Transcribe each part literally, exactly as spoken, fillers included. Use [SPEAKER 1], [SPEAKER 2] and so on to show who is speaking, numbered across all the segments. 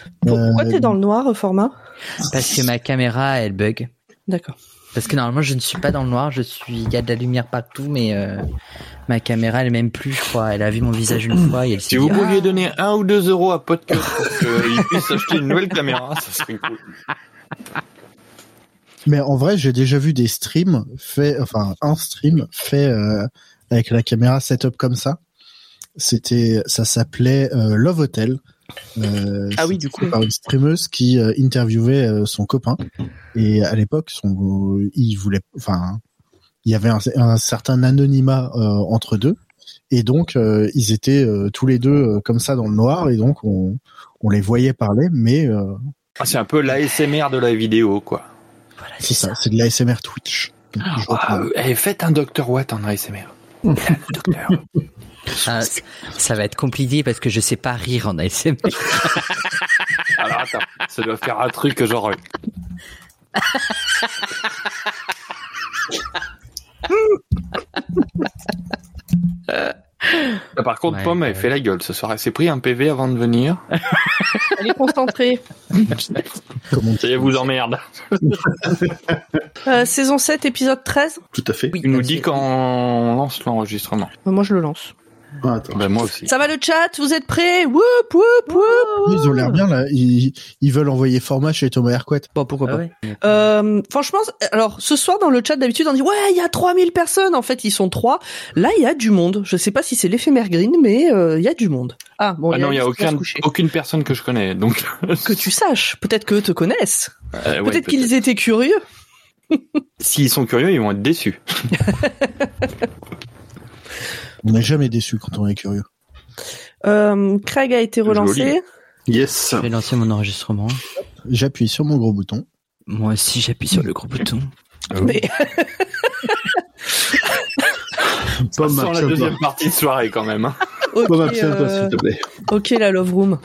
[SPEAKER 1] Pourquoi
[SPEAKER 2] Euh,
[SPEAKER 1] t'es dans le noir au format?
[SPEAKER 3] Parce que ma caméra, elle bug.
[SPEAKER 1] D'accord.
[SPEAKER 3] Parce que normalement, je ne suis pas dans le noir. Je suis, il y a de la lumière partout, mais euh, ma caméra, elle m'aime plus, je crois. Elle a vu mon visage une fois et elle s'est
[SPEAKER 4] Si
[SPEAKER 3] dit,
[SPEAKER 4] vous
[SPEAKER 3] ah,
[SPEAKER 4] pouviez donner un ou deux euros à Podcast pour qu'il puisse acheter une nouvelle caméra, ça serait cool.
[SPEAKER 2] Mais en vrai, j'ai déjà vu des streams faits, enfin un stream fait euh, avec la caméra setup comme ça. C'était, ça s'appelait euh, Love Hotel. Euh,
[SPEAKER 3] Ah oui, du coup.
[SPEAKER 2] par une streameuse qui euh, interviewait euh, son copain. Et à l'époque, son, euh, il voulait, enfin, il y avait un, un certain anonymat euh, entre deux. Et donc, euh, ils étaient euh, tous les deux euh, comme ça dans le noir. Et donc, on, on les voyait parler, mais euh,
[SPEAKER 4] Ah, c'est un peu l'A S M R de la vidéo, quoi.
[SPEAKER 3] Voilà,
[SPEAKER 2] c'est ça, c'est de l'A S M R Twitch. Donc, je vois
[SPEAKER 4] Ah,
[SPEAKER 2] pas.
[SPEAKER 4] eh, faites un docteur Watt en A S M R. Docteur.
[SPEAKER 3] Ah, ça va être compliqué parce que je sais pas rire en A S M R.
[SPEAKER 4] Alors attends, ça doit faire un truc genre. Ah, par contre,
[SPEAKER 3] Ouais,
[SPEAKER 4] Pomme,
[SPEAKER 3] ouais.
[SPEAKER 4] elle fait la gueule ce soir. Elle s'est pris un P V avant de venir.
[SPEAKER 1] Elle est concentrée.
[SPEAKER 2] Comment
[SPEAKER 4] Ça y est, vous emmerde.
[SPEAKER 1] Euh, saison sept, épisode treize.
[SPEAKER 5] Tout à fait.
[SPEAKER 3] Oui,
[SPEAKER 4] Tu nous
[SPEAKER 3] donc
[SPEAKER 4] dis
[SPEAKER 3] c'est-
[SPEAKER 4] quand on lance l'enregistrement.
[SPEAKER 1] Euh, Moi, je le lance.
[SPEAKER 5] Ah, attends.
[SPEAKER 4] Ben moi aussi.
[SPEAKER 1] Ça va le chat? Vous êtes prêts? Whoop, whoop, whoop.
[SPEAKER 2] Ils ont l'air bien là. Ils, ils veulent envoyer format chez Thomas Hercouet.
[SPEAKER 1] Bon, pourquoi
[SPEAKER 3] Ah
[SPEAKER 1] pas.
[SPEAKER 3] ouais.
[SPEAKER 1] Euh, franchement, alors ce soir dans le chat d'habitude on dit ouais il y a trois mille personnes, en fait ils sont trois. Là il y a du monde. Je sais pas si c'est l'éphémère green, mais euh, il y a du monde. Ah bon.
[SPEAKER 4] Ah non, il y a
[SPEAKER 1] Alice qui va se
[SPEAKER 4] aucun,
[SPEAKER 1] coucher.
[SPEAKER 4] aucune personne que je connais, donc.
[SPEAKER 1] Que tu saches. Peut-être qu'eux te connaissent.
[SPEAKER 4] Euh, ouais,
[SPEAKER 1] peut-être qu'ils étaient curieux.
[SPEAKER 4] S'ils sont curieux, ils vont être déçus.
[SPEAKER 2] On n'est jamais déçu quand on est curieux.
[SPEAKER 1] Euh, Craig a été relancé.
[SPEAKER 4] Joli.
[SPEAKER 5] Yes.
[SPEAKER 3] Je vais lancer mon enregistrement.
[SPEAKER 2] J'appuie sur mon gros bouton.
[SPEAKER 3] Moi aussi, j'appuie sur le gros bouton.
[SPEAKER 1] Mais
[SPEAKER 5] Pomme,
[SPEAKER 4] Sans la
[SPEAKER 5] abstiens-toi.
[SPEAKER 4] deuxième partie de soirée quand même. Hein.
[SPEAKER 1] ok,
[SPEAKER 5] Pomme, abstiens-toi,
[SPEAKER 1] euh,
[SPEAKER 5] s'il te plaît.
[SPEAKER 1] ok la love room.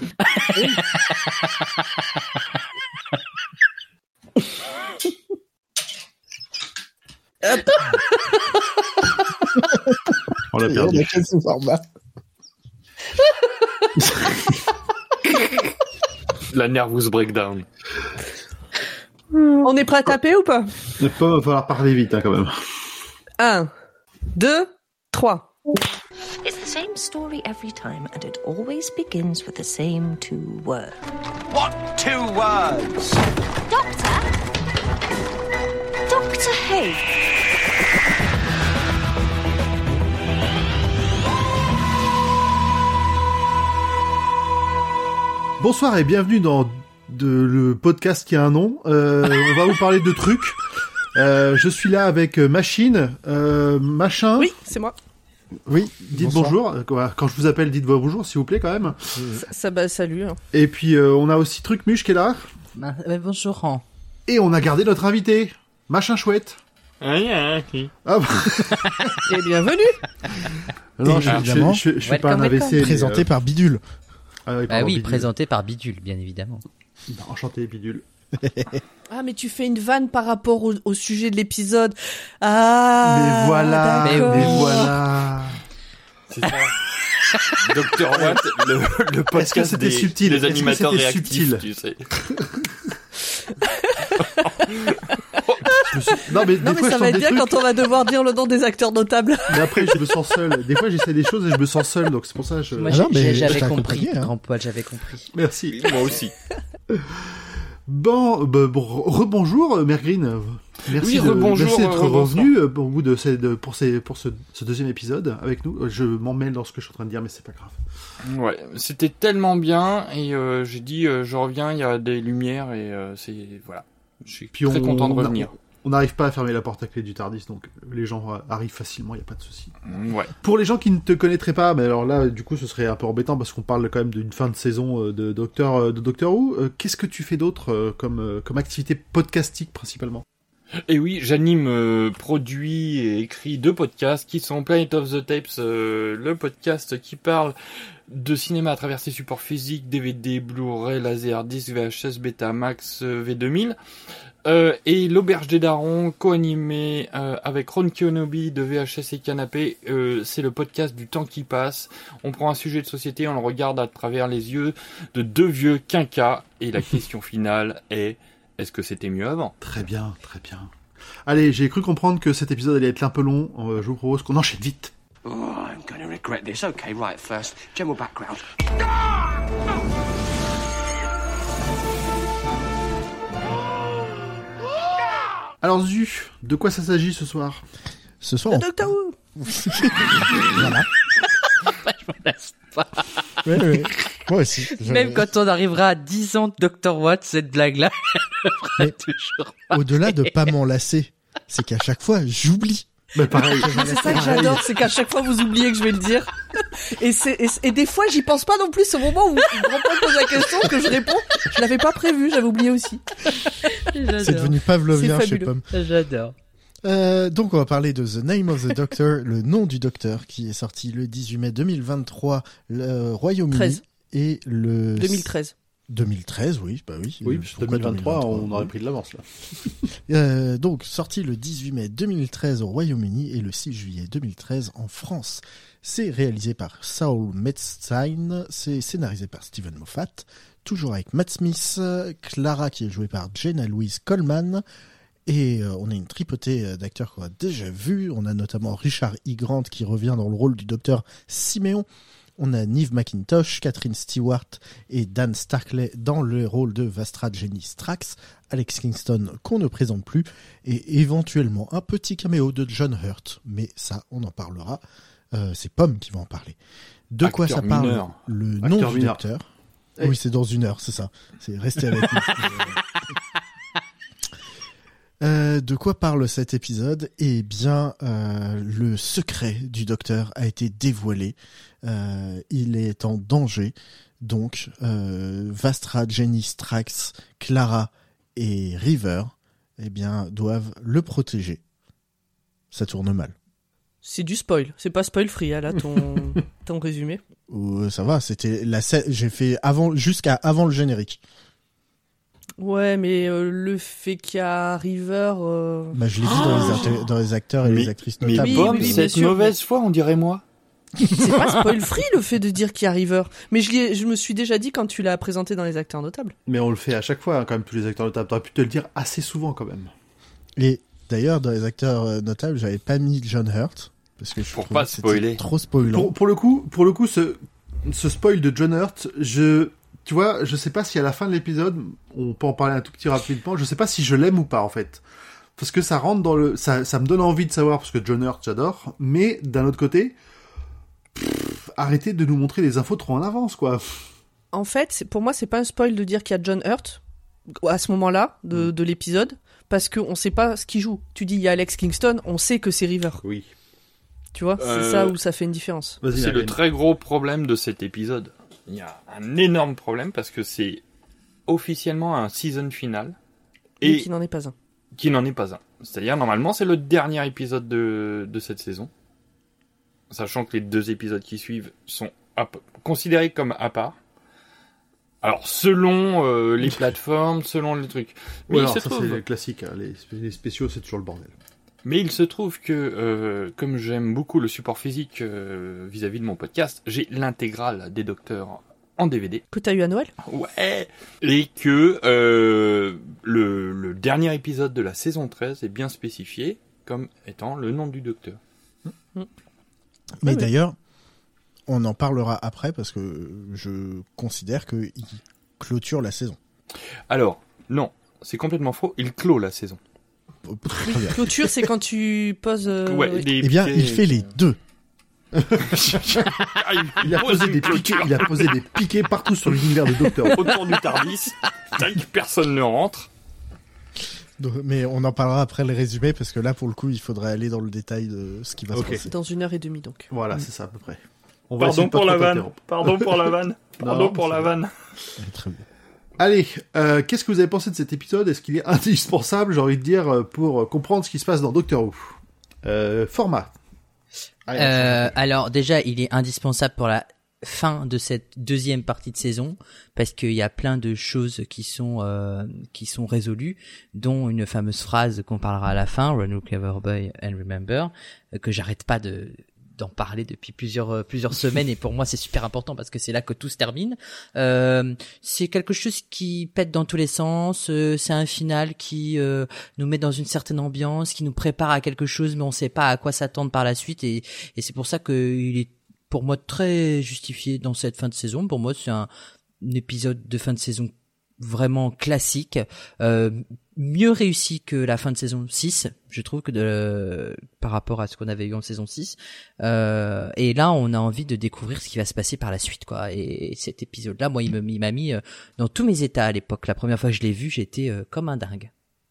[SPEAKER 5] On l'a
[SPEAKER 2] Et
[SPEAKER 5] perdu.
[SPEAKER 2] on a cassé le format.
[SPEAKER 4] La nervous breakdown.
[SPEAKER 1] On est prêt à taper ou pas?
[SPEAKER 5] Mais Pomme, va falloir parler vite, hein, quand même.
[SPEAKER 1] Un, deux, trois.
[SPEAKER 6] It's the same story every time, and it always begins with the same two words.
[SPEAKER 7] What two words?
[SPEAKER 6] Doctor? Doctor who?
[SPEAKER 5] Bonsoir et bienvenue dans de, le podcast qui a un nom. Euh, on va vous parler de trucs. Euh, je suis là avec euh, Machine, euh, Machin.
[SPEAKER 1] Oui, c'est moi.
[SPEAKER 2] Oui.
[SPEAKER 5] Dites
[SPEAKER 2] bonsoir.
[SPEAKER 5] bonjour. Euh, quoi, Quand je vous appelle, dites bonjour, s'il vous plaît, quand même.
[SPEAKER 1] Ça, ça bah salut. hein.
[SPEAKER 5] Et puis, euh, on a aussi Truc Muche qui est là.
[SPEAKER 3] Bah, bah, bonjour.
[SPEAKER 5] Et on a gardé notre invité, Machin Chouette.
[SPEAKER 4] Ah, yeah, okay.
[SPEAKER 5] Ah, bah,
[SPEAKER 1] Et bienvenue.
[SPEAKER 5] non,
[SPEAKER 2] Et
[SPEAKER 5] je, je,
[SPEAKER 2] évidemment,
[SPEAKER 5] je, je, je fais pas un
[SPEAKER 3] welcome,
[SPEAKER 5] A V C.
[SPEAKER 2] Présenté
[SPEAKER 5] mais, euh,
[SPEAKER 2] par Bidule.
[SPEAKER 5] ah oui,
[SPEAKER 3] Bah
[SPEAKER 5] pardon,
[SPEAKER 3] oui,
[SPEAKER 5] Bidule.
[SPEAKER 3] présenté par Bidule, bien évidemment.
[SPEAKER 5] Bah, enchanté, Bidule.
[SPEAKER 1] Ah, mais tu fais une vanne par rapport au, au sujet de l'épisode. Ah.
[SPEAKER 5] mais voilà, mais,
[SPEAKER 1] d'accord.
[SPEAKER 5] voilà.
[SPEAKER 4] C'est ça. Docteur Watt, le, le podcast
[SPEAKER 5] Est-ce que c'était
[SPEAKER 4] des,
[SPEAKER 5] subtil
[SPEAKER 4] des
[SPEAKER 5] Est-ce que
[SPEAKER 4] animateurs
[SPEAKER 5] c'était
[SPEAKER 4] réactifs,
[SPEAKER 5] subtil
[SPEAKER 4] tu sais.
[SPEAKER 5] Je me suis- Non, mais,
[SPEAKER 1] Non,
[SPEAKER 5] des
[SPEAKER 1] mais
[SPEAKER 5] fois,
[SPEAKER 1] ça
[SPEAKER 5] je
[SPEAKER 1] va
[SPEAKER 5] tente
[SPEAKER 1] être
[SPEAKER 5] des
[SPEAKER 1] bien
[SPEAKER 5] trucs,
[SPEAKER 1] quand on va devoir dire le nom des acteurs notables.
[SPEAKER 5] mais après, je me sens seul. Des fois, j'essaie des choses et je me sens seul, donc c'est pour ça que je...
[SPEAKER 3] Moi,
[SPEAKER 2] Ah
[SPEAKER 3] j'ai-
[SPEAKER 2] non, mais
[SPEAKER 3] j'ai-
[SPEAKER 2] je
[SPEAKER 3] j'avais
[SPEAKER 2] t'ai
[SPEAKER 3] compris.
[SPEAKER 2] accompagné, hein.
[SPEAKER 3] Grand poil, j'avais compris.
[SPEAKER 5] Merci.
[SPEAKER 4] Moi aussi.
[SPEAKER 5] Bon, bah, bon, rebonjour, euh, Mère Green. Merci
[SPEAKER 4] Oui,
[SPEAKER 5] de-
[SPEAKER 4] rebonjour,
[SPEAKER 5] merci d'être
[SPEAKER 4] rebonsoir.
[SPEAKER 5] revenu euh, au bout de ces, de, pour, ces, pour ce, ce deuxième épisode avec nous. Euh, Je m'en mêle dans ce que je suis en train de dire, mais c'est pas grave.
[SPEAKER 4] Ouais, c'était tellement bien et euh, j'ai dit euh, je reviens, il y a des lumières et euh, c'est voilà. Je suis
[SPEAKER 5] Puis
[SPEAKER 4] très
[SPEAKER 5] on-
[SPEAKER 4] content de
[SPEAKER 5] on-
[SPEAKER 4] revenir.
[SPEAKER 5] On n'arrive pas à fermer la porte à clé du Tardis, donc les gens euh, arrivent facilement, il n'y a pas de souci.
[SPEAKER 4] Ouais.
[SPEAKER 5] Pour les gens qui ne te connaîtraient pas, mais alors là, du coup, ce serait un peu embêtant parce qu'on parle quand même d'une fin de saison euh, de Docteur euh, de Doctor Who. Euh, Qu'est-ce que tu fais d'autre euh, comme euh, comme activité podcastique principalement?
[SPEAKER 4] Et oui, j'anime, euh, produis et écris deux podcasts qui sont Planet of the Tapes, euh, le podcast qui parle de cinéma à travers ses supports physiques, D V D, Blu-ray, Laserdisc, V H S, Betamax, euh, V deux mille. Euh, et l'Auberge des Darons, co-animé euh, avec Ron Kionobi de V H S et Canapé. Euh, c'est le podcast du temps qui passe. On prend un sujet de société, on le regarde à travers les yeux de deux vieux quinquas. Et la question finale est, est-ce que c'était mieux avant ?
[SPEAKER 5] Très bien, très bien. Allez, j'ai cru comprendre que cet épisode allait être un peu long. Euh, je vous propose qu'on enchaîne vite.
[SPEAKER 7] Oh, I'm gonna regret this. Okay, right, first, general background.
[SPEAKER 5] Alors Zu, de quoi ça s'agit ce soir ?
[SPEAKER 2] Ce soir,
[SPEAKER 1] Le
[SPEAKER 2] on...
[SPEAKER 1] Docteur Who.
[SPEAKER 2] voilà.
[SPEAKER 3] Je m'en lasse pas.
[SPEAKER 2] Ouais, ouais. Moi aussi. Je-
[SPEAKER 3] Même quand on arrivera à dix ans de docteur Watt, cette blague-là,
[SPEAKER 2] Mais
[SPEAKER 3] toujours.
[SPEAKER 2] Au-delà de pas m'en lasser, c'est qu'à chaque fois, j'oublie.
[SPEAKER 5] Bah pareil.
[SPEAKER 1] C'est ça que j'adore, c'est qu'à chaque fois vous oubliez que je vais le dire. Et c'est et, et des fois j'y pense pas non plus. Au moment où le grand-père pose la question que je réponds, je l'avais pas prévu, j'avais oublié aussi.
[SPEAKER 2] C'est devenu pavlovien
[SPEAKER 1] C'est
[SPEAKER 2] chez
[SPEAKER 1] fabuleux.
[SPEAKER 2] Pomme.
[SPEAKER 3] J'adore.
[SPEAKER 2] Euh, donc on va parler de The Name of the Doctor, le nom du docteur, qui est sorti le dix-huit mai deux mille vingt-trois, le Royaume-Uni.
[SPEAKER 1] treize.
[SPEAKER 2] Et le...
[SPEAKER 1] deux mille treize.
[SPEAKER 2] deux mille treize, oui, bah oui.
[SPEAKER 5] Oui,
[SPEAKER 2] Euh,
[SPEAKER 5] parce que
[SPEAKER 2] pourquoi
[SPEAKER 5] deux mille vingt-trois,
[SPEAKER 2] deux mille vingt-trois,
[SPEAKER 5] on aurait pris de l'avance là.
[SPEAKER 2] Euh, donc, sorti le dix-huit mai deux mille treize au Royaume-Uni et le six juillet deux mille treize en France. C'est réalisé par Saul Metzstein, c'est scénarisé par Steven Moffat, toujours avec Matt Smith, Clara qui est jouée par Jenna Louise Coleman, et euh, on a une tripotée d'acteurs qu'on a déjà vus. On a notamment Richard E. Grant qui revient dans le rôle du docteur Siméon. On a Niamh McIntosh, Catherine Stewart et Dan Starkley dans le rôle de Vastra Jenny Strax, Alex Kingston qu'on ne présente plus, et éventuellement un petit caméo de John Hurt, mais ça on en parlera, euh, c'est Pomme qui va en parler. De quoi
[SPEAKER 4] Acteur
[SPEAKER 2] ça parle
[SPEAKER 4] mineur.
[SPEAKER 2] le
[SPEAKER 5] Acteur
[SPEAKER 2] nom du
[SPEAKER 5] mineur.
[SPEAKER 2] docteur.
[SPEAKER 5] Eh.
[SPEAKER 2] Oui, c'est dans une heure, c'est ça. C'est rester avec nous. Euh, de quoi parle cet épisode ? Eh bien, euh, le secret du docteur a été dévoilé. Euh, il est en danger. Donc, euh, Vastra, Jenny, Strax, Clara et River, eh bien, doivent le protéger. Ça tourne mal.
[SPEAKER 1] C'est du spoil, c'est pas spoil free, hein, là, ton, ton résumé.
[SPEAKER 2] Ou, ça va, c'était la scè- j'ai fait avant, jusqu'à avant le générique.
[SPEAKER 1] Ouais, mais euh, le fait qu'il y a River... Euh...
[SPEAKER 2] Bah, je l'ai dit dans, les inter- dans les acteurs et
[SPEAKER 4] Mais-
[SPEAKER 2] les actrices
[SPEAKER 4] Mais
[SPEAKER 2] notables.
[SPEAKER 1] Oui,
[SPEAKER 4] Pomme,
[SPEAKER 1] oui, oui, bien
[SPEAKER 4] cette
[SPEAKER 1] sûr,
[SPEAKER 4] mauvaise foi, on dirait moi.
[SPEAKER 1] C'est pas spoil free le fait de dire qu'il y a River. Mais je, l'y ai- je me suis déjà dit quand tu l'as présenté dans les acteurs notables.
[SPEAKER 5] Mais on le fait à chaque fois, hein, quand même, tous les acteurs notables. T'aurais pu te le dire assez souvent quand même.
[SPEAKER 2] Et d'ailleurs, dans les acteurs euh, notables, j'avais pas mis John Hurt parce que je
[SPEAKER 4] Pour
[SPEAKER 2] trouvais
[SPEAKER 4] pas
[SPEAKER 2] que c'était
[SPEAKER 4] spoiler.
[SPEAKER 2] trop spoilant.
[SPEAKER 5] Pour, pour le coup, pour le coup, ce, ce spoil de John Hurt, je, tu vois, je sais pas si à la fin de l'épisode, on peut en parler un tout petit rapidement, je sais pas si je l'aime ou pas, en fait. Parce que ça rentre dans le, ça, ça me donne envie de savoir, parce que John Hurt, j'adore, mais d'un autre côté, pff, arrêtez de nous montrer des infos trop en avance, quoi.
[SPEAKER 1] En fait, c'est- pour moi, c'est pas un spoil de dire qu'il y a John Hurt à ce moment-là de, de l'épisode, parce qu'on sait pas ce qu'il joue. Tu dis il y a Alex Kingston, on sait que c'est River.
[SPEAKER 5] Oui.
[SPEAKER 1] Tu vois,
[SPEAKER 4] Euh,
[SPEAKER 1] c'est ça où ça fait une différence.
[SPEAKER 5] Vas-y,
[SPEAKER 4] C'est le
[SPEAKER 5] Ariane.
[SPEAKER 4] très gros problème de cet épisode. Il y a un énorme problème parce que c'est officiellement un season final
[SPEAKER 1] Et
[SPEAKER 4] et
[SPEAKER 1] qui n'en est pas un.
[SPEAKER 4] qui n'en est pas un. C'est-à-dire, normalement, c'est le dernier épisode de, de cette saison. Sachant que les deux épisodes qui suivent sont à p- considérés comme à part. Alors, selon euh, les plateformes, selon les trucs. Mais,
[SPEAKER 5] Ou
[SPEAKER 4] il
[SPEAKER 5] alors,
[SPEAKER 4] se
[SPEAKER 5] ça
[SPEAKER 4] trouve,
[SPEAKER 5] c'est classique, hein, les, spé- les spéciaux, c'est toujours le bordel.
[SPEAKER 4] mais il se trouve que, euh, comme j'aime beaucoup le support physique euh, vis-à-vis de mon podcast, j'ai l'intégrale des Docteurs en D V D.
[SPEAKER 1] Que t'as eu à Noël ?
[SPEAKER 4] Ouais. Et que euh, le, le dernier épisode de la saison treize est bien spécifié comme étant le nom du docteur.
[SPEAKER 2] Mais
[SPEAKER 1] oui.
[SPEAKER 2] d'ailleurs, on en parlera après parce que je considère qu'il clôture la saison.
[SPEAKER 4] Alors, non, c'est complètement faux. Il clôt la saison.
[SPEAKER 2] Très bien.
[SPEAKER 1] Clôture, c'est quand tu poses... euh,
[SPEAKER 4] ouais,
[SPEAKER 1] oui.
[SPEAKER 4] les
[SPEAKER 2] Eh bien,
[SPEAKER 4] piquets-
[SPEAKER 2] il fait les deux.
[SPEAKER 4] Ah,
[SPEAKER 5] Il a
[SPEAKER 4] pose
[SPEAKER 5] posé
[SPEAKER 4] une
[SPEAKER 5] des
[SPEAKER 4] clôture
[SPEAKER 5] piquets, il a posé des piquets partout sur l'univers de Docteur.
[SPEAKER 4] autour du Tardis. Tac, personne ne rentre.
[SPEAKER 2] Donc, mais on en parlera après le résumé parce que là, pour le coup, il faudrait aller dans le détail de ce qui va
[SPEAKER 5] Ok.
[SPEAKER 2] se passer.
[SPEAKER 1] Dans une heure et demie, donc.
[SPEAKER 5] Voilà, c'est ça à peu près. On va essayer
[SPEAKER 4] Pardon
[SPEAKER 5] de pas
[SPEAKER 4] pour la
[SPEAKER 5] trop
[SPEAKER 4] vanne.
[SPEAKER 5] t'interrompre.
[SPEAKER 4] Pardon pour la vanne. Pardon
[SPEAKER 5] Non,
[SPEAKER 4] pour
[SPEAKER 5] c'est
[SPEAKER 4] la
[SPEAKER 5] bon.
[SPEAKER 4] vanne.
[SPEAKER 2] Très bien.
[SPEAKER 5] Allez, euh, qu'est-ce que vous avez pensé de cet épisode ? Est-ce qu'il est indispensable, j'ai envie de dire, euh, pour comprendre ce qui se passe dans Doctor Who ? euh, Format. Allez,
[SPEAKER 3] Euh, alors déjà, il est indispensable pour la fin de cette deuxième partie de saison parce qu'il y a plein de choses qui sont euh, qui sont résolues, dont une fameuse phrase qu'on parlera à la fin, Run Look Clever Boy and Remember, euh, que j'arrête pas de d'en parler depuis plusieurs euh, plusieurs semaines, et pour moi c'est super important parce que c'est là que tout se termine. Euh, c'est quelque chose qui pète dans tous les sens, euh, c'est un final qui euh, nous met dans une certaine ambiance, qui nous prépare à quelque chose mais on sait pas à quoi s'attendre par la suite, et et c'est pour ça que il est pour moi très justifié dans cette fin de saison. Pour moi c'est un, un épisode de fin de saison vraiment classique, euh, mieux réussi que la fin de saison six, je trouve, que de, par rapport à ce qu'on avait eu en saison six. Euh, et là, on a envie de découvrir ce qui va se passer par la suite, quoi. Et, et cet épisode-là, moi, il, me, il m'a mis euh, dans tous mes états à l'époque. La première fois que je l'ai vu, j'étais euh, comme un dingue.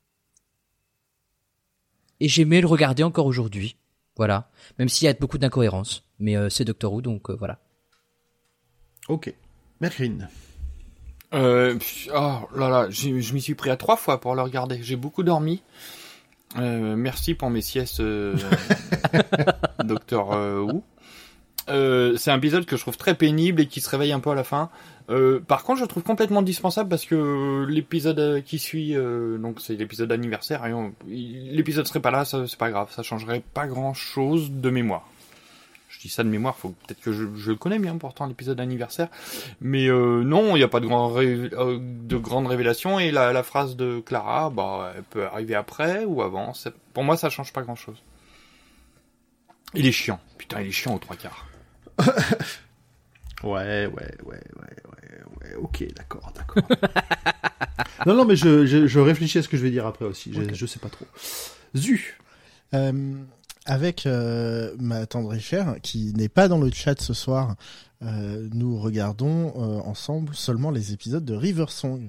[SPEAKER 3] Et j'aimais le regarder encore aujourd'hui. Voilà. Même s'il y a beaucoup d'incohérences. Mais euh, c'est Doctor Who, donc euh, voilà.
[SPEAKER 5] Ok. Mergreen.
[SPEAKER 4] Euh, oh là là, j'ai, je m'y suis pris à trois fois pour le regarder. J'ai beaucoup dormi. Euh, merci pour mes siestes, euh, Docteur euh, Who. Euh, c'est un épisode que je trouve très pénible et qui se réveille un peu à la fin. Euh, par contre, je le trouve complètement indispensable parce que l'épisode qui suit, euh, donc c'est l'épisode anniversaire, et on, l'épisode serait pas là, ça, c'est pas grave, ça changerait pas grand chose de mémoire. Je dis ça de mémoire, faut peut-être que je, je le connais bien pourtant l'épisode anniversaire, mais euh, non, il n'y a pas de, grand ré, euh, de grande révélation, et la, la phrase de Clara, bah, elle peut arriver après ou avant. C'est, pour moi, ça change pas grand-chose. Il est chiant, putain, il est chiant aux trois quarts.
[SPEAKER 5] ouais, ouais, ouais, ouais, ouais, ouais, ok, d'accord, d'accord. non, non, mais je, je, je réfléchis à ce que je vais dire après aussi, okay. je, je sais pas trop. Zu
[SPEAKER 2] euh... Avec euh, ma tendre et chère, qui n'est pas dans le chat ce soir, euh, nous regardons euh, ensemble seulement les épisodes de River Song.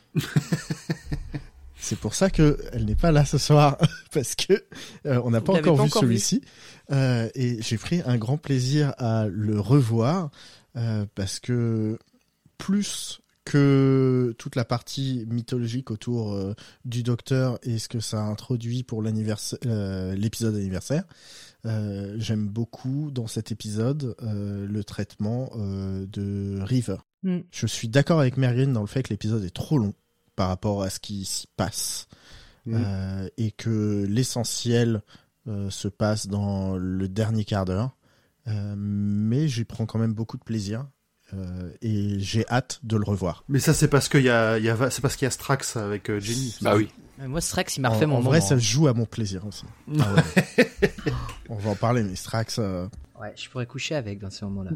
[SPEAKER 2] C'est pour ça que elle n'est pas là ce soir, parce que euh, on n'a pas encore pas vu encore celui-ci, euh, et j'ai pris un grand plaisir à le revoir, euh, parce que plus que toute la partie mythologique autour euh, du Docteur et ce que ça introduit pour l'anniversaire, euh, l'épisode anniversaire, euh, j'aime beaucoup dans cet épisode euh, le traitement euh, de River. Mm. Je suis d'accord avec Mergreen dans le fait que l'épisode est trop long par rapport à ce qui s'y passe, mm. euh, et que l'essentiel euh, se passe dans le dernier quart d'heure, euh, mais j'y prends quand même beaucoup de plaisir. Euh, et j'ai hâte de le revoir.
[SPEAKER 5] Mais ça, c'est parce qu'il y a, il y a, c'est parce qu'il y a Strax avec euh, Jenny.
[SPEAKER 4] Bah oui.
[SPEAKER 3] Moi, Strax, il m'a refait
[SPEAKER 2] en,
[SPEAKER 3] mon
[SPEAKER 2] en
[SPEAKER 3] moment.
[SPEAKER 2] En vrai, ça joue à mon plaisir aussi. Ah ouais. On va en parler, mais Strax. Euh...
[SPEAKER 3] Ouais, je pourrais coucher avec dans ce moment-là.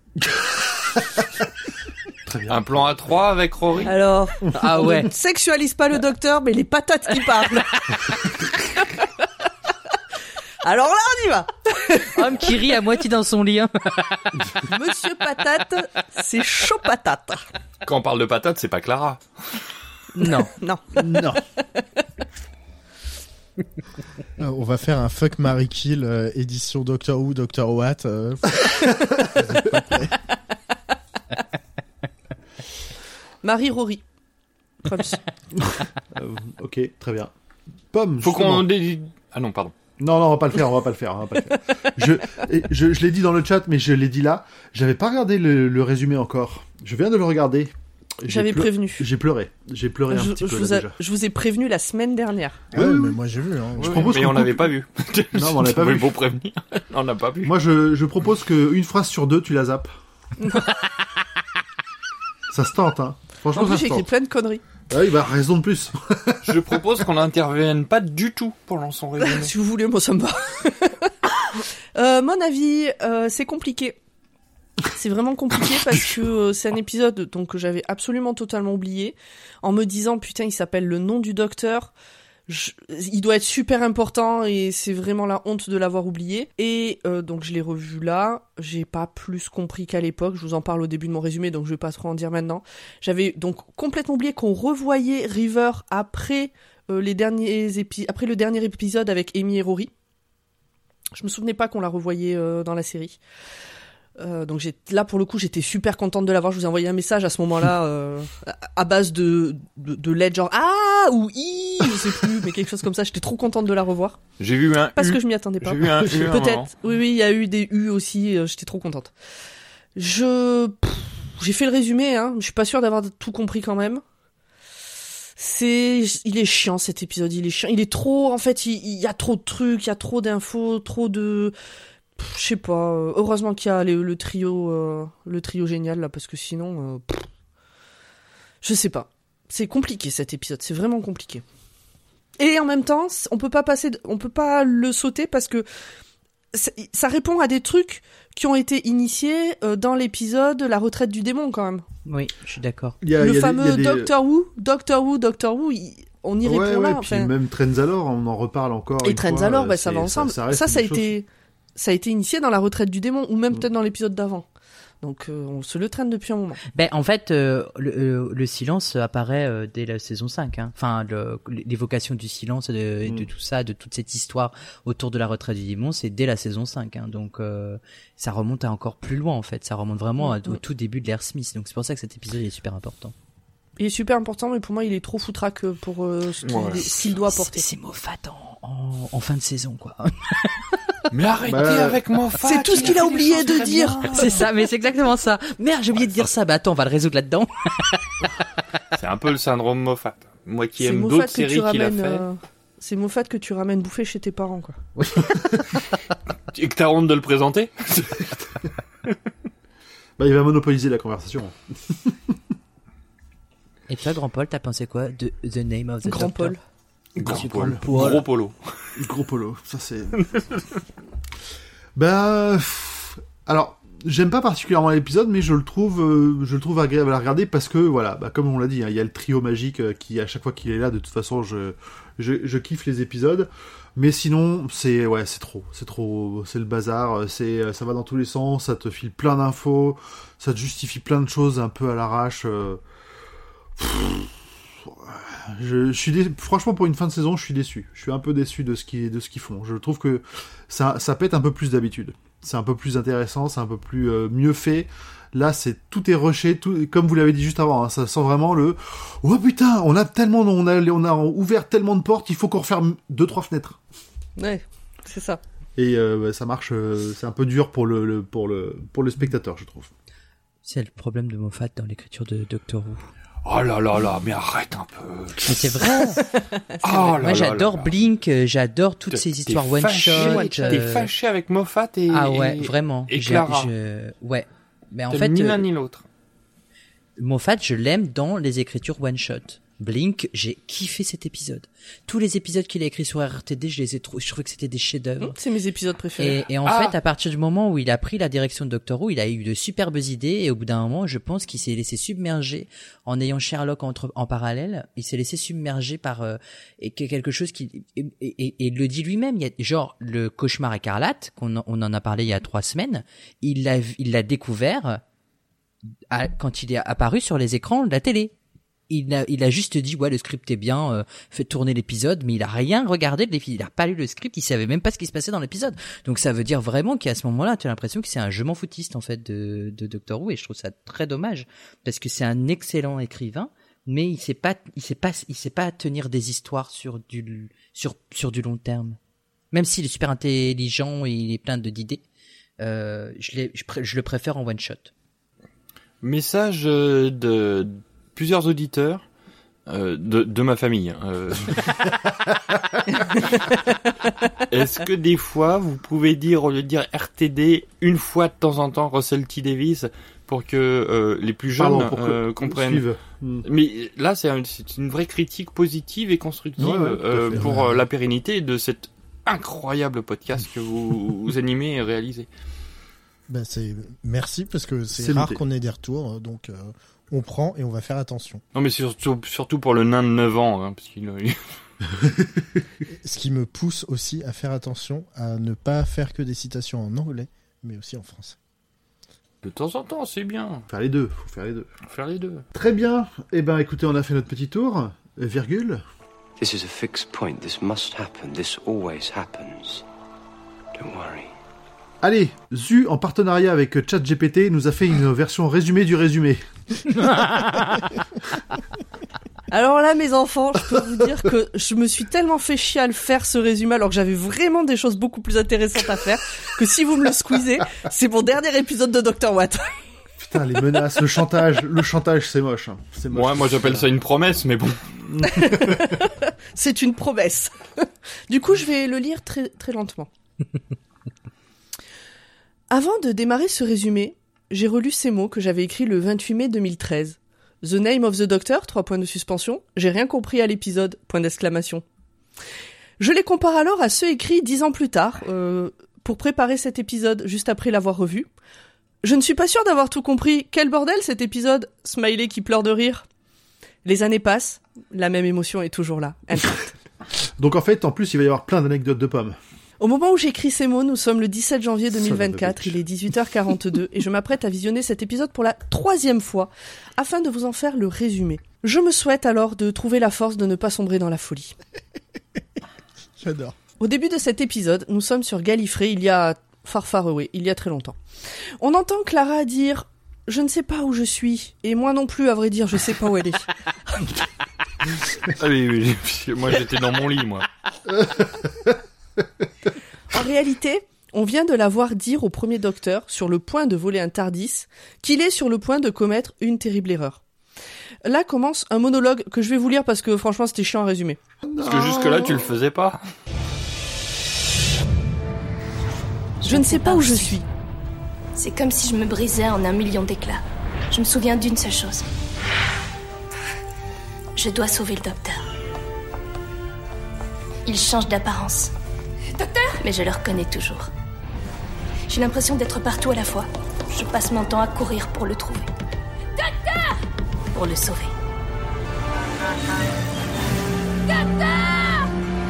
[SPEAKER 5] Très bien.
[SPEAKER 4] Un plan à trois avec Rory.
[SPEAKER 1] Alors,
[SPEAKER 3] ah ouais.
[SPEAKER 1] On ne sexualise pas le Docteur, mais les patates qui parlent. Alors là, on y va.
[SPEAKER 3] Homme qui rit à moitié dans son lit. Hein.
[SPEAKER 1] Monsieur Patate, c'est chaud patate.
[SPEAKER 4] Quand on parle de patate, c'est pas Clara.
[SPEAKER 3] Non.
[SPEAKER 1] non.
[SPEAKER 2] Non. Euh, on va faire un fuck Marry Kill euh, édition Doctor Who, Doctor What. Euh...
[SPEAKER 5] Marie
[SPEAKER 1] Rory.
[SPEAKER 5] euh, ok, très bien. Pomme.
[SPEAKER 4] Faut qu'on dé... Ah non, pardon.
[SPEAKER 5] Non, non, on va pas le faire, on va pas le faire, on va pas le faire. Je, je, je l'ai dit dans le chat, mais je l'ai dit là. J'avais pas regardé le, le résumé encore. Je viens de le regarder. J'ai
[SPEAKER 1] J'avais
[SPEAKER 5] pleu...
[SPEAKER 1] prévenu.
[SPEAKER 5] J'ai pleuré. J'ai pleuré
[SPEAKER 1] je,
[SPEAKER 5] un petit
[SPEAKER 1] je
[SPEAKER 5] peu
[SPEAKER 1] vous
[SPEAKER 5] là,
[SPEAKER 1] a,
[SPEAKER 5] déjà.
[SPEAKER 1] Je vous ai prévenu la semaine dernière.
[SPEAKER 2] Ouais,
[SPEAKER 5] oui,
[SPEAKER 2] mais
[SPEAKER 5] oui.
[SPEAKER 2] moi j'ai vu. Hein.
[SPEAKER 5] Je
[SPEAKER 4] oui,
[SPEAKER 5] propose
[SPEAKER 4] mais on l'avait pas vu.
[SPEAKER 5] Non, mais on l'avait pas vu.
[SPEAKER 4] Beau prévenir. On l'a pas vu.
[SPEAKER 5] Moi, je, je propose qu'une phrase sur deux, tu la zappes. Ça se tente, hein. Franchement,
[SPEAKER 1] en plus,
[SPEAKER 5] ça se
[SPEAKER 1] j'ai écrit
[SPEAKER 5] tente.
[SPEAKER 1] plein de conneries.
[SPEAKER 5] Ah oui, bah, raison de plus.
[SPEAKER 4] Je propose qu'on n'intervienne pas du tout pendant son résumé.
[SPEAKER 1] Si vous voulez, moi ça me va. euh, mon avis, euh, c'est compliqué. C'est vraiment compliqué parce que euh, c'est un épisode donc, que j'avais absolument totalement oublié. En me disant, putain, il s'appelle Le Nom du Docteur. Je... Il doit être super important et c'est vraiment la honte de l'avoir oublié. Et euh, donc je l'ai revu là. J'ai pas plus compris qu'à l'époque. Je vous en parle au début de mon résumé, donc je vais pas trop en dire maintenant. J'avais donc complètement oublié qu'on revoyait River après euh, les derniers épi... après le dernier épisode avec Amy et Rory. Je me souvenais pas qu'on la revoyait euh, dans la série. Euh, donc j'ai, là pour le coup j'étais super contente de l'avoir. Je vous ai envoyé un message à ce moment-là euh, à base de, de, de lettres genre ah ou i je sais plus mais quelque chose comme ça. J'étais trop contente de la revoir.
[SPEAKER 4] J'ai vu un
[SPEAKER 1] parce
[SPEAKER 4] U.
[SPEAKER 1] que je m'y attendais pas.
[SPEAKER 4] J'ai vu un U.
[SPEAKER 1] Peut-être. Oui oui il y a eu des U aussi. Euh, j'étais trop contente. Je, pff, j'ai fait le résumé, hein. Je suis pas sûre d'avoir tout compris quand même. C'est, il est chiant cet épisode, il est chiant. Il est trop, en fait, il, il y a trop de trucs, il y a trop d'infos, trop de, pff, je sais pas. Heureusement qu'il y a le, le trio, euh, le trio génial là, parce que sinon, euh, pff, je sais pas. C'est compliqué cet épisode, c'est vraiment compliqué. Et en même temps, on peut pas passer, de, on peut pas le sauter parce que ça répond à des trucs qui ont été initiés euh, dans l'épisode La retraite du démon quand même.
[SPEAKER 3] Oui, je suis d'accord.
[SPEAKER 5] Il y a,
[SPEAKER 1] le
[SPEAKER 5] il y a
[SPEAKER 1] fameux
[SPEAKER 5] des, il y a des...
[SPEAKER 1] Doctor Who, Doctor Who, Doctor Who, il, on y
[SPEAKER 5] ouais,
[SPEAKER 1] répond
[SPEAKER 5] ouais,
[SPEAKER 1] là.
[SPEAKER 5] Puis
[SPEAKER 1] enfin...
[SPEAKER 5] même Trenzalore, on en reparle encore.
[SPEAKER 1] Et
[SPEAKER 5] une
[SPEAKER 1] Trenzalore,
[SPEAKER 5] fois,
[SPEAKER 1] bah, ça va ensemble.
[SPEAKER 5] Ça,
[SPEAKER 1] ça,
[SPEAKER 5] ça,
[SPEAKER 1] ça a
[SPEAKER 5] chose.
[SPEAKER 1] été, ça a été initié dans La retraite du démon ou même
[SPEAKER 5] Mm.
[SPEAKER 1] peut-être dans l'épisode d'avant. Donc euh, on se le traîne depuis un moment.
[SPEAKER 3] Ben en fait, euh, le, euh, le silence apparaît euh, dès la saison cinq. Hein. Enfin, le, l'évocation du silence, de,
[SPEAKER 5] Mm.
[SPEAKER 3] de tout ça, de toute cette histoire autour de la retraite du démon, c'est dès la saison cinq. Hein. Donc euh, ça remonte à encore plus loin en fait. Ça remonte vraiment à, au tout début de l'ère Smith. Donc c'est pour ça que cet épisode est super important.
[SPEAKER 1] Il est super important, mais pour moi, il est trop foutraque pour euh, ce, qu'il,
[SPEAKER 4] Ouais.
[SPEAKER 1] ce qu'il doit apporter.
[SPEAKER 3] C'est, c'est Moffat en, en, en fin de saison, quoi.
[SPEAKER 4] Mais arrêtez
[SPEAKER 5] Bah,
[SPEAKER 4] avec Moffat.
[SPEAKER 1] C'est tout ce
[SPEAKER 4] il
[SPEAKER 1] qu'il a
[SPEAKER 4] fait
[SPEAKER 1] oublié
[SPEAKER 4] des choses
[SPEAKER 1] de
[SPEAKER 4] très
[SPEAKER 1] dire.
[SPEAKER 4] bien.
[SPEAKER 3] C'est ça, mais c'est exactement ça. Merde, j'ai oublié de dire ça. Bah attends, on va le résoudre là-dedans.
[SPEAKER 4] C'est un peu le syndrome Moffat. Moi qui
[SPEAKER 1] C'est
[SPEAKER 4] aime
[SPEAKER 1] Moffat
[SPEAKER 4] d'autres
[SPEAKER 1] que
[SPEAKER 4] séries
[SPEAKER 1] tu
[SPEAKER 4] qu'il a
[SPEAKER 1] ramènes.
[SPEAKER 4] fait.
[SPEAKER 1] euh, C'est Moffat que tu ramènes bouffer chez tes parents, quoi.
[SPEAKER 4] Et que t'as honte de le présenter.
[SPEAKER 5] Bah, il va monopoliser la conversation.
[SPEAKER 3] Et toi, Grand Paul, t'as pensé quoi de The Name of the
[SPEAKER 1] Grand
[SPEAKER 3] Doctor?
[SPEAKER 1] Paul.
[SPEAKER 4] Gros
[SPEAKER 3] Monsieur
[SPEAKER 4] polo.
[SPEAKER 3] Paul.
[SPEAKER 4] Gros polo.
[SPEAKER 5] Gros polo, ça c'est. bah, pff, alors, j'aime pas particulièrement l'épisode, mais je le trouve, euh, je le trouve agréable à regarder parce que voilà, bah, comme on l'a dit, hein, il y a le trio magique euh, qui, à chaque fois qu'il est là, de toute façon, je, je, je kiffe les épisodes. Mais sinon, c'est ouais, c'est trop, c'est trop, c'est le bazar, c'est, ça va dans tous les sens, ça te file plein d'infos, ça te justifie plein de choses un peu à l'arrache. Euh... Pff, Je, je suis dé... franchement pour une fin de saison, je suis déçu. Je suis un peu déçu de ce qu'ils de ce qu'ils font. Je trouve que ça ça pète un peu plus d'habitude. C'est un peu plus intéressant, c'est un peu plus euh, mieux fait. Là, c'est tout est rushé, tout comme vous l'avez dit juste avant. Hein, ça sent vraiment le oh putain, on a tellement on a on a ouvert tellement de portes, il faut qu'on referme deux trois fenêtres.
[SPEAKER 1] Ouais, c'est ça.
[SPEAKER 5] Et euh, bah, ça marche. Euh, c'est un peu dur pour le, le pour le pour le spectateur, je trouve.
[SPEAKER 3] C'est le problème de Moffat dans l'écriture de Doctor Who.
[SPEAKER 4] Oh là là là, mais arrête un peu.
[SPEAKER 3] Mais c'est vrai.
[SPEAKER 4] Oh là
[SPEAKER 3] Moi,
[SPEAKER 4] là
[SPEAKER 3] j'adore
[SPEAKER 4] là là.
[SPEAKER 3] Blink, euh, j'adore toutes
[SPEAKER 4] T'es-
[SPEAKER 3] ces
[SPEAKER 4] t'es
[SPEAKER 3] histoires one
[SPEAKER 4] fâché,
[SPEAKER 3] shot.
[SPEAKER 4] T'es fâché avec Moffat et.
[SPEAKER 3] Ah ouais,
[SPEAKER 4] et-
[SPEAKER 3] vraiment.
[SPEAKER 4] Et
[SPEAKER 3] J'ai-
[SPEAKER 4] Clara.
[SPEAKER 3] je- Ouais. Mais en
[SPEAKER 4] T'aimes
[SPEAKER 3] fait,
[SPEAKER 4] ni
[SPEAKER 3] euh,
[SPEAKER 4] l'un ni l'autre.
[SPEAKER 3] Moffat, je l'aime dans les écritures one shot. Blink, j'ai kiffé cet épisode. Tous les épisodes qu'il a écrits sur R T D, je les ai trouvés, je trouvais que c'était des chefs-d'œuvre.
[SPEAKER 1] C'est mes épisodes préférés.
[SPEAKER 3] Et, et en
[SPEAKER 4] Ah.
[SPEAKER 3] fait, à partir du moment où il a pris la direction de Doctor Who, il a eu de superbes idées et au bout d'un moment, je pense qu'il s'est laissé submerger en ayant Sherlock entre, en parallèle. Il s'est laissé submerger par euh, et que- quelque chose qui et, et, et il le dit lui-même. Il y a genre le cauchemar écarlate qu'on en- on en a parlé il y a trois semaines. Il l'a il l'a découvert à- quand il est apparu sur les écrans de la télé. Il a, il a juste dit ouais le script est bien, euh, fait tourner l'épisode, mais il a rien regardé de l'épisode, il a pas lu le script, il savait même pas ce qui se passait dans l'épisode. Donc ça veut dire vraiment qu'à ce moment-là, tu as l'impression que c'est un jeu m'en foutiste en fait de, de Doctor Who et je trouve ça très dommage parce que c'est un excellent écrivain, mais il sait pas, il sait pas, il sait pas tenir des histoires sur du sur sur du long terme. Même s'il est super intelligent et il est plein de d'idées, euh, je, l'ai, je, pr- je le préfère en one shot.
[SPEAKER 4] Message euh, de plusieurs auditeurs euh, de, de ma famille. hein, Euh... Est-ce que des fois vous pouvez dire au lieu de dire R T D une fois de temps en temps Russell T Davies pour que euh, les plus jeunes
[SPEAKER 5] Pardon, pour que-
[SPEAKER 4] euh, comprennent.
[SPEAKER 5] suivent. Mm.
[SPEAKER 4] Mais là c'est, un- c'est une vraie critique positive et constructive
[SPEAKER 5] Ouais, ouais, tout à
[SPEAKER 4] euh,
[SPEAKER 5] fait,
[SPEAKER 4] pour
[SPEAKER 5] ouais.
[SPEAKER 4] euh, la pérennité de cet incroyable podcast que vous, vous animez et réalisez.
[SPEAKER 8] Ben c'est merci parce que c'est,
[SPEAKER 5] C'est
[SPEAKER 8] rare
[SPEAKER 5] noté.
[SPEAKER 8] qu'on ait des retours, donc euh, on prend et on va faire attention.
[SPEAKER 4] Non mais surtout, surtout pour le nain de neuf ans, hein, parce qu'il
[SPEAKER 8] Ce qui me pousse aussi à faire attention à ne pas faire que des citations en anglais, mais aussi en français.
[SPEAKER 4] de temps en temps c'est bien.
[SPEAKER 5] Faire les deux, faut faire les deux.
[SPEAKER 4] Faut faire les deux.
[SPEAKER 5] Très bien. Eh ben, écoutez, on a fait notre petit tour. Euh, virgule.
[SPEAKER 7] This is a fixed point. This must happen. This always happens. Don't worry.
[SPEAKER 5] Allez, Zu, en partenariat avec ChatGPT, nous a fait une version résumée du résumé.
[SPEAKER 1] Alors là, mes enfants, je peux vous dire que je me suis tellement fait chier à le faire, ce résumé, alors que j'avais vraiment des choses beaucoup plus intéressantes à faire, que si vous me le squeezez, c'est mon dernier épisode de Doctor Watt.
[SPEAKER 5] Putain, les menaces, le chantage, le chantage, c'est moche. Hein. C'est moche.
[SPEAKER 4] Ouais, moi j'appelle ça une promesse, mais bon.
[SPEAKER 1] C'est une promesse. Du coup, je vais le lire très, très lentement. Avant de démarrer ce résumé, j'ai relu ces mots que j'avais écrits le vingt-huit mai deux mille treize. The name of the doctor, trois points de suspension. J'ai rien compris à l'épisode, point d'exclamation. Je les compare alors à ceux écrits dix ans plus tard, euh, pour préparer cet épisode, juste après l'avoir revu. Je ne suis pas sûre d'avoir tout compris. Quel bordel cet épisode? Smiley qui pleure de rire. Les années passent, la même émotion est toujours là.
[SPEAKER 5] Donc en fait, en plus, il va y avoir plein d'anecdotes de pommes.
[SPEAKER 1] Au moment où j'écris ces mots, nous sommes le dix-sept janvier deux mille vingt-quatre, il est dix-huit heures quarante-deux et je m'apprête à visionner cet épisode pour la troisième fois, afin de vous en faire le résumé. Je me souhaite alors de trouver la force de ne pas sombrer dans la folie.
[SPEAKER 8] J'adore.
[SPEAKER 1] Au début de cet épisode, nous sommes sur Gallifrey, il y a far far away, il y a très longtemps. On entend Clara dire « Je ne sais pas où je suis », et moi non plus, à vrai dire, je sais pas où elle est.
[SPEAKER 4] Ah oui, oui, moi j'étais dans mon lit, moi.
[SPEAKER 1] En réalité, on vient de la voir dire au premier docteur, sur le point de voler un TARDIS, qu'il est sur le point de commettre une terrible erreur. Là commence un monologue que je vais vous lire parce que franchement c'était chiant à résumer.
[SPEAKER 4] Parce que jusque-là tu le faisais pas.
[SPEAKER 1] Je ne sais pas où je suis.
[SPEAKER 9] C'est comme si je me brisais en un million d'éclats. Je me souviens d'une seule chose. Je dois sauver le docteur. Il change d'apparence. Docteur ? Mais je le reconnais toujours. J'ai l'impression d'être partout à la fois. Je passe mon temps à courir pour le trouver. Docteur ! Pour le sauver. Docteur !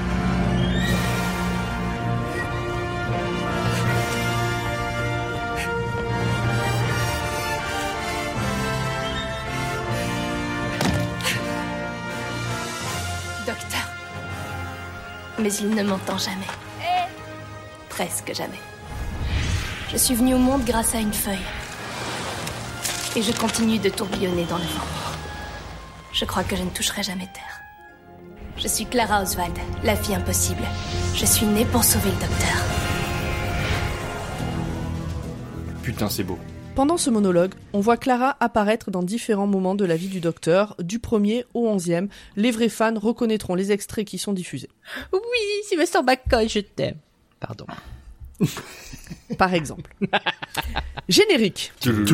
[SPEAKER 9] Docteur. Mais il ne m'entend jamais. Presque jamais. Je suis venue au monde grâce à une feuille. Et je continue de tourbillonner dans le vent. Je crois que je ne toucherai jamais terre. Je suis Clara Oswald, la fille impossible. Je suis née pour sauver le docteur.
[SPEAKER 4] Putain, c'est beau.
[SPEAKER 1] Pendant ce monologue, on voit Clara apparaître dans différents moments de la vie du docteur, du premier au onzième. Les vrais fans reconnaîtront les extraits qui sont diffusés.
[SPEAKER 3] Oui, Sylvester McCoy, je t'aime. Pardon.
[SPEAKER 1] Par exemple. Générique.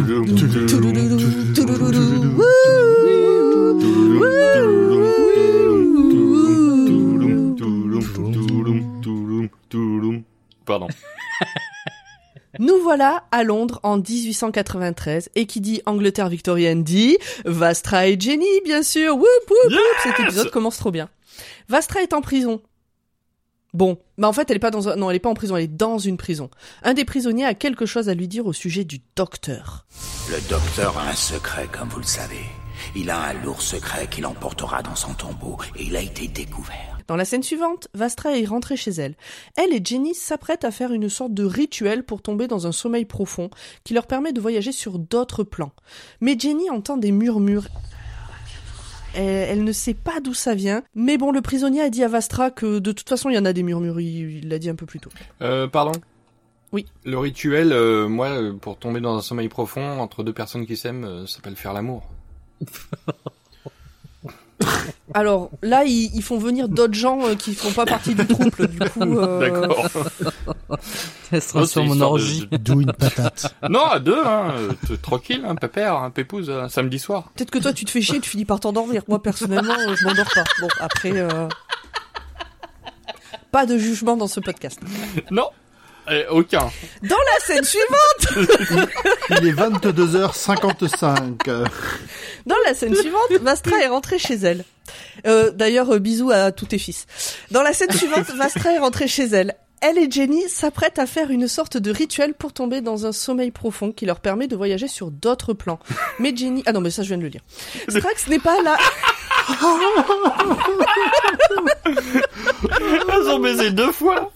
[SPEAKER 4] Pardon.
[SPEAKER 1] Nous voilà à Londres en dix-huit cent quatre-vingt-treize et qui dit Angleterre victorienne dit Vastra et Jenny, bien sûr. Whoop, whoop, whoop. Cet épisode commence trop bien. Vastra est en prison. Bon, mais en fait, elle est pas dans un... non, elle est pas en prison, elle est dans une prison. Un des prisonniers a quelque chose à lui dire au sujet du docteur.
[SPEAKER 10] Le docteur a un secret, comme vous le savez. Il a un lourd secret qu'il emportera dans son tombeau et il a été découvert.
[SPEAKER 1] Dans la scène suivante, Vastra est rentrée chez elle. Elle et Jenny s'apprêtent à faire une sorte de rituel pour tomber dans un sommeil profond qui leur permet de voyager sur d'autres plans. Mais Jenny entend des murmures. Elle, elle ne sait pas d'où ça vient, mais bon, le prisonnier a dit à Vastra que de toute façon il y en a des murmures, il, il l'a dit un peu plus tôt.
[SPEAKER 4] Euh, pardon ?
[SPEAKER 1] Oui.
[SPEAKER 4] Le rituel, euh, moi, pour tomber dans un sommeil profond entre deux personnes qui s'aiment, euh, ça s'appelle faire l'amour.
[SPEAKER 1] Alors là, ils, ils font venir d'autres gens euh, qui font pas partie du trouble, du coup. Euh...
[SPEAKER 4] D'accord.
[SPEAKER 3] Ça se transforme en orgie.
[SPEAKER 5] De...
[SPEAKER 8] D'où une patate.
[SPEAKER 4] Non, à deux, hein, euh, tranquille, hein, pépère, hein, pépouze, un samedi soir.
[SPEAKER 1] Peut-être que toi, tu te fais chier, tu finis par t'endormir. Moi, personnellement, euh, je m'endors pas. Bon, après, euh... pas de jugement dans ce podcast.
[SPEAKER 4] Non. Eh, aucun.
[SPEAKER 1] Dans la scène suivante.
[SPEAKER 5] Il est vingt-deux heures cinquante-cinq.
[SPEAKER 1] Dans la scène suivante, Vastra est rentrée chez elle. Euh, d'ailleurs, euh, bisous à tous tes fils. Dans la scène suivante, Vastra est rentrée chez elle. Elle et Jenny s'apprêtent à faire une sorte de rituel pour tomber dans un sommeil profond qui leur permet de voyager sur d'autres plans. Mais Jenny... Ah non, mais ça, je viens de le lire. Strax n'est pas là...
[SPEAKER 4] Elles ont baisé deux fois.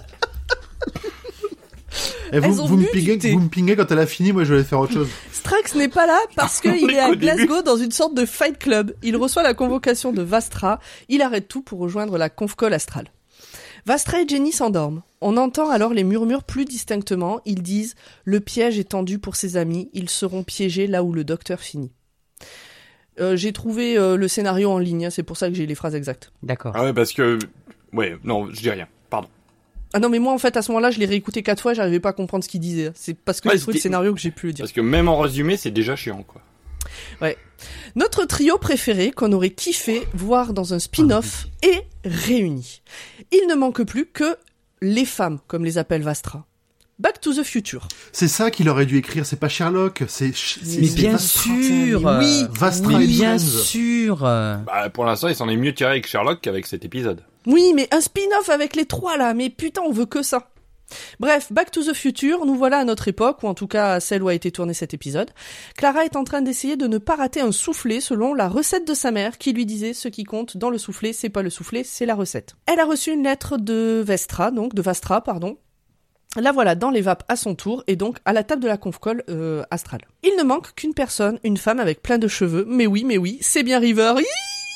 [SPEAKER 5] Et vous, vous, me pinguez, vous me pinguez quand elle a fini, moi je vais faire autre chose.
[SPEAKER 1] Strax n'est pas là parce qu'il est à Glasgow dans une sorte de fight club. Il reçoit la convocation de Vastra, il arrête tout pour rejoindre la conf call astrale. Vastra et Jenny s'endorment. On entend alors les murmures plus distinctement. Ils disent « Le piège est tendu pour ses amis. Ils seront piégés là où le docteur finit. » Euh, j'ai trouvé euh, le scénario en ligne, hein, c'est pour ça que j'ai les phrases exactes.
[SPEAKER 3] D'accord.
[SPEAKER 4] Ah ouais, parce que... Ouais, non, je dis rien, pardon.
[SPEAKER 1] Ah non, mais moi, en fait, à ce moment-là, je l'ai réécouté quatre fois, j'arrivais pas à comprendre ce qu'il disait. C'est parce que
[SPEAKER 4] Ouais,
[SPEAKER 1] j'ai trouvé
[SPEAKER 4] c'était-
[SPEAKER 1] le scénario que j'ai pu le dire.
[SPEAKER 4] Parce que même en résumé, c'est déjà chiant, quoi.
[SPEAKER 1] Ouais. Notre trio préféré, qu'on aurait kiffé voir dans un spin-off, est réuni. Il ne manque plus que les femmes, comme les appelle Vastra. Back to the Future.
[SPEAKER 5] C'est ça qu'il aurait dû écrire, c'est pas Sherlock, c'est... c'est
[SPEAKER 3] Mais
[SPEAKER 5] c'est
[SPEAKER 3] bien
[SPEAKER 5] Vastra.
[SPEAKER 3] sûr.
[SPEAKER 1] Mais oui,
[SPEAKER 5] Vastra
[SPEAKER 3] Mais
[SPEAKER 5] et
[SPEAKER 3] bien
[SPEAKER 5] Friends.
[SPEAKER 3] sûr. euh,
[SPEAKER 4] Bah, pour l'instant, il s'en est mieux tiré avec Sherlock qu'avec cet épisode.
[SPEAKER 1] Oui, mais un spin-off avec les trois là, mais putain, on veut que ça. Bref, Back to the Future, nous voilà à notre époque, ou en tout cas à celle où a été tourné cet épisode. Clara est en train d'essayer de ne pas rater un soufflé selon la recette de sa mère qui lui disait ce qui compte dans le soufflé, c'est pas le soufflé, c'est la recette. Elle a reçu une lettre de Vestra, donc de Vastra, pardon. La voilà dans les vapes à son tour et donc à la table de la conf-call euh, astrale. Il ne manque qu'une personne, une femme avec plein de cheveux. Mais oui, mais oui, c'est bien River. Hiiii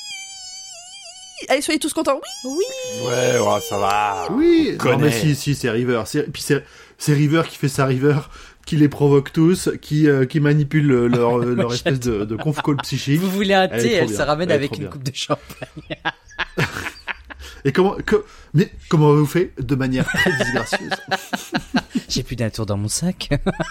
[SPEAKER 1] Allez, soyez tous contents. Oui, oui.
[SPEAKER 4] Ouais, ouais, ça va.
[SPEAKER 5] Oui, non
[SPEAKER 4] connaît.
[SPEAKER 5] mais si, si, c'est River. C'est... Puis c'est, c'est River qui fait sa River, qui les provoque tous, qui, euh, qui manipule euh, leur, euh, leur espèce de, de conf call psychique.
[SPEAKER 3] Vous voulez un
[SPEAKER 5] Elle est
[SPEAKER 3] thé,
[SPEAKER 5] trop
[SPEAKER 3] elle
[SPEAKER 5] bien.
[SPEAKER 3] se ramène
[SPEAKER 5] Elle est
[SPEAKER 3] avec
[SPEAKER 5] trop
[SPEAKER 3] une
[SPEAKER 5] bien.
[SPEAKER 3] coupe de champagne.
[SPEAKER 5] Et comment, que, mais comment vous fait de manière très disgracieuse.
[SPEAKER 3] J'ai plus d'un tour dans mon sac.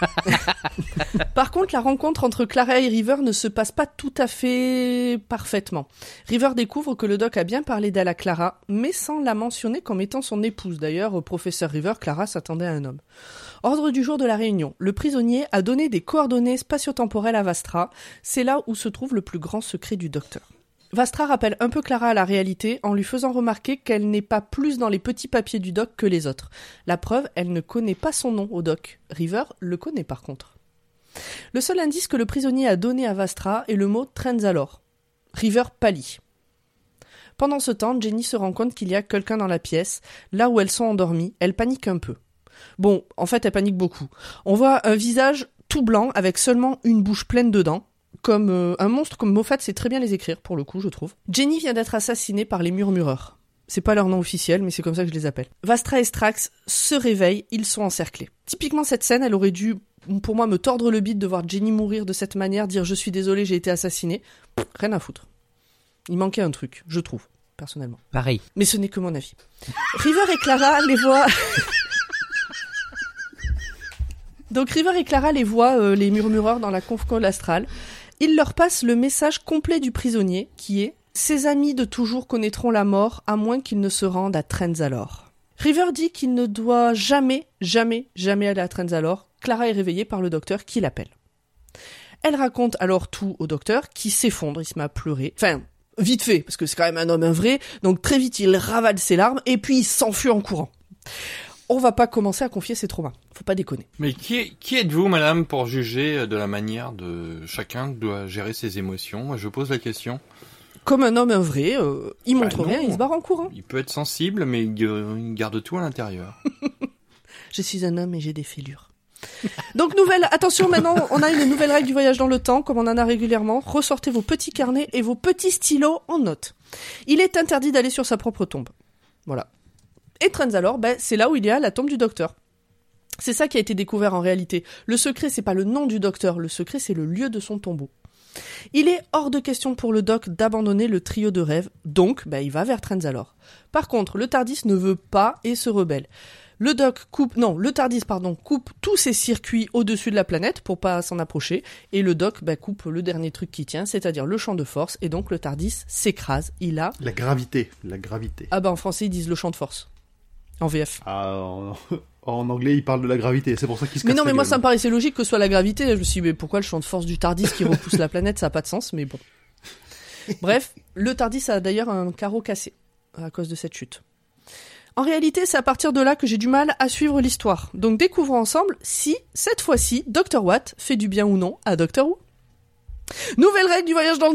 [SPEAKER 1] Par contre, la rencontre entre Clara et River ne se passe pas tout à fait parfaitement. River découvre que le doc a bien parlé d'elle à Clara, mais sans la mentionner comme étant son épouse. D'ailleurs, au professeur River, Clara s'attendait à un homme. Ordre du jour de la réunion. Le prisonnier a donné des coordonnées spatio-temporelles à Vastra. C'est là où se trouve le plus grand secret du docteur. Vastra rappelle un peu Clara à la réalité en lui faisant remarquer qu'elle n'est pas plus dans les petits papiers du doc que les autres. La preuve, elle ne connaît pas son nom au doc. River le connaît par contre. Le seul indice que le prisonnier a donné à Vastra est le mot « Trenzalore ». River pâlit. Pendant ce temps, Jenny se rend compte qu'il y a quelqu'un dans la pièce. Là où elles sont endormies, elle panique un peu. Bon, en fait, elle panique beaucoup. On voit un visage tout blanc avec seulement une bouche pleine de dents. Comme euh, un monstre comme Moffat sait très bien les écrire, pour le coup, je trouve. Jenny vient d'être assassinée par les Murmureurs. C'est pas leur nom officiel, mais c'est comme ça que je les appelle. Vastra et Strax se réveillent, ils sont encerclés. Typiquement, cette scène, elle aurait dû, pour moi, me tordre le bit de voir Jenny mourir de cette manière, dire « je suis désolée, j'ai été assassinée ». Rien à foutre. Il manquait un truc, je trouve, personnellement.
[SPEAKER 3] Pareil.
[SPEAKER 1] Mais ce n'est que mon avis. River et Clara les voient... Donc River et Clara les voient, euh, les Murmureurs, dans la conf-call astrale. Ils leur passent le message complet du prisonnier, qui est « Ses amis de toujours connaîtront la mort, à moins qu'ils ne se rendent à Trenzalore ». River dit qu'il ne doit jamais, jamais, jamais aller à Trenzalore. Clara est réveillée par le docteur qui l'appelle. Elle raconte alors tout au docteur, qui s'effondre, il se met à pleurer. Enfin, vite fait, parce que c'est quand même un homme un vrai, donc très vite il ravale ses larmes, et puis il s'enfuit en courant. On va pas commencer à confier ses traumas, faut pas déconner.
[SPEAKER 4] Mais qui, est, qui êtes-vous, madame, pour juger de la manière de chacun doit gérer ses émotions? Moi, je pose la question.
[SPEAKER 1] Comme un homme un vrai, euh, il montre
[SPEAKER 4] Bah non.
[SPEAKER 1] rien, il se barre en courant.
[SPEAKER 4] Il peut être sensible, mais il, euh, il garde tout à l'intérieur.
[SPEAKER 1] Je suis un homme et j'ai des fêlures. Donc nouvelle, attention maintenant, on a une nouvelle règle du voyage dans le temps, comme on en a régulièrement. Ressortez vos petits carnets et vos petits stylos en note. Il est interdit d'aller sur sa propre tombe. Voilà. Et Trenzalore, ben, c'est là où il y a la tombe du docteur. C'est ça qui a été découvert en réalité. Le secret, c'est pas le nom du docteur, le secret, c'est le lieu de son tombeau. Il est hors de question pour le doc d'abandonner le trio de rêve, donc ben, il va vers Trenzalore. Par contre, le TARDIS ne veut pas et se rebelle. Le doc coupe, non, le TARDIS, pardon, coupe tous ses circuits au-dessus de la planète pour pas s'en approcher, et le doc ben, coupe le dernier truc qui tient, c'est-à-dire le champ de force, et donc le TARDIS s'écrase. Il a...
[SPEAKER 5] La gravité, la gravité.
[SPEAKER 1] Ah ben en français, ils disent le champ de force. En V F.
[SPEAKER 5] Ah, en, en anglais, ils parlent de la gravité, c'est pour ça qu'ils se
[SPEAKER 1] Mais
[SPEAKER 5] cassent
[SPEAKER 1] non,
[SPEAKER 5] la
[SPEAKER 1] mais moi
[SPEAKER 5] gueule.
[SPEAKER 1] ça me paraissait logique que ce soit la gravité. Je me suis dit, mais pourquoi le champ de force du TARDIS qui repousse la planète, ça a pas de sens, mais bon. Bref, le TARDIS a d'ailleurs un carreau cassé à cause de cette chute. En réalité, c'est à partir de là que j'ai du mal à suivre l'histoire. Donc découvrons ensemble si, cette fois-ci, docteur Watt fait du bien ou non à Doctor Who. Nouvelle règle du voyage dans le temps.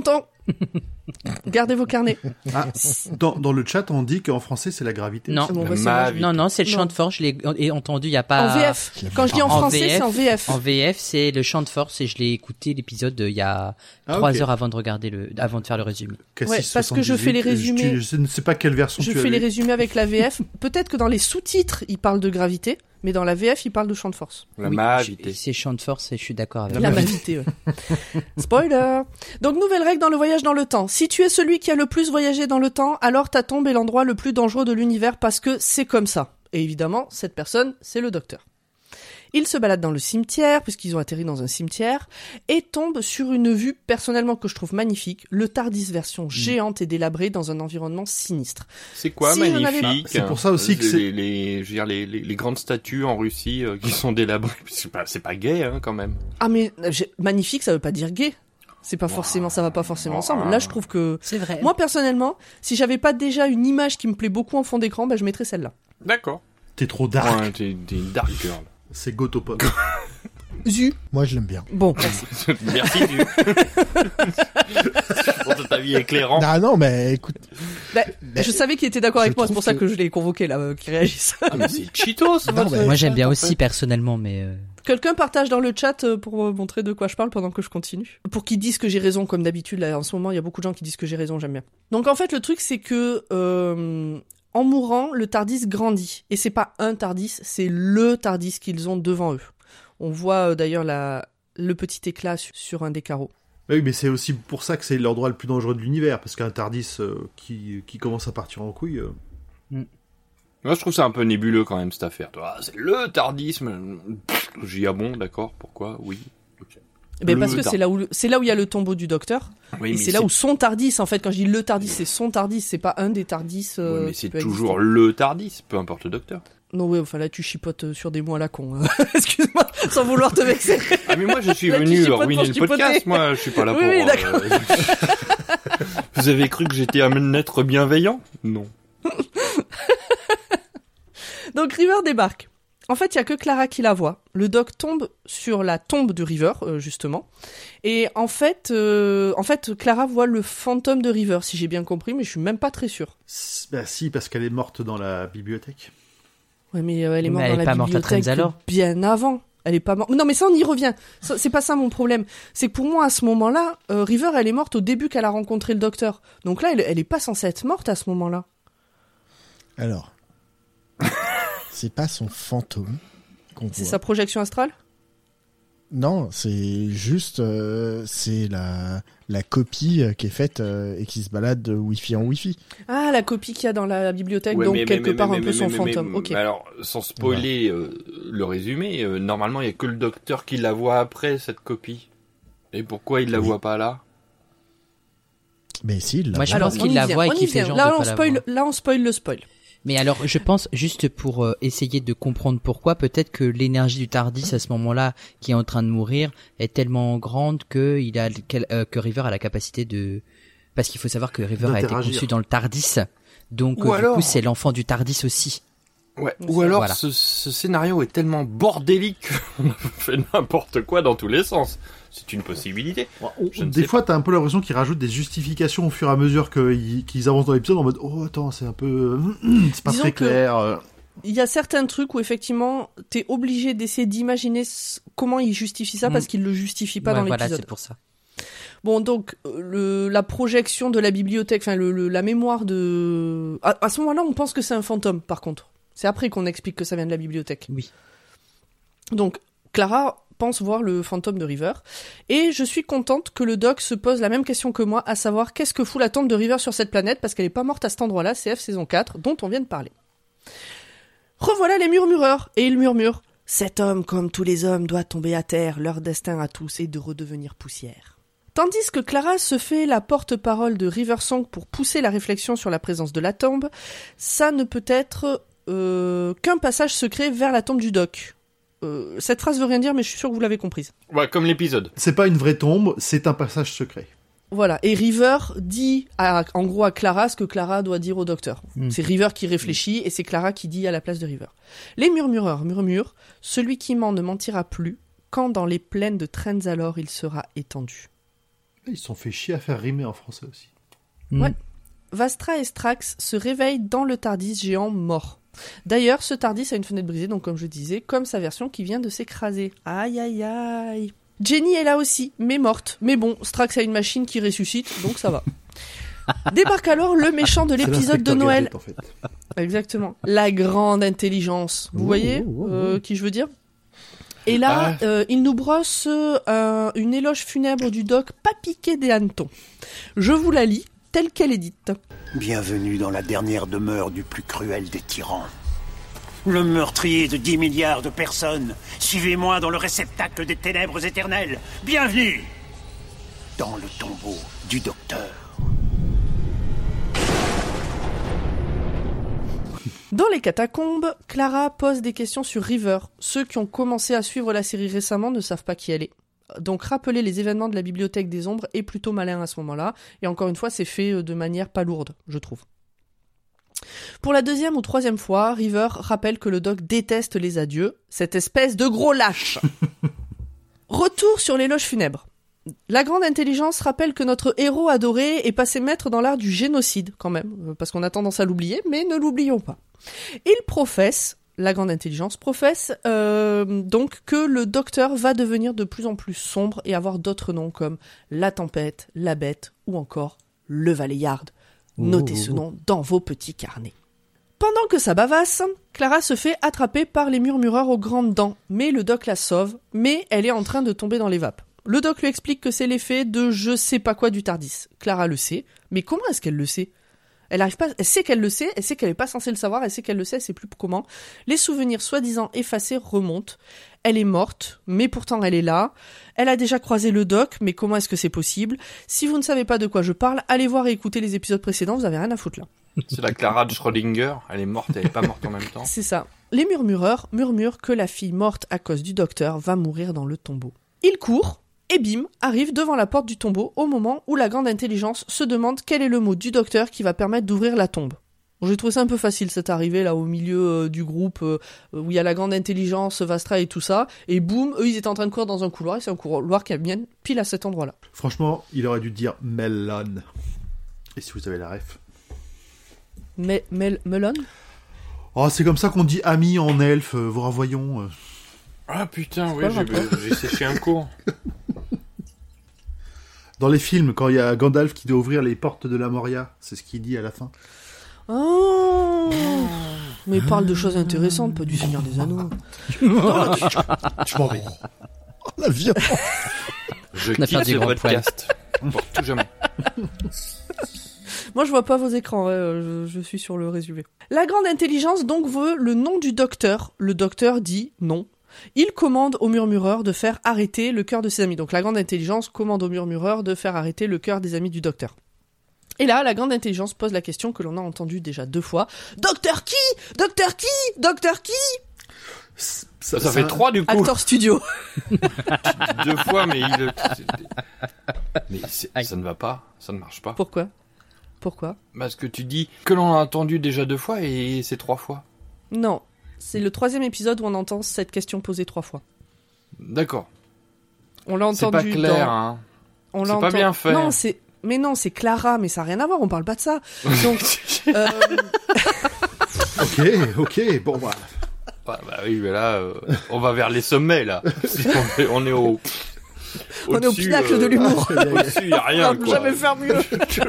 [SPEAKER 1] Gardez vos carnets.
[SPEAKER 5] Ah, dans, dans le chat, on dit qu'en français, c'est la gravité.
[SPEAKER 3] Non,
[SPEAKER 1] Bon, bah, c'est
[SPEAKER 4] Ma
[SPEAKER 1] moi,
[SPEAKER 4] vie.
[SPEAKER 3] non, non, c'est le
[SPEAKER 1] Non.
[SPEAKER 3] chant de force. Je l'ai ai entendu. Il y a pas.
[SPEAKER 1] En V F. Quand je dis en
[SPEAKER 3] En
[SPEAKER 1] français,
[SPEAKER 3] V F,
[SPEAKER 1] c'est en V F.
[SPEAKER 3] En V F, c'est le chant de force et je l'ai écouté l'épisode euh, il y a
[SPEAKER 5] Ah,
[SPEAKER 3] trois
[SPEAKER 5] ok.
[SPEAKER 3] heures avant de regarder le, avant de faire le résumé.
[SPEAKER 5] Cassis
[SPEAKER 1] Ouais, parce que je fais les
[SPEAKER 5] soixante-dix-huit,
[SPEAKER 1] résumés.
[SPEAKER 5] tu- Je ne sais pas quelle version
[SPEAKER 1] Je
[SPEAKER 5] tu as
[SPEAKER 1] fais les
[SPEAKER 5] vu.
[SPEAKER 1] résumés avec la V F. Peut-être que dans les sous-titres, il parle de gravité, mais dans la V F, il parle de champ de force.
[SPEAKER 4] La
[SPEAKER 3] Oui,
[SPEAKER 4] mavité.
[SPEAKER 3] je- C'est chant de force et je suis d'accord avec.
[SPEAKER 1] La
[SPEAKER 3] vous.
[SPEAKER 1] mavité, ouais. Spoiler. Donc, nouvelle règle dans le voyage dans le temps. Si tu es celui qui a le plus voyagé dans le temps, alors ta tombe est l'endroit le plus dangereux de l'univers parce que c'est comme ça. Et évidemment, cette personne, c'est le docteur. Il se balade dans le cimetière, puisqu'ils ont atterri dans un cimetière, et tombe sur une vue personnellement que je trouve magnifique, le TARDIS version géante et délabrée dans un environnement sinistre.
[SPEAKER 4] C'est quoi
[SPEAKER 1] Si je n'avais
[SPEAKER 4] magnifique?
[SPEAKER 5] C'est pour ça aussi que
[SPEAKER 4] les,
[SPEAKER 5] c'est-
[SPEAKER 4] les, les, je veux dire, les, les, les grandes statues en Russie euh, qui sont délabrées. C'est pas, c'est pas gay, hein, quand même.
[SPEAKER 1] Ah mais euh, j'ai- magnifique, ça veut pas dire gay. C'est pas forcément, ça va pas forcément ensemble. Là, je trouve que
[SPEAKER 3] C'est vrai.
[SPEAKER 1] moi personnellement, si j'avais pas déjà une image qui me plaît beaucoup en fond d'écran, bah je mettrais celle-là.
[SPEAKER 4] D'accord.
[SPEAKER 5] T'es trop dark.
[SPEAKER 4] Ouais, t'es, t'es une dark girl.
[SPEAKER 5] C'est Gotopop.
[SPEAKER 1] Zu.
[SPEAKER 8] Moi, je l'aime bien.
[SPEAKER 1] Bon, merci.
[SPEAKER 4] Merci, du... pour ta vie éclairante.
[SPEAKER 8] Ah non, mais écoute,
[SPEAKER 1] Bah, je savais qu'il était d'accord
[SPEAKER 8] je
[SPEAKER 1] avec moi, c'est
[SPEAKER 8] trouve
[SPEAKER 1] pour ça
[SPEAKER 8] que-
[SPEAKER 1] que je l'ai convoqué là, euh, qu'il réagisse.
[SPEAKER 4] Ah, mais c'est Cheetos,
[SPEAKER 8] Non,
[SPEAKER 4] votre...
[SPEAKER 8] mais-
[SPEAKER 3] Moi, j'aime bien
[SPEAKER 4] en
[SPEAKER 3] aussi
[SPEAKER 4] fait.
[SPEAKER 3] personnellement, mais euh,
[SPEAKER 1] Quelqu'un partage dans le chat euh, pour euh, montrer de quoi je parle pendant que je continue. Pour qu'ils disent que j'ai raison, comme d'habitude. Là, en ce moment, il y a beaucoup de gens qui disent que j'ai raison, j'aime bien. Donc en fait, le truc, c'est que euh, en mourant, le TARDIS grandit. Et c'est pas un TARDIS, c'est le TARDIS qu'ils ont devant eux. On voit euh, d'ailleurs la, le petit éclat su- sur un des carreaux.
[SPEAKER 5] Oui, mais c'est aussi pour ça que c'est l'endroit le plus dangereux de l'univers, parce qu'un TARDIS euh, qui, qui commence à partir en couille... euh,
[SPEAKER 4] Moi, je trouve ça un peu nébuleux quand même, cette affaire. Toi, ah, c'est le tardisme. Pff, J'y dis, ah bon, d'accord, pourquoi? Oui. ok.
[SPEAKER 1] Ben
[SPEAKER 4] Le
[SPEAKER 1] parce que
[SPEAKER 4] Tar-
[SPEAKER 1] c'est là où le- c'est là où il y a le tombeau du docteur.
[SPEAKER 4] Oui,
[SPEAKER 1] et
[SPEAKER 4] mais
[SPEAKER 1] c'est là où son TARDIS, en fait, quand je dis le TARDIS, c'est son TARDIS, c'est pas un des TARDIS. euh,
[SPEAKER 4] Ouais, mais
[SPEAKER 1] qui
[SPEAKER 4] c'est
[SPEAKER 1] peut
[SPEAKER 4] toujours
[SPEAKER 1] exister.
[SPEAKER 4] le tardis, peu importe le docteur.
[SPEAKER 1] Non, ouais, enfin là, tu chipotes euh, sur des mots à la con. hein. Excuse-moi, sans vouloir te vexer.
[SPEAKER 4] Ah, mais moi, je suis
[SPEAKER 1] Là, tu
[SPEAKER 4] venu
[SPEAKER 1] chipotes
[SPEAKER 4] ruiner
[SPEAKER 1] pour
[SPEAKER 4] le
[SPEAKER 1] chipoter.
[SPEAKER 4] podcast. Moi, je suis pas là
[SPEAKER 1] Oui,
[SPEAKER 4] pour...
[SPEAKER 1] oui,
[SPEAKER 4] euh,
[SPEAKER 1] d'accord.
[SPEAKER 4] Vous avez cru que j'étais un être bienveillant? Non.
[SPEAKER 1] Donc River débarque. En fait, il y a que Clara qui la voit. Le doc tombe sur la tombe de River, euh, justement. Et en fait, euh, en fait, Clara voit le fantôme de River, si j'ai bien compris, mais je suis même pas très sûre.
[SPEAKER 5] c'est- Bah si, parce qu'elle est morte dans la bibliothèque.
[SPEAKER 1] Ouais, mais euh, elle est
[SPEAKER 3] Mais
[SPEAKER 1] morte
[SPEAKER 3] elle
[SPEAKER 1] dans
[SPEAKER 3] est
[SPEAKER 1] la
[SPEAKER 3] pas morte à
[SPEAKER 1] bibliothèque
[SPEAKER 3] Trenzalore.
[SPEAKER 1] bien avant. Elle est pas morte. Non, mais ça, on y revient. Ça, c'est pas ça mon problème. C'est que pour moi, à ce moment-là, euh, River, elle est morte au début qu'elle a rencontré le docteur. Donc là, elle, elle est pas censée être morte à ce moment-là.
[SPEAKER 8] alors, c'est pas son fantôme qu'on
[SPEAKER 1] C'est
[SPEAKER 8] voit.
[SPEAKER 1] sa projection astrale?
[SPEAKER 8] Non, c'est juste, euh, c'est la la copie euh, qui est faite euh, et qui se balade de Wi-Fi en Wi-Fi.
[SPEAKER 1] Ah, la copie qu'il y a dans la bibliothèque,
[SPEAKER 4] Ouais,
[SPEAKER 1] donc
[SPEAKER 4] mais-
[SPEAKER 1] quelque
[SPEAKER 4] mais-
[SPEAKER 1] part
[SPEAKER 4] mais-
[SPEAKER 1] un peu
[SPEAKER 4] mais-
[SPEAKER 1] son
[SPEAKER 4] mais-
[SPEAKER 1] fantôme.
[SPEAKER 4] mais-
[SPEAKER 1] Ok.
[SPEAKER 4] mais alors, sans spoiler euh, le résumé, euh, normalement, il y a que le docteur qui la voit après, cette copie. Et pourquoi il la
[SPEAKER 8] Oui.
[SPEAKER 4] voit pas là?
[SPEAKER 8] Mais si, il l'a
[SPEAKER 3] Moi, je
[SPEAKER 8] voit.
[SPEAKER 1] Alors,
[SPEAKER 3] pense
[SPEAKER 1] on
[SPEAKER 3] qu'il
[SPEAKER 1] y
[SPEAKER 3] la
[SPEAKER 1] vient,
[SPEAKER 3] voit et
[SPEAKER 1] on y
[SPEAKER 3] qu'il fait
[SPEAKER 1] vient.
[SPEAKER 3] genre
[SPEAKER 1] là,
[SPEAKER 3] de
[SPEAKER 1] on
[SPEAKER 3] pas la
[SPEAKER 1] spoil,
[SPEAKER 3] voir.
[SPEAKER 1] là, on spoil le spoil.
[SPEAKER 3] Mais alors, je pense, juste pour euh, essayer de comprendre pourquoi, peut-être que l'énergie du TARDIS à ce moment-là, qui est en train de mourir, est tellement grande que il a qu'elle- euh, que River a la capacité de, parce qu'il faut savoir que River a été
[SPEAKER 5] D'interagir.
[SPEAKER 3] conçu dans le TARDIS, donc
[SPEAKER 4] Ou
[SPEAKER 3] euh, du
[SPEAKER 4] alors-
[SPEAKER 3] coup c'est l'enfant du TARDIS aussi.
[SPEAKER 4] Ouais. Ou alors,
[SPEAKER 3] Voilà.
[SPEAKER 4] ce, ce scénario est tellement bordélique qu'on a fait n'importe quoi dans tous les sens. C'est une possibilité. Je ne
[SPEAKER 5] Des
[SPEAKER 4] sais
[SPEAKER 5] fois, t'as un peu l'impression qu'ils rajoutent des justifications au fur et à mesure qu'ils qu'ils avancent dans l'épisode en mode oh attends c'est un peu c'est pas
[SPEAKER 1] Disons
[SPEAKER 5] très
[SPEAKER 1] que-
[SPEAKER 5] clair. euh.
[SPEAKER 1] Il y a certains trucs où effectivement, t'es obligé d'essayer d'imaginer s- comment il justifie ça
[SPEAKER 3] Mm.
[SPEAKER 1] parce qu'il le justifie pas
[SPEAKER 3] Ouais,
[SPEAKER 1] dans
[SPEAKER 3] voilà,
[SPEAKER 1] l'épisode.
[SPEAKER 3] c'est pour ça.
[SPEAKER 1] Bon, donc euh, le, la projection de la bibliothèque, enfin le, le- la mémoire de. À, à ce moment-là, on pense que c'est un fantôme. Par contre, c'est après qu'on explique que ça vient de la bibliothèque.
[SPEAKER 3] Oui.
[SPEAKER 1] Donc Clara pense voir le fantôme de River, et je suis contente que le doc se pose la même question que moi, à savoir qu'est-ce que fout la tombe de River sur cette planète, parce qu'elle est pas morte à cet endroit-là, C F saison quatre, dont on vient de parler. Revoilà les murmureurs, et ils murmurent « Cet homme, comme tous les hommes, doit tomber à terre, leur destin à tous est de redevenir poussière. » Tandis que Clara se fait la porte-parole de Riversong pour pousser la réflexion sur la présence de la tombe, ça ne peut être euh, qu'un passage secret vers la tombe du doc. Euh, cette phrase veut rien dire, mais je suis sûr que vous l'avez comprise.
[SPEAKER 4] Ouais, comme l'épisode.
[SPEAKER 5] C'est pas une vraie tombe, c'est un passage secret.
[SPEAKER 1] Voilà, et River dit à, en gros à Clara ce que Clara doit dire au docteur.
[SPEAKER 3] Mm.
[SPEAKER 1] C'est River qui réfléchit et c'est Clara qui dit à la place de River. Les murmureurs murmurent « Celui qui ment ne mentira plus quand dans les plaines de Trenzalore il sera étendu. »
[SPEAKER 5] Ils se sont fait chier à faire rimer en français aussi.
[SPEAKER 3] Mm.
[SPEAKER 1] Ouais. Vastra et Strax se réveillent dans le TARDIS géant mort. D'ailleurs, ce TARDIS a une fenêtre brisée, donc comme je disais, comme sa version qui vient de s'écraser. Aïe aïe aïe. Jenny est là aussi, mais morte. Mais bon, Strax a une machine qui ressuscite, donc ça va. Débarque alors le méchant de l'épisode de Noël.
[SPEAKER 5] Gadget, en fait.
[SPEAKER 1] Exactement. La grande intelligence. Vous
[SPEAKER 2] Ouh,
[SPEAKER 1] voyez
[SPEAKER 2] ouh, ouh,
[SPEAKER 1] euh, qui je veux dire? Et là,
[SPEAKER 4] Ah.
[SPEAKER 1] euh, il nous brosse euh, une éloge funèbre du doc pas piqué des hannetons. Je vous la lis telle qu'elle est dite.
[SPEAKER 10] Bienvenue dans la dernière demeure du plus cruel des tyrans. Le meurtrier de dix milliards de personnes. Suivez-moi dans le réceptacle des ténèbres éternelles. Bienvenue dans le tombeau du docteur.
[SPEAKER 1] Dans les catacombes, Clara pose des questions sur River. Ceux qui ont commencé à suivre la série récemment ne savent pas qui elle est. Donc rappeler les événements de la bibliothèque des ombres est plutôt malin à ce moment-là. Et encore une fois, c'est fait de manière pas lourde, je trouve. Pour la deuxième ou troisième fois, River rappelle que le doc déteste les adieux, cette espèce de gros lâche. Retour sur l'éloge funèbre. La grande intelligence rappelle que notre héros adoré est passé maître dans l'art du génocide, quand même, parce qu'on a tendance à l'oublier, mais ne l'oublions pas. Il professe, la grande intelligence professe, euh, donc que le docteur va devenir de plus en plus sombre et avoir d'autres noms comme la tempête, la bête ou encore le Valéyard. Notez ce nom dans vos petits carnets. Pendant que ça bavasse, Clara se fait attraper par les murmureurs aux grandes dents, mais le doc la sauve, mais elle est en train de tomber dans les vapes. Le doc lui explique que c'est l'effet de je sais pas quoi du TARDIS. Clara le sait, mais comment est-ce qu'elle le sait ? Elle arrive pas, elle sait qu'elle le sait, elle sait qu'elle est pas censée le savoir, elle sait qu'elle le sait, elle sait plus comment. Les souvenirs soi-disant effacés remontent. Elle est morte, mais pourtant elle est là. Elle a déjà croisé le doc, mais comment est-ce que c'est possible ? Si vous ne savez pas de quoi je parle, allez voir et écouter les épisodes précédents, vous avez rien à foutre là.
[SPEAKER 4] C'est la Clara de Schrödinger. Elle est morte, elle est pas morte en même temps.
[SPEAKER 1] C'est ça. Les murmureurs murmurent que la fille morte à cause du docteur va mourir dans le tombeau. Ils courent, et bim, arrive devant la porte du tombeau au moment où la grande intelligence se demande quel est le mot du docteur qui va permettre d'ouvrir la tombe. Bon, j'ai trouvé ça un peu facile cette arrivée là au milieu euh, du groupe euh, où il y a la grande intelligence, Vastra et tout ça, et boum, eux ils étaient en train de courir dans un couloir, et c'est un couloir qui mène pile à cet endroit-là.
[SPEAKER 5] Franchement, il aurait dû dire melon. Et si vous avez la ref.
[SPEAKER 1] Mais, mel, melon
[SPEAKER 5] Oh, c'est comme ça qu'on dit ami en elfe, euh, vous renvoyons. Euh.
[SPEAKER 4] Ah putain,
[SPEAKER 1] C'est
[SPEAKER 4] oui,
[SPEAKER 1] quoi le
[SPEAKER 4] j'ai, j'ai séché un cours.
[SPEAKER 5] Dans les films, quand il y a Gandalf qui doit ouvrir les portes de la Moria, c'est ce qu'il dit à la fin.
[SPEAKER 1] Oh mais parle de choses intéressantes, pas du Seigneur des Anneaux.
[SPEAKER 5] Je m'en vais.
[SPEAKER 2] Oh, la violence.
[SPEAKER 4] Je
[SPEAKER 3] On a fait
[SPEAKER 4] quitte
[SPEAKER 3] du
[SPEAKER 4] ce
[SPEAKER 3] grand
[SPEAKER 4] podcast. Pour tout jamais.
[SPEAKER 1] Moi, je vois pas vos écrans, ouais, je, je suis sur le résumé. La grande intelligence donc veut le nom du docteur. Le docteur dit non. Il commande au murmureur de faire arrêter le cœur de ses amis. Donc la grande intelligence commande au murmureur de faire arrêter le cœur des amis du docteur. Et là, la grande intelligence pose la question que l'on a entendue déjà deux fois. Docteur qui ? Docteur qui ? Docteur qui ?
[SPEAKER 5] Ça,
[SPEAKER 4] Ça, ça fait trois du coup.
[SPEAKER 1] Actor studio.
[SPEAKER 4] Deux fois, mais il. Mais c'est- ça ne va pas, ça ne marche pas.
[SPEAKER 1] Pourquoi ? Pourquoi ?
[SPEAKER 4] Parce que tu dis que l'on a entendu déjà deux fois et c'est trois fois.
[SPEAKER 1] Non. C'est le troisième épisode où on entend cette question posée trois fois.
[SPEAKER 4] D'accord.
[SPEAKER 1] On l'a
[SPEAKER 4] C'est
[SPEAKER 1] entendu
[SPEAKER 4] pas clair,
[SPEAKER 1] dans...
[SPEAKER 4] hein.
[SPEAKER 1] On
[SPEAKER 4] C'est
[SPEAKER 1] l'a
[SPEAKER 4] pas
[SPEAKER 1] enten-
[SPEAKER 4] bien fait.
[SPEAKER 1] Non, c'est... Mais non, c'est Clara, mais ça n'a rien à voir, on parle pas de ça. Donc, euh,
[SPEAKER 5] Ok, ok, bon bah.
[SPEAKER 4] Ouais, bah oui, mais là, euh, on va vers les sommets, là. on, est, on est au...
[SPEAKER 1] on est au pinacle de l'humour.
[SPEAKER 4] Au-dessus, y a rien,
[SPEAKER 1] On peut
[SPEAKER 4] quoi.
[SPEAKER 1] jamais faire mieux.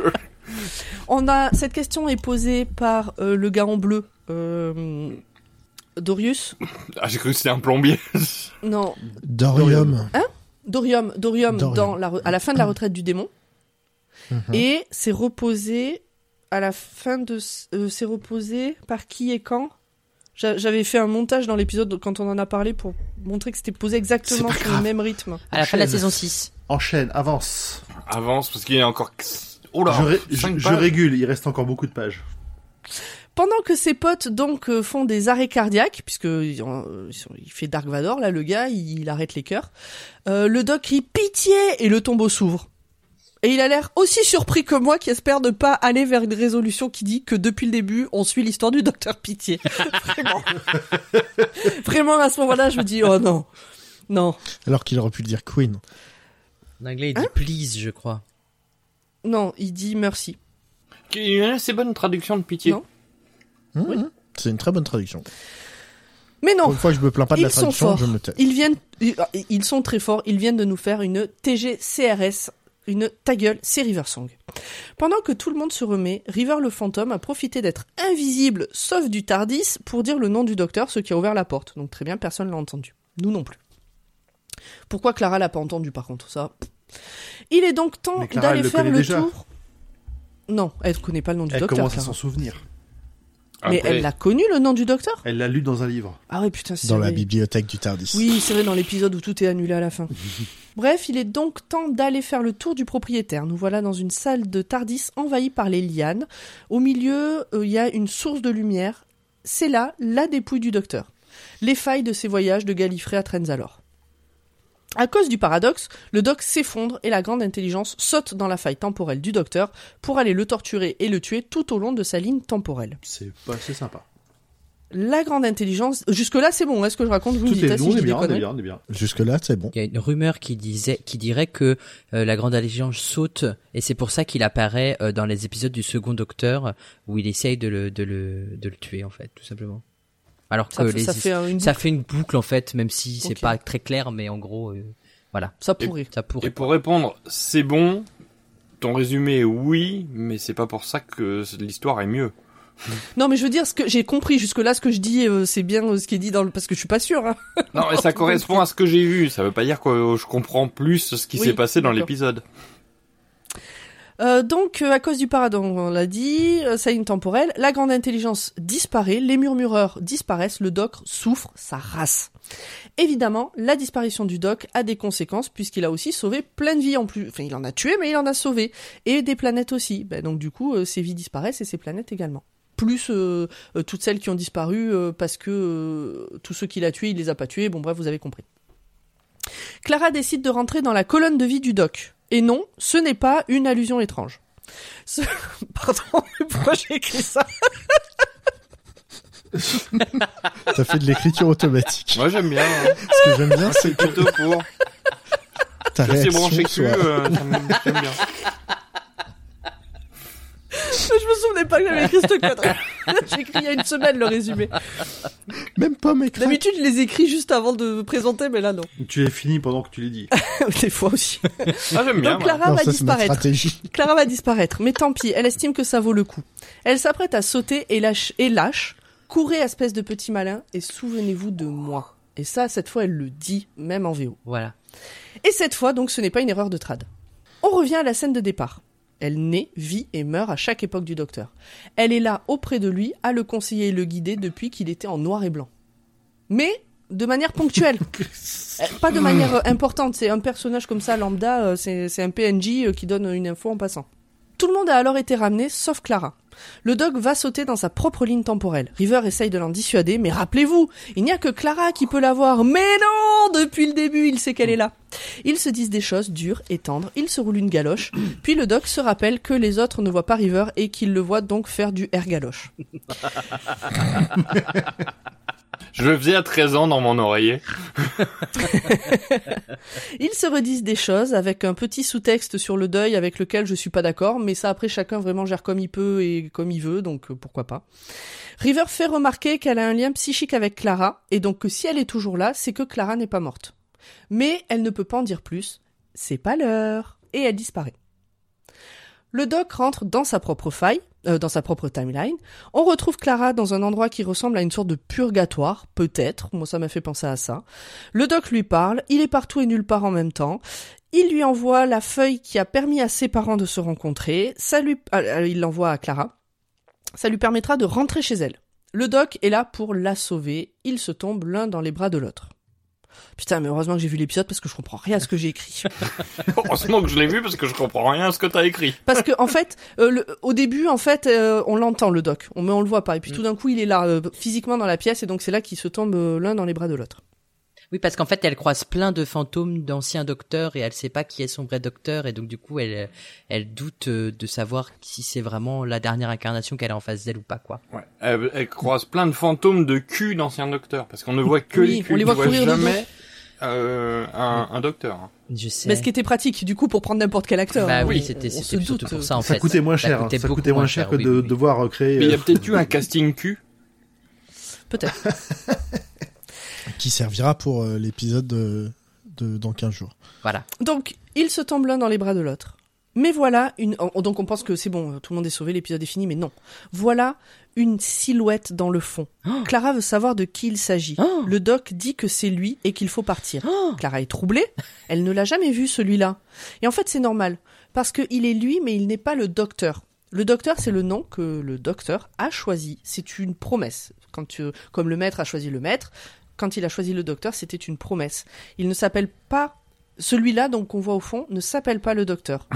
[SPEAKER 1] On a... Cette question est posée par euh, le gars en bleu, euh, Dorius.
[SPEAKER 4] Ah, j'ai cru que c'était un plombier.
[SPEAKER 1] Non,
[SPEAKER 8] Dorium.
[SPEAKER 1] Dorium, Dorium,
[SPEAKER 8] Dorium.
[SPEAKER 1] Dans la re- à la fin de la retraite du démon.
[SPEAKER 8] Mhm.
[SPEAKER 1] Et c'est reposé à la fin de... ce- euh, c'est reposé par qui et quand ? J'a- J'avais fait un montage dans l'épisode quand on en a parlé pour montrer que c'était posé exactement
[SPEAKER 5] C'est pas
[SPEAKER 1] sur le
[SPEAKER 5] grave.
[SPEAKER 1] même rythme.
[SPEAKER 3] À la fin de la
[SPEAKER 5] Enchaîne.
[SPEAKER 3] saison six.
[SPEAKER 5] Enchaîne, avance.
[SPEAKER 4] Avance, parce qu'il y a encore... Oh là,
[SPEAKER 5] je, ré-
[SPEAKER 4] cinq
[SPEAKER 5] je- je
[SPEAKER 4] pages.
[SPEAKER 5] régule, il reste encore beaucoup de pages.
[SPEAKER 1] Pendant que ses potes donc euh, font des arrêts cardiaques, puisque euh, ils sont- il fait Dark Vador, là le gars, il, il arrête les cœurs, euh, le doc crie pitié et le tombeau s'ouvre. Et il a l'air aussi surpris que moi qui espère ne pas aller vers une résolution qui dit que depuis le début, on suit l'histoire du docteur Pitié. Vraiment. Vraiment, à ce moment-là, je me dis, oh non. Non.
[SPEAKER 8] Alors qu'il aurait pu le dire Queen.
[SPEAKER 3] En anglais, il dit
[SPEAKER 1] Hein
[SPEAKER 3] please, je crois.
[SPEAKER 1] Non, il dit merci.
[SPEAKER 4] Qui est une assez bonne traduction de pitié.
[SPEAKER 1] Non.
[SPEAKER 8] Mmh,
[SPEAKER 1] Oui.
[SPEAKER 8] mmh. C'est une très bonne traduction.
[SPEAKER 1] Mais non.
[SPEAKER 8] Pour une fois, je me plains pas de
[SPEAKER 1] Ils
[SPEAKER 8] la
[SPEAKER 1] sont
[SPEAKER 8] traduction,
[SPEAKER 1] forts.
[SPEAKER 8] je me tais.
[SPEAKER 1] Ils viennent, ils ils sont très forts. Ils viennent de nous faire une T G C R S, une ta gueule, c'est Riversong. Pendant que tout le monde se remet, River le fantôme a profité d'être invisible, sauf du Tardis, pour dire le nom du docteur, ce qui a ouvert la porte. Donc très bien, personne l'a entendu. Nous non plus. Pourquoi Clara l'a pas entendu par contre, ça? Il est donc temps
[SPEAKER 5] Mais Clara,
[SPEAKER 1] d'aller
[SPEAKER 5] elle le
[SPEAKER 1] faire
[SPEAKER 5] connaît
[SPEAKER 1] le
[SPEAKER 5] déjà.
[SPEAKER 1] tour. Non, elle connaît pas le nom du
[SPEAKER 5] Elle
[SPEAKER 1] docteur.
[SPEAKER 5] commence à
[SPEAKER 1] Clara.
[SPEAKER 5] s'en souvenir.
[SPEAKER 1] Mais
[SPEAKER 4] Après,
[SPEAKER 1] elle l'a connu le nom du docteur?
[SPEAKER 5] Elle l'a lu dans un livre.
[SPEAKER 1] Ah ouais, putain, c'est
[SPEAKER 8] Dans la
[SPEAKER 1] vrai.
[SPEAKER 8] bibliothèque du Tardis.
[SPEAKER 1] Oui, c'est vrai, dans l'épisode où tout est annulé à la fin. Bref, il est donc temps d'aller faire le tour du propriétaire. Nous voilà dans une salle de Tardis envahie par les lianes. Au milieu, euh, il y a une source de lumière. C'est là la dépouille du docteur. Les failles de ses voyages de Gallifrey à Trenzalore. À cause du paradoxe, le doc s'effondre et la grande intelligence saute dans la faille temporelle du docteur pour aller le torturer et le tuer tout au long de sa ligne temporelle.
[SPEAKER 5] C'est pas assez sympa.
[SPEAKER 1] La grande intelligence... Jusque-là, c'est bon, est-ce que je raconte? Vous me
[SPEAKER 5] Tout
[SPEAKER 1] dites,
[SPEAKER 5] est
[SPEAKER 1] hein, si
[SPEAKER 5] bon, on
[SPEAKER 1] je
[SPEAKER 5] est
[SPEAKER 1] dis des
[SPEAKER 5] bien, on est
[SPEAKER 1] conneries.
[SPEAKER 5] bien, on est bien.
[SPEAKER 8] Jusque-là, c'est bon.
[SPEAKER 3] Il y a une rumeur qui disait, qui dirait que euh, la grande allégeance saute, et c'est pour ça qu'il apparaît euh, dans les épisodes du second Docteur où il essaye de le, de le, de le tuer en fait, tout simplement. Alors que
[SPEAKER 1] Ça, fait-
[SPEAKER 3] les
[SPEAKER 1] ça fait un- une
[SPEAKER 3] ça
[SPEAKER 1] boucle.
[SPEAKER 3] fait une boucle en fait, même si c'est
[SPEAKER 1] Ok.
[SPEAKER 3] pas très clair, mais en gros, euh, voilà,
[SPEAKER 1] Ça pourrait.
[SPEAKER 3] ça pourrait.
[SPEAKER 4] Et pour répondre, c'est bon. Ton résumé, oui, mais c'est pas pour ça que l'histoire est mieux.
[SPEAKER 1] Non, mais je veux dire, ce que j'ai compris jusque-là, ce que je dis, euh, c'est bien euh, ce qui est dit dans le... Parce que je suis pas sûre. Hein.
[SPEAKER 4] Non, mais ça correspond à ce que j'ai vu. Ça veut pas dire que je comprends plus ce qui
[SPEAKER 1] Oui,
[SPEAKER 4] s'est passé dans
[SPEAKER 1] d'accord.
[SPEAKER 4] l'épisode.
[SPEAKER 1] Euh, donc, euh, à cause du paradoxe, on l'a dit, euh, sa ligne temporelle, la grande intelligence disparaît, les murmureurs disparaissent, le doc souffre sa race. Évidemment, la disparition du doc a des conséquences puisqu'il a aussi sauvé plein de vies en plus. Enfin, il en a tué, mais il en a sauvé. Et des planètes aussi. Ben, donc du coup, euh, ces vies disparaissent et ces planètes également. Plus euh, euh, toutes celles qui ont disparu euh, parce que euh, tous ceux qu'il a tués, il les a pas tués. Bon bref, vous avez compris. Clara décide de rentrer dans la colonne de vie du doc. Et non, ce n'est pas une allusion étrange. Ce... Pardon, pourquoi j'ai écrit ça?
[SPEAKER 8] T'as fait de l'écriture automatique.
[SPEAKER 4] Moi, j'aime bien. Hein.
[SPEAKER 8] Ce que j'aime bien, c'est que
[SPEAKER 4] Plutôt pour.
[SPEAKER 8] ta
[SPEAKER 4] Je sais
[SPEAKER 8] réaction
[SPEAKER 4] branché dessus,
[SPEAKER 8] soit...
[SPEAKER 4] euh, ça me- j'aime bien.
[SPEAKER 1] Je me souvenais pas que j'avais écrit cette connerie. J'ai écrit il y a une semaine le résumé.
[SPEAKER 8] Même pas mes craques.
[SPEAKER 1] D'habitude, je les écris juste avant de me présenter, mais là, non.
[SPEAKER 5] Tu l'as fini pendant que tu l'as dit.
[SPEAKER 1] Des fois aussi.
[SPEAKER 4] Ah, j'aime bien.
[SPEAKER 1] Donc
[SPEAKER 4] moi.
[SPEAKER 1] Clara
[SPEAKER 8] Non,
[SPEAKER 1] va
[SPEAKER 8] ça, c'est ma
[SPEAKER 1] disparaître.
[SPEAKER 8] stratégie.
[SPEAKER 1] Clara va disparaître, mais tant pis, elle estime que ça vaut le coup. Elle s'apprête à sauter et lâche, et lâche. Courez, espèce de petit malin, et souvenez-vous de moi. Et ça, cette fois, elle le dit, même en V O.
[SPEAKER 3] Voilà.
[SPEAKER 1] Et cette fois, donc, ce n'est pas une erreur de trad. On revient à la scène de départ. Elle naît, vit et meurt à chaque époque du docteur. Elle est là, auprès de lui, à le conseiller et le guider depuis qu'il était en noir et blanc. Mais de manière ponctuelle. Euh, Pas de manière euh, importante. C'est un personnage comme ça, lambda, euh, c'est c'est un P N J euh, qui donne une info en passant. Tout le monde a alors été ramené, sauf Clara. Le doc va sauter dans sa propre ligne temporelle. River essaye de l'en dissuader, mais rappelez-vous, il n'y a que Clara qui peut la voir. Mais non! Depuis le début, il sait qu'elle est là. Ils se disent des choses dures et tendres, ils se roulent une galoche, puis le doc se rappelle que les autres ne voient pas River et qu'il le voit donc faire du air galoche.
[SPEAKER 4] Je le faisais à treize ans dans mon oreiller.
[SPEAKER 1] Ils se redisent des choses avec un petit sous-texte sur le deuil avec lequel je suis pas d'accord, mais ça après chacun vraiment gère comme il peut et comme il veut, donc euh, pourquoi pas. River fait remarquer qu'elle a un lien psychique avec Clara, et donc que si elle est toujours là, c'est que Clara n'est pas morte. Mais elle ne peut pas en dire plus, c'est pas l'heure, et elle disparaît. Le doc rentre dans sa propre faille, euh, dans sa propre timeline. On retrouve Clara dans un endroit qui ressemble à une sorte de purgatoire, peut-être. Moi, ça m'a fait penser à ça. Le doc lui parle. Il est partout et nulle part en même temps. Il lui envoie la feuille qui a permis à ses parents de se rencontrer. Ça lui, euh, il l'envoie à Clara. Ça lui permettra de rentrer chez elle. Le doc est là pour la sauver. Ils se tombent l'un dans les bras de l'autre. Putain, mais heureusement que j'ai vu l'épisode parce que je comprends rien à ce que j'ai écrit.
[SPEAKER 4] Heureusement que je l'ai vu parce que je comprends rien à ce que t'as écrit.
[SPEAKER 1] Parce que en fait, euh, le, au début, en fait, euh, on l'entend le doc, on, mais on le voit pas. Et puis tout d'un coup, il est là euh, physiquement dans la pièce, et donc c'est là qu'ils se tombent euh, l'un dans les bras de l'autre.
[SPEAKER 3] Oui, parce qu'en fait, elle croise plein de fantômes d'anciens docteurs et elle sait pas qui est son vrai docteur et donc du coup, elle, elle doute de savoir si c'est vraiment la dernière incarnation qu'elle a en face d'elle ou pas, quoi.
[SPEAKER 4] Ouais. Elle, elle croise plein de fantômes de cul d'anciens docteurs parce qu'on ne voit que
[SPEAKER 1] Oui,
[SPEAKER 4] les culs.
[SPEAKER 1] on les voit
[SPEAKER 4] tu vois
[SPEAKER 1] courir de
[SPEAKER 4] jamais euh, un, un docteur.
[SPEAKER 3] Je sais.
[SPEAKER 1] Mais ce qui était pratique, du coup, pour prendre n'importe quel acteur.
[SPEAKER 3] Bah
[SPEAKER 1] hein,
[SPEAKER 3] oui,
[SPEAKER 1] on-
[SPEAKER 3] c'était,
[SPEAKER 1] on
[SPEAKER 3] c'était
[SPEAKER 1] se
[SPEAKER 3] surtout
[SPEAKER 1] doute.
[SPEAKER 3] pour ça en
[SPEAKER 5] Ça
[SPEAKER 3] fait.
[SPEAKER 5] coûtait moins
[SPEAKER 3] Ça
[SPEAKER 5] cher,
[SPEAKER 3] coûtait
[SPEAKER 5] ça
[SPEAKER 3] beaucoup
[SPEAKER 5] coûtait moins
[SPEAKER 3] moins
[SPEAKER 5] cher
[SPEAKER 3] cher,
[SPEAKER 5] que
[SPEAKER 3] oui,
[SPEAKER 5] de
[SPEAKER 3] oui, oui.
[SPEAKER 5] devoir créer.
[SPEAKER 4] Mais il y a
[SPEAKER 5] euh,
[SPEAKER 4] peut-être eu un casting cul.
[SPEAKER 1] Peut-être.
[SPEAKER 8] Qui servira pour euh, l'épisode de, de dans quinze jours.
[SPEAKER 3] Voilà.
[SPEAKER 1] Donc, il se tombe l'un dans les bras de l'autre. Mais voilà une... oh, donc on pense que c'est bon, tout le monde est sauvé, l'épisode est fini, mais non. Voilà une silhouette dans le fond.
[SPEAKER 3] Oh.
[SPEAKER 1] Clara veut savoir de qui il s'agit.
[SPEAKER 3] Oh.
[SPEAKER 1] Le doc dit que c'est lui et qu'il faut partir.
[SPEAKER 3] Oh.
[SPEAKER 1] Clara est troublée, elle ne l'a jamais vu celui-là. Et en fait c'est normal, parce qu'il est lui, mais il n'est pas le docteur. Le docteur, c'est le nom que le docteur a choisi. C'est une promesse. Quand tu... Comme le maître a choisi le maître, quand il a choisi le docteur, c'était une promesse. Il ne s'appelle pas... Celui-là, donc, qu'on voit au fond, ne s'appelle pas le docteur.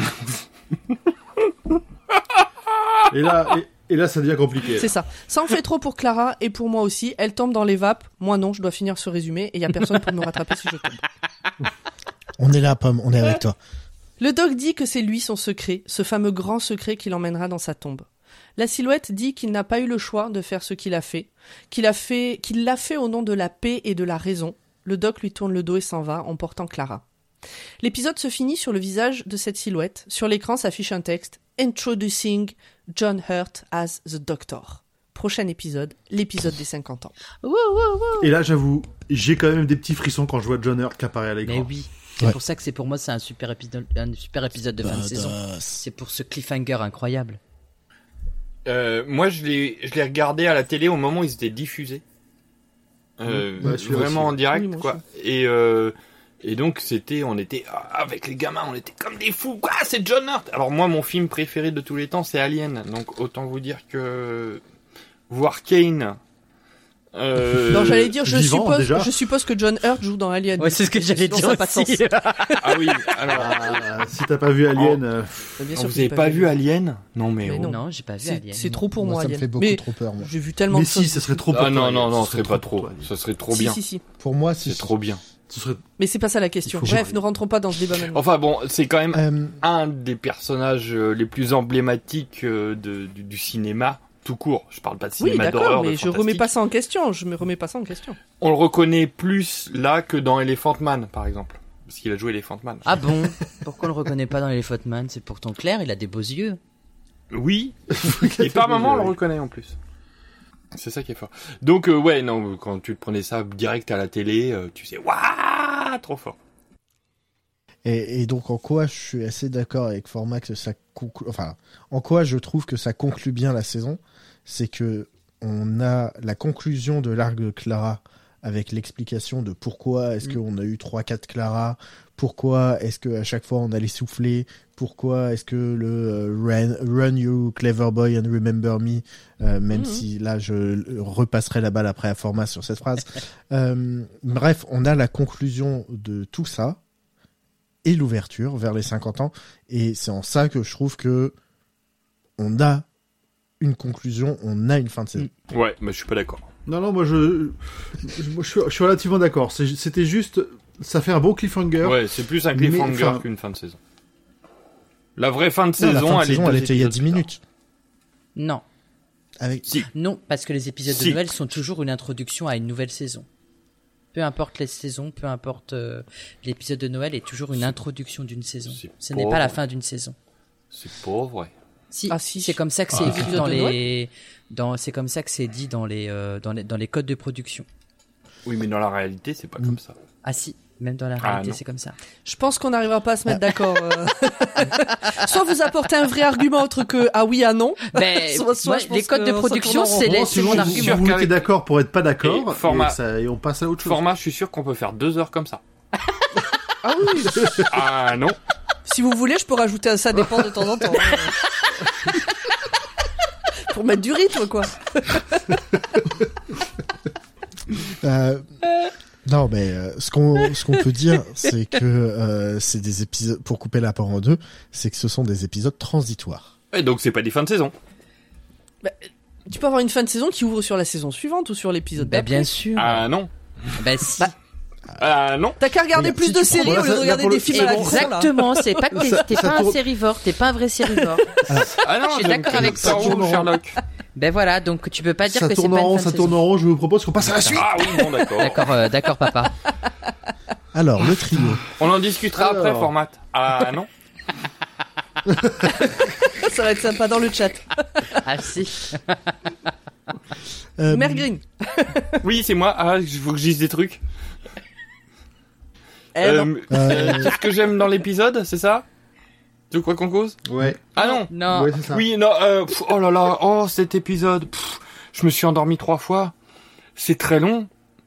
[SPEAKER 5] Et là, et, et là, ça devient compliqué.
[SPEAKER 1] C'est ça. Ça en fait trop pour Clara et pour moi aussi. Elle tombe dans les vapes. Moi non, je dois finir ce résumé et il y a personne pour me rattraper si je tombe.
[SPEAKER 8] On est là, Pomme, on est avec toi.
[SPEAKER 1] Le doc dit que c'est lui son secret, ce fameux grand secret qui l'emmènera dans sa tombe. La silhouette dit qu'il n'a pas eu le choix de faire ce qu'il a fait, qu'il a fait, qu'il l'a fait au nom de la paix et de la raison. Le doc lui tourne le dos et s'en va, emportant Clara. L'épisode se finit sur le visage de cette silhouette. Sur l'écran s'affiche un texte « Introducing John Hurt as the Doctor ». Prochain épisode, l'épisode des cinquante ans.
[SPEAKER 5] Et là, j'avoue, j'ai quand même des petits frissons quand je vois John Hurt qui apparaît à l'écran.
[SPEAKER 3] Mais oui. C'est
[SPEAKER 8] Ouais.
[SPEAKER 3] pour ça que c'est pour moi c'est un super épisode, un super épisode de fin de saison. C'est pour ce cliffhanger incroyable.
[SPEAKER 4] Euh, moi, je l'ai, je l'ai regardé à la télé au moment où ils étaient diffusés. Euh,
[SPEAKER 5] Ouais, celui-là
[SPEAKER 4] vraiment
[SPEAKER 5] aussi.
[SPEAKER 4] en direct,
[SPEAKER 1] Oui, moi
[SPEAKER 4] quoi. Et, euh, et donc, c'était, on était, ah, avec les gamins, on était comme des fous. Quoi, c'est John Hurt! Alors, moi, mon film préféré de tous les temps, c'est Alien. Donc, autant vous dire que, voir Kane, euh...
[SPEAKER 1] Non, j'allais dire, je
[SPEAKER 5] vivant,
[SPEAKER 1] suppose,
[SPEAKER 5] déjà.
[SPEAKER 1] je suppose que John Hurt joue dans Alien.
[SPEAKER 3] Ouais, c'est ce que j'allais
[SPEAKER 1] Sinon,
[SPEAKER 3] dire
[SPEAKER 1] ça a pas de
[SPEAKER 3] aussi.
[SPEAKER 1] sens.
[SPEAKER 4] Ah oui, alors,
[SPEAKER 5] Ah, si t'as pas vu Alien, euh,
[SPEAKER 1] Mais bien
[SPEAKER 4] ah,
[SPEAKER 1] sûr
[SPEAKER 4] vous
[SPEAKER 1] que j'ai
[SPEAKER 4] avez pas vu Alien? Non, mais,
[SPEAKER 1] Mais
[SPEAKER 4] oh.
[SPEAKER 1] non.
[SPEAKER 3] Non, j'ai pas vu
[SPEAKER 1] C'est,
[SPEAKER 3] Alien.
[SPEAKER 1] c'est trop pour
[SPEAKER 8] moi,
[SPEAKER 1] moi,
[SPEAKER 8] ça me
[SPEAKER 1] Alien.
[SPEAKER 8] fait beaucoup
[SPEAKER 1] Mais
[SPEAKER 8] trop peur, moi.
[SPEAKER 1] j'ai vu tellement
[SPEAKER 5] mais
[SPEAKER 1] de choses.
[SPEAKER 5] si, ça serait trop pour
[SPEAKER 4] Ah non,
[SPEAKER 5] toi,
[SPEAKER 4] non,
[SPEAKER 5] Alien.
[SPEAKER 4] non,
[SPEAKER 5] Ce
[SPEAKER 4] ce serait
[SPEAKER 5] trop
[SPEAKER 4] pas
[SPEAKER 5] pour
[SPEAKER 4] trop.
[SPEAKER 5] toi, Alien.
[SPEAKER 4] Ça serait trop
[SPEAKER 1] Si,
[SPEAKER 4] bien.
[SPEAKER 1] si, si.
[SPEAKER 8] Pour moi, si.
[SPEAKER 4] C'est trop bien.
[SPEAKER 5] Ce serait...
[SPEAKER 1] Mais c'est pas ça la question.
[SPEAKER 5] Il faut
[SPEAKER 1] Bref,
[SPEAKER 5] jouer.
[SPEAKER 1] ne rentrons pas dans ce débat maintenant.
[SPEAKER 4] Enfin bon, c'est quand même
[SPEAKER 8] Euh,
[SPEAKER 4] un des personnages euh, les plus emblématiques euh, de, du, du cinéma tout court. Je parle pas de
[SPEAKER 1] oui,
[SPEAKER 4] cinéma
[SPEAKER 1] d'accord,
[SPEAKER 4] d'horreur.
[SPEAKER 1] mais
[SPEAKER 4] de
[SPEAKER 1] je remets
[SPEAKER 4] fantastique.
[SPEAKER 1] pas ça en question. Je me remets pas ça en question.
[SPEAKER 4] On le reconnaît plus là que dans Elephant Man, par exemple. Parce qu'il a joué Elephant Man.
[SPEAKER 3] Ah bon? Pourquoi on le reconnaît pas dans les Man? C'est pourtant clair, il a des beaux yeux.
[SPEAKER 4] Oui. Et par moment, on le reconnaît en plus. C'est ça qui est fort. Donc, euh, ouais, non, quand tu te prenais ça direct à la télé, euh, tu sais, waouh, trop fort.
[SPEAKER 8] Et, et donc en quoi je suis assez d'accord avec Formax, ça conclut, enfin en quoi je trouve que ça conclut bien la saison, c'est que on a la conclusion de l'arc de Clara avec l'explication de pourquoi est-ce
[SPEAKER 3] Mm.
[SPEAKER 8] qu'on a eu trois quatre Clara, pourquoi est-ce que à chaque fois on allait souffler, pourquoi est-ce que le euh, run, run you clever boy and remember me, euh, même
[SPEAKER 1] Mhm.
[SPEAKER 8] si là je repasserai la balle après à Format sur cette phrase. Euh, bref, on a la conclusion de tout ça et l'ouverture vers les cinquante ans, et c'est en ça que je trouve que on a une conclusion, on a une fin de saison.
[SPEAKER 4] Ouais, mais je suis pas d'accord.
[SPEAKER 5] Non, non, moi je, je, moi, je, suis, je suis relativement d'accord. C'est- C'était juste, ça fait un bon cliffhanger.
[SPEAKER 4] Ouais, c'est plus un
[SPEAKER 5] Mais,
[SPEAKER 4] cliffhanger
[SPEAKER 5] enfin-
[SPEAKER 4] qu'une fin de saison. La vraie fin de
[SPEAKER 8] Non,
[SPEAKER 4] saison,
[SPEAKER 8] la fin de
[SPEAKER 4] elle,
[SPEAKER 8] saison,
[SPEAKER 4] est
[SPEAKER 8] elle
[SPEAKER 4] deux
[SPEAKER 8] était il y a
[SPEAKER 4] épisodes
[SPEAKER 8] dix
[SPEAKER 4] plus tard.
[SPEAKER 8] minutes.
[SPEAKER 3] Non.
[SPEAKER 8] Avec...
[SPEAKER 4] Si.
[SPEAKER 3] Non, parce que les épisodes
[SPEAKER 4] Si.
[SPEAKER 3] de Noël sont toujours une introduction à une nouvelle saison. Peu importe les saisons, peu importe euh, l'épisode de Noël est toujours une introduction d'une saison.
[SPEAKER 4] c'est
[SPEAKER 3] Ce n'est
[SPEAKER 4] pas
[SPEAKER 3] pas la
[SPEAKER 4] vrai.
[SPEAKER 3] fin d'une saison.
[SPEAKER 4] C'est pas vrai.
[SPEAKER 3] Si,
[SPEAKER 1] Ah, si.
[SPEAKER 3] c'est comme ça que c'est
[SPEAKER 1] Ah.
[SPEAKER 3] écrit
[SPEAKER 1] Épisode
[SPEAKER 3] dans
[SPEAKER 1] de
[SPEAKER 3] les, dans, c'est comme ça que c'est dit dans les, euh, dans les, dans les codes de production.
[SPEAKER 4] Oui, mais dans la réalité, c'est pas
[SPEAKER 8] Mm.
[SPEAKER 4] comme ça.
[SPEAKER 3] Ah si, même dans la
[SPEAKER 4] Ah,
[SPEAKER 3] réalité
[SPEAKER 4] non.
[SPEAKER 3] c'est comme ça.
[SPEAKER 1] Je pense qu'on n'arrivera pas à se mettre d'accord. euh. Soit vous apportez un vrai argument autre que ah oui, ah non.
[SPEAKER 3] Ben,
[SPEAKER 1] Soit- soit
[SPEAKER 3] moi,
[SPEAKER 1] je pense
[SPEAKER 3] les codes de
[SPEAKER 1] qu'on
[SPEAKER 3] production,
[SPEAKER 1] s'en tourne en
[SPEAKER 3] c'est
[SPEAKER 1] rond.
[SPEAKER 3] les-
[SPEAKER 5] Bon,
[SPEAKER 3] c'est
[SPEAKER 5] sinon,
[SPEAKER 3] mon
[SPEAKER 5] vous,
[SPEAKER 3] argument.
[SPEAKER 5] si vous
[SPEAKER 4] Qu'avec-
[SPEAKER 5] mettez d'accord pour être pas d'accord,
[SPEAKER 4] Et format-
[SPEAKER 5] et, ça- et on passe à autre chose.
[SPEAKER 4] Format, je suis sûr qu'on peut faire deux heures comme ça.
[SPEAKER 1] Ah oui.
[SPEAKER 4] Ah non.
[SPEAKER 1] Si vous voulez, je peux rajouter à ça dépend de temps en temps. hein. Pour mettre du rythme, quoi.
[SPEAKER 8] Euh, non, mais euh, ce qu'on ce qu'on peut dire, c'est que euh, c'est des épisodes, pour couper la part en deux, c'est que ce sont des épisodes transitoires.
[SPEAKER 4] Et donc, c'est pas des fins de saison.
[SPEAKER 1] Tu peux avoir une fin de saison qui ouvre sur la saison suivante ou sur l'épisode
[SPEAKER 3] Ben,
[SPEAKER 1] d'après.
[SPEAKER 3] bien sûr.
[SPEAKER 4] Ah non.
[SPEAKER 3] Ben si.
[SPEAKER 1] Bah,
[SPEAKER 4] Ah non.
[SPEAKER 1] T'as qu'à regarder
[SPEAKER 8] Regarde,
[SPEAKER 1] plus
[SPEAKER 8] si
[SPEAKER 1] de
[SPEAKER 8] tu
[SPEAKER 1] séries
[SPEAKER 5] prends-
[SPEAKER 1] au lieu
[SPEAKER 5] là,
[SPEAKER 1] de
[SPEAKER 5] ça-
[SPEAKER 1] regarder
[SPEAKER 5] là, pour
[SPEAKER 1] des
[SPEAKER 5] le-
[SPEAKER 1] films à la con, là.
[SPEAKER 3] Exactement, c'est pas que t'es,
[SPEAKER 5] Ça-
[SPEAKER 3] t'es
[SPEAKER 5] ça
[SPEAKER 3] pas
[SPEAKER 5] tourne-
[SPEAKER 3] un sérivore, t'es pas un vrai sérivore.
[SPEAKER 4] Ah non,
[SPEAKER 3] Je suis
[SPEAKER 4] j'aime
[SPEAKER 3] d'accord
[SPEAKER 4] que
[SPEAKER 3] avec
[SPEAKER 4] Doctor
[SPEAKER 3] toi.
[SPEAKER 4] Who,
[SPEAKER 5] Tourne en rond.
[SPEAKER 4] Sherlock.
[SPEAKER 3] Ben voilà, donc tu peux pas dire
[SPEAKER 5] Ça
[SPEAKER 3] que c'est
[SPEAKER 5] tourne
[SPEAKER 3] pas
[SPEAKER 5] en
[SPEAKER 3] une
[SPEAKER 5] rond,
[SPEAKER 3] fin
[SPEAKER 5] ça
[SPEAKER 3] de
[SPEAKER 5] tourne
[SPEAKER 3] saison.
[SPEAKER 5] en rond, je vous propose qu'on passe à la suite.
[SPEAKER 4] Ah oui, bon, d'accord.
[SPEAKER 3] D'accord, euh, d'accord papa.
[SPEAKER 8] Alors, le trio.
[SPEAKER 4] On en discutera
[SPEAKER 5] Alors.
[SPEAKER 4] après, format. Ah non.
[SPEAKER 1] Ça va être sympa dans le chat.
[SPEAKER 3] Ah si.
[SPEAKER 8] Euh,
[SPEAKER 1] Mère Green.
[SPEAKER 4] Oui, c'est moi. Ah, il faut que je dise des trucs.
[SPEAKER 1] Eh
[SPEAKER 4] Euh,
[SPEAKER 1] non.
[SPEAKER 8] Euh,
[SPEAKER 4] Qu'est-ce que j'aime dans l'épisode, c'est ça? De quoi qu'on cause?
[SPEAKER 5] Ouais.
[SPEAKER 4] Ah non.
[SPEAKER 3] Non.
[SPEAKER 5] Ouais, c'est ça.
[SPEAKER 4] Oui, non. Euh, pff, oh là là. Oh, cet épisode. Pff, je me suis endormi trois fois. C'est très long.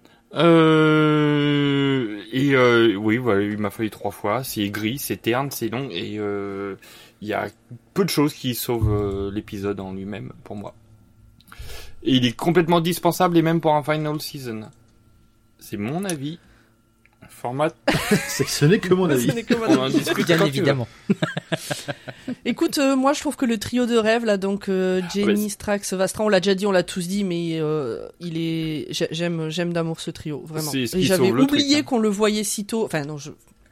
[SPEAKER 4] Euh, et euh, oui, voilà, il m'a fallu trois fois. C'est gris, c'est terne, c'est long, et euh, il y a peu de choses qui sauvent euh, l'épisode en lui-même, pour moi. Et il est complètement dispensable, et même pour un final season. C'est mon avis. Format.
[SPEAKER 5] C'est que ce n'est que mon avis.
[SPEAKER 1] Ce n'est que mon
[SPEAKER 4] On en
[SPEAKER 1] avis.
[SPEAKER 4] discute
[SPEAKER 3] Bien
[SPEAKER 4] quand tu veux.
[SPEAKER 3] évidemment.
[SPEAKER 1] Écoute, euh, moi je trouve que le trio de rêve là, donc euh, Jenny,
[SPEAKER 4] Ouais,
[SPEAKER 1] Strax, Vastra, on l'a déjà dit, on l'a tous dit, mais euh, il est, j'ai- j'aime, j'aime d'amour ce trio, vraiment.
[SPEAKER 4] C'est ce
[SPEAKER 1] Et
[SPEAKER 4] qui
[SPEAKER 1] j'avais
[SPEAKER 4] sauve le
[SPEAKER 1] oublié
[SPEAKER 4] truc, hein.
[SPEAKER 1] qu'on le voyait si tôt. Enfin non, je,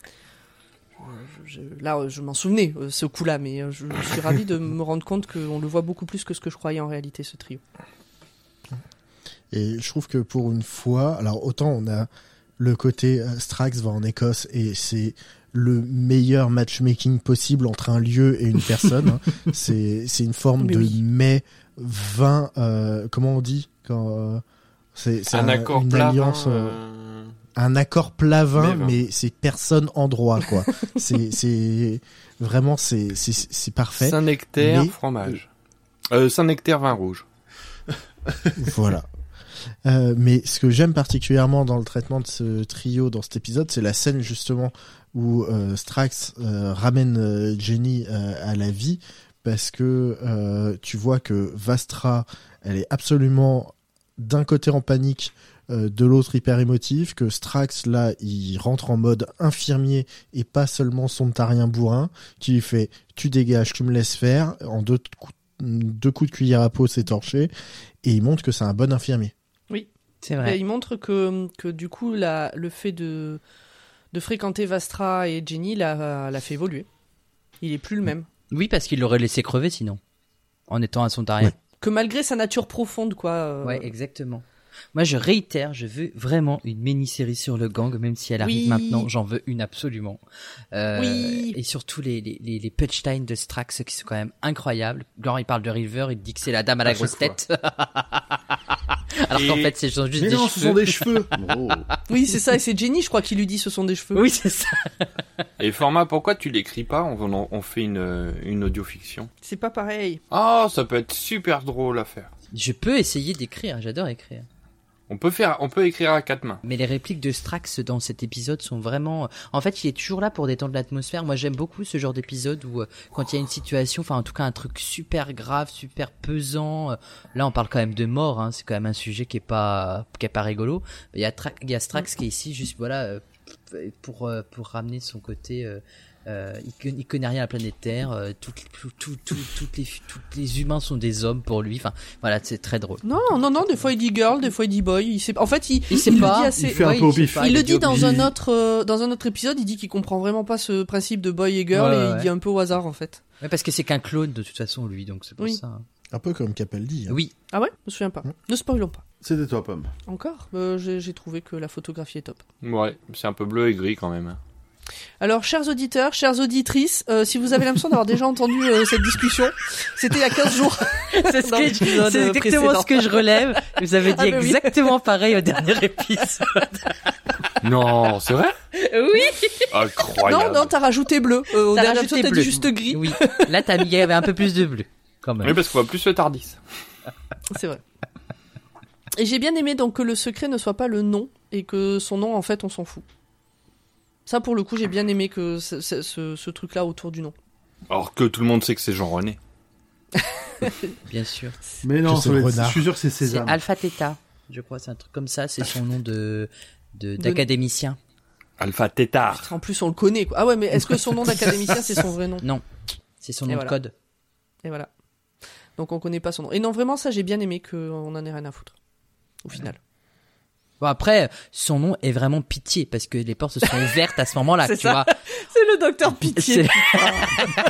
[SPEAKER 1] je- je- là je m'en souvenais euh, ce coup-là, mais euh, je, je suis ravi de me rendre compte qu'on le voit beaucoup plus que ce que je croyais en réalité ce trio.
[SPEAKER 8] Et je trouve que pour une fois, alors autant on a le côté euh, Strax va en Écosse et c'est le meilleur matchmaking possible entre un lieu et une personne. hein. C'est c'est une forme
[SPEAKER 1] Mais
[SPEAKER 8] de
[SPEAKER 1] oui.
[SPEAKER 8] mai vingt. Euh, comment on dit quand euh, c'est c'est
[SPEAKER 4] Un
[SPEAKER 8] un-
[SPEAKER 4] accord
[SPEAKER 8] une
[SPEAKER 4] plat.
[SPEAKER 8] alliance. euh,
[SPEAKER 4] euh,
[SPEAKER 8] un accord plat vin,
[SPEAKER 4] Mais vin.
[SPEAKER 8] mais c'est personne en droit quoi. c'est c'est vraiment c'est c'est c'est parfait.
[SPEAKER 4] Saint-Nectaire,
[SPEAKER 8] Mais-
[SPEAKER 4] fromage. Euh, Saint-Nectaire, vin rouge.
[SPEAKER 8] Voilà. Euh, mais ce que j'aime particulièrement dans le traitement de ce trio dans cet épisode, c'est la scène justement où euh, Strax euh, ramène euh, Jenny euh, à la vie, parce que euh, tu vois que Vastra, elle est absolument d'un côté en panique, euh, de l'autre hyper émotive, que Strax là il rentre en mode infirmier et pas seulement son tarien bourrin, qui lui fait tu dégages, tu me laisses faire, en deux coups, deux coups de cuillère à peau c'est torché, et il montre que c'est un bon infirmier.
[SPEAKER 3] C'est
[SPEAKER 1] Et
[SPEAKER 3] vrai.
[SPEAKER 1] il montre que, que du coup, la, le fait de, de fréquenter Vastra et Jenny l'a, l'a fait évoluer. Il est plus le même.
[SPEAKER 3] Oui, parce qu'il l'aurait laissé crever sinon, en étant à son tarien.
[SPEAKER 8] Ouais.
[SPEAKER 1] Que malgré sa nature profonde, quoi. euh,
[SPEAKER 3] Ouais, exactement. Moi, je réitère, je veux vraiment une mini-série sur le gang, même si elle arrive
[SPEAKER 1] Oui.
[SPEAKER 3] maintenant, j'en veux une absolument. Euh,
[SPEAKER 1] Oui.
[SPEAKER 3] Et surtout les, les, les, les punchlines de Strax qui sont quand même incroyables. Quand il parle de River, il dit que c'est la dame à la
[SPEAKER 5] À
[SPEAKER 3] grosse
[SPEAKER 5] chaque
[SPEAKER 3] tête. Alors
[SPEAKER 4] Et-
[SPEAKER 3] qu'en fait, c'est juste
[SPEAKER 5] Mais
[SPEAKER 3] des
[SPEAKER 5] non,
[SPEAKER 3] cheveux.
[SPEAKER 5] ce sont des cheveux. Oh.
[SPEAKER 1] Oui, c'est ça. Et c'est Jenny, je crois, qui lui dit ce sont des cheveux.
[SPEAKER 3] Oui, c'est ça.
[SPEAKER 4] Et format, pourquoi tu l'écris pas? On, on, on fait une, une audio-fiction.
[SPEAKER 1] C'est pas pareil.
[SPEAKER 4] Ah, ça peut être super drôle à faire.
[SPEAKER 3] Je peux essayer d'écrire, j'adore écrire.
[SPEAKER 4] On peut faire, on peut écrire à quatre mains.
[SPEAKER 3] Mais les répliques de Strax dans cet épisode sont vraiment... En fait, il est toujours là pour détendre l'atmosphère. Moi, j'aime beaucoup ce genre d'épisode où, euh, quand il y a une situation, enfin, en tout cas, un truc super grave, super pesant... euh, Là, on parle quand même de mort, hein, c'est quand même un sujet qui est pas, qui est pas rigolo. Il y a, Tra- il y a Strax qui est ici, juste, voilà, euh, pour, euh, pour ramener son côté... Euh, euh, il, con- il connaît rien à la planète Terre. Euh, tout, tout, tout, tout, toutes les, toutes les humains sont des hommes pour lui. Enfin, voilà, c'est très drôle.
[SPEAKER 1] Non, non, non. Des fois, il dit girl, des fois, il dit boy. Il sait... En fait, il,
[SPEAKER 3] Il sait
[SPEAKER 1] il
[SPEAKER 3] pas,
[SPEAKER 1] le dit assez...
[SPEAKER 5] il fait un
[SPEAKER 3] Ouais,
[SPEAKER 5] peu au
[SPEAKER 3] sait
[SPEAKER 5] pif.
[SPEAKER 3] pas,
[SPEAKER 1] Il le
[SPEAKER 3] est
[SPEAKER 1] dit dans
[SPEAKER 5] il-
[SPEAKER 1] un autre euh, dans un autre épisode, il dit qu'il comprend vraiment pas ce principe de boy et girl
[SPEAKER 3] Ouais,
[SPEAKER 1] et
[SPEAKER 3] ouais,
[SPEAKER 1] il
[SPEAKER 3] ouais.
[SPEAKER 1] dit un peu au hasard en fait.
[SPEAKER 3] Ouais, parce que c'est qu'un clone de toute façon, lui, donc c'est pour
[SPEAKER 1] Oui.
[SPEAKER 3] ça. hein.
[SPEAKER 8] Un peu comme Capaldi. hein.
[SPEAKER 3] Oui.
[SPEAKER 1] Ah ouais, je me souviens pas.
[SPEAKER 8] Mm.
[SPEAKER 1] Ne spoilons pas.
[SPEAKER 5] C'était toi, Pomme.
[SPEAKER 1] Encore, Euh, j'ai, j'ai trouvé que la photographie est top.
[SPEAKER 4] Ouais, c'est un peu bleu et gris quand même.
[SPEAKER 1] Alors, chers auditeurs, chères auditrices, euh, si vous avez l'impression d'avoir déjà entendu euh, cette discussion, c'était il y a quinze jours.
[SPEAKER 3] C'est, ce
[SPEAKER 1] Dans
[SPEAKER 3] que
[SPEAKER 1] l'épisode,
[SPEAKER 3] je- c'est
[SPEAKER 1] euh,
[SPEAKER 3] exactement
[SPEAKER 1] précédent.
[SPEAKER 3] ce que je relève. Vous avez dit
[SPEAKER 1] Ah, bah oui.
[SPEAKER 3] exactement pareil au dernier épisode.
[SPEAKER 4] Non, c'est vrai?
[SPEAKER 3] Oui.
[SPEAKER 4] Incroyable.
[SPEAKER 1] Non, non, t'as rajouté bleu. Euh, au
[SPEAKER 3] T'as
[SPEAKER 1] dernier
[SPEAKER 3] rajouté
[SPEAKER 1] épisode, t'as
[SPEAKER 3] bleu.
[SPEAKER 1] dit juste gris.
[SPEAKER 3] Oui. Là, t'as mis, il y avait un peu plus de bleu. Quand même.
[SPEAKER 4] Oui, parce qu'on voit plus le Tardis.
[SPEAKER 1] C'est vrai. Et j'ai bien aimé donc que le secret ne soit pas le nom et que son nom, en fait, on s'en fout. Ça, pour le coup, j'ai bien aimé que ce, ce, ce, ce truc-là autour du nom.
[SPEAKER 4] Alors que tout le monde sait que c'est Jean-René.
[SPEAKER 3] Bien sûr.
[SPEAKER 5] Mais non,
[SPEAKER 8] Que c'est
[SPEAKER 5] ça va
[SPEAKER 8] le
[SPEAKER 5] être-
[SPEAKER 8] renard.
[SPEAKER 5] je suis sûr que c'est
[SPEAKER 3] C'est
[SPEAKER 5] Sésame.
[SPEAKER 3] Alpha Theta. Je crois, c'est un truc comme ça. C'est son nom de, de, d'académicien.
[SPEAKER 4] Alpha Tétard.
[SPEAKER 1] En plus, on le connaît, quoi. Ah ouais, mais est-ce que son nom d'académicien, c'est son vrai nom?
[SPEAKER 3] Non. C'est son
[SPEAKER 1] Et
[SPEAKER 3] nom
[SPEAKER 1] voilà.
[SPEAKER 3] de code.
[SPEAKER 1] Et voilà. Donc on connaît pas son nom. Et non, vraiment, ça, j'ai bien aimé qu'on en ait rien à foutre. Au final.
[SPEAKER 3] Bon, après, son nom est vraiment Pitié parce que les portes se sont ouvertes à ce moment-là,
[SPEAKER 1] C'est
[SPEAKER 3] tu
[SPEAKER 1] ça.
[SPEAKER 3] vois.
[SPEAKER 1] C'est le docteur Pitié.
[SPEAKER 3] C'est...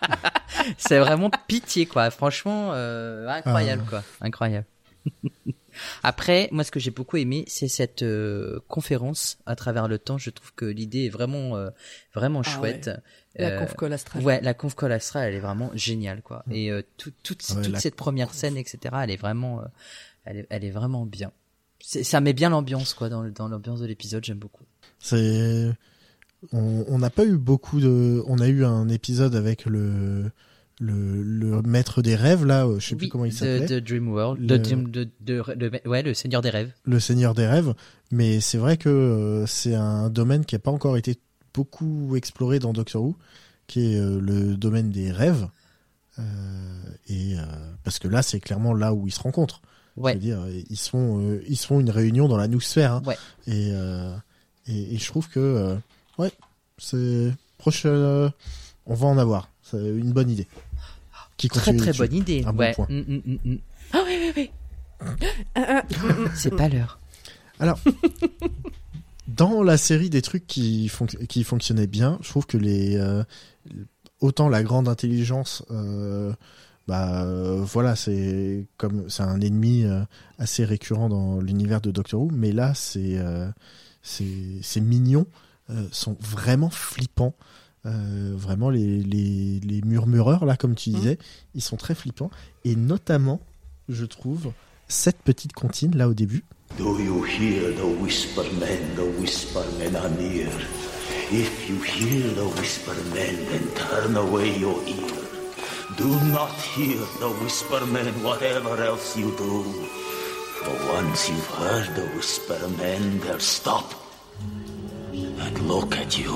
[SPEAKER 3] c'est vraiment Pitié, quoi. Franchement, euh, incroyable,
[SPEAKER 8] Ah.
[SPEAKER 3] quoi. Incroyable. Après, moi, ce que j'ai beaucoup aimé, c'est cette euh, conférence à travers le temps. Je trouve que l'idée est vraiment, euh, vraiment
[SPEAKER 1] Ah
[SPEAKER 3] chouette.
[SPEAKER 1] ouais. La
[SPEAKER 3] Euh,
[SPEAKER 1] conf call astrale.
[SPEAKER 3] Ouais, la conf call astrale, elle est vraiment géniale, quoi. Et euh, tout, toute,
[SPEAKER 8] Ouais,
[SPEAKER 3] toute
[SPEAKER 8] la
[SPEAKER 3] cette première scène, et cetera, elle est vraiment, euh, elle est, elle est vraiment bien. C'est, ça met bien l'ambiance, quoi, dans, le- dans l'ambiance de l'épisode. J'aime beaucoup.
[SPEAKER 8] C'est, on on n'a pas eu beaucoup de, on a eu un épisode avec le le, le maître des rêves là, je sais plus
[SPEAKER 3] Oui,
[SPEAKER 8] comment il
[SPEAKER 3] de,
[SPEAKER 8] s'appelait.
[SPEAKER 3] de Dream World,
[SPEAKER 8] Le-
[SPEAKER 3] de, Dream- de, de, de- ouais, le Seigneur des rêves.
[SPEAKER 8] Le Seigneur des rêves, mais c'est vrai que euh, c'est un domaine qui n'a pas encore été beaucoup exploré dans Doctor Who, qui est euh, le domaine des rêves. Euh, et euh, parce que là, c'est clairement là où ils se rencontrent.
[SPEAKER 3] Ouais.
[SPEAKER 8] Je veux dire, ils se font, euh, ils se font une réunion dans la noosphère. Hein,
[SPEAKER 3] Ouais.
[SPEAKER 8] et, euh, et et je trouve que euh, ouais, c'est proche. euh, on va en avoir. C'est une bonne idée. Qui
[SPEAKER 3] Très
[SPEAKER 8] continue
[SPEAKER 3] très
[SPEAKER 8] là-dessus.
[SPEAKER 3] bonne idée.
[SPEAKER 8] Un bon
[SPEAKER 3] ouais.
[SPEAKER 8] point.
[SPEAKER 3] Mm, mm, mm, mm. Ah oui oui oui. C'est pas l'heure.
[SPEAKER 8] Alors, dans la série des trucs qui, fonc- qui fonctionnaient bien, je trouve que les euh, autant la grande intelligence, euh, bah euh, voilà, c'est comme c'est un ennemi euh, assez récurrent dans l'univers de Doctor Who, mais là c'est euh, c'est ces mignons euh, sont vraiment flippants. Euh, vraiment les, les les murmureurs là, comme tu disais, ils sont très flippants, et notamment, je trouve, cette petite comptine là au début.
[SPEAKER 10] Do you hear the whisper men? The whisper men are near. If you hear the whisper men, then turn away your ear. Do not hear the whisper men, whatever else you do. For once you've heard the whisper men, they'll stop and look at you.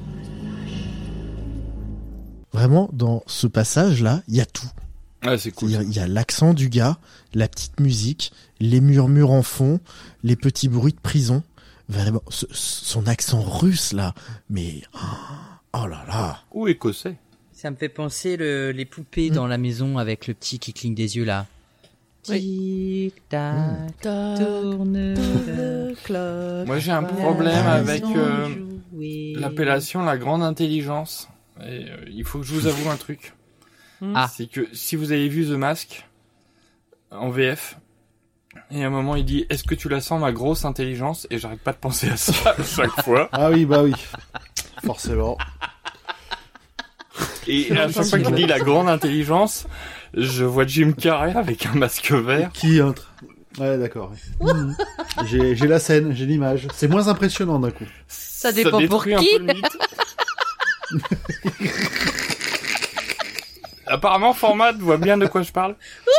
[SPEAKER 8] Vraiment, dans ce passage-là, il y a tout.
[SPEAKER 4] Ouais, c'est cool.
[SPEAKER 8] C'est-à-dire, il y a l'accent du gars, la petite musique, les murmures en fond, les petits bruits de prison. Vraiment, ce- son accent russe, là. Mais, oh là là.
[SPEAKER 4] Ou écossais.
[SPEAKER 3] Ça me fait penser le, les poupées dans la maison avec le petit qui cligne des yeux là.
[SPEAKER 1] Oui.
[SPEAKER 3] Tic tac,
[SPEAKER 1] Tac,
[SPEAKER 3] tourne
[SPEAKER 1] le clock.
[SPEAKER 4] Moi, j'ai un
[SPEAKER 1] Voilà.
[SPEAKER 4] problème avec euh,
[SPEAKER 3] jouer.
[SPEAKER 4] l'appellation la grande intelligence. Et, euh, il faut que je vous avoue un truc.
[SPEAKER 3] Ah.
[SPEAKER 4] C'est que si vous avez vu The Mask en V F, et à un moment il dit est-ce que tu la sens ma grosse intelligence, et j'arrête pas de penser à ça à chaque fois.
[SPEAKER 5] Ah oui, bah oui. Forcément.
[SPEAKER 4] Et à chaque fois qu'il dit la grande intelligence, je vois Jim Carrey avec un masque vert.
[SPEAKER 5] Qui entre. Ouais, d'accord. Mhm. J'ai j'ai la scène, j'ai l'image. C'est moins impressionnant d'un coup.
[SPEAKER 3] Ça dépend pour
[SPEAKER 4] détruit un
[SPEAKER 3] qui.
[SPEAKER 4] peu le mythe. Apparemment, Format voit bien de quoi je parle.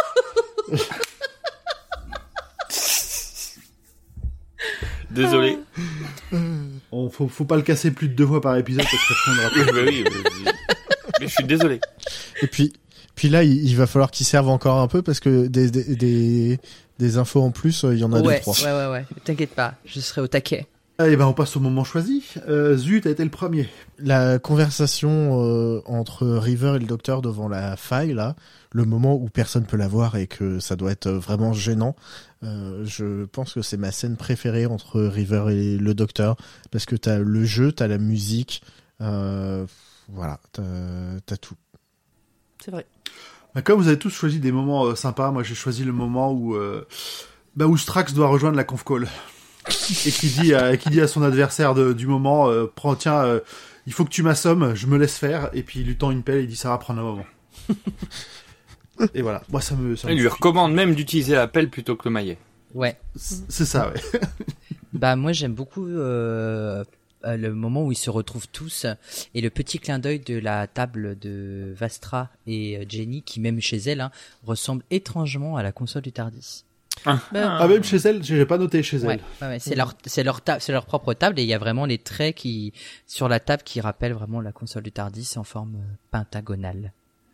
[SPEAKER 4] Désolé.
[SPEAKER 5] On, faut, faut pas le casser plus de deux fois par épisode parce qu'après on ne
[SPEAKER 4] Oui, bah oui, mais, mais je suis désolé.
[SPEAKER 8] Et puis, puis là, il, il va falloir qu'il serve encore un peu parce que des, des, des, des infos en plus, euh, il y en a
[SPEAKER 3] Ouais,
[SPEAKER 8] deux, trois.
[SPEAKER 3] ouais, ouais, ouais. T'inquiète pas, je serai au taquet.
[SPEAKER 5] Allez, ben on passe au moment choisi. Euh, Zut a été le premier.
[SPEAKER 8] La conversation euh, entre River et le docteur devant la faille, là, le moment où personne peut la voir et que ça doit être vraiment gênant, euh, je pense que c'est ma scène préférée entre River et le docteur, parce que t'as le jeu, t'as la musique, euh, voilà, t'as, t'as tout.
[SPEAKER 1] C'est vrai.
[SPEAKER 5] Bah, comme vous avez tous choisi des moments euh, sympas, moi j'ai choisi le moment où, euh, bah, où Strax doit rejoindre la conf call. Et qui dit, à, qui dit à son adversaire de, du moment, euh, prends, tiens, euh, il faut que tu m'assommes, je me laisse faire, et puis il lui tend une pelle et il dit ça va prendre un moment. Et voilà, moi ça me... Ça me
[SPEAKER 4] Il lui
[SPEAKER 5] suffit.
[SPEAKER 4] recommande même d'utiliser la pelle plutôt que le maillet.
[SPEAKER 3] Ouais.
[SPEAKER 5] C'est ça, ouais.
[SPEAKER 3] Bah moi j'aime beaucoup euh, euh, le moment où ils se retrouvent tous et le petit clin d'œil de la table de Vastra et euh, Jenny qui même chez elle hein, ressemble étrangement à la console du TARDIS.
[SPEAKER 4] Ah,
[SPEAKER 5] ah même chez elle, j'ai pas noté chez
[SPEAKER 3] Ouais,
[SPEAKER 5] elle.
[SPEAKER 3] ouais, ouais, c'est leur c'est leur table, c'est leur propre table et il y a vraiment les traits qui sur la table qui rappellent vraiment la console du TARDIS en forme euh, pentagonale.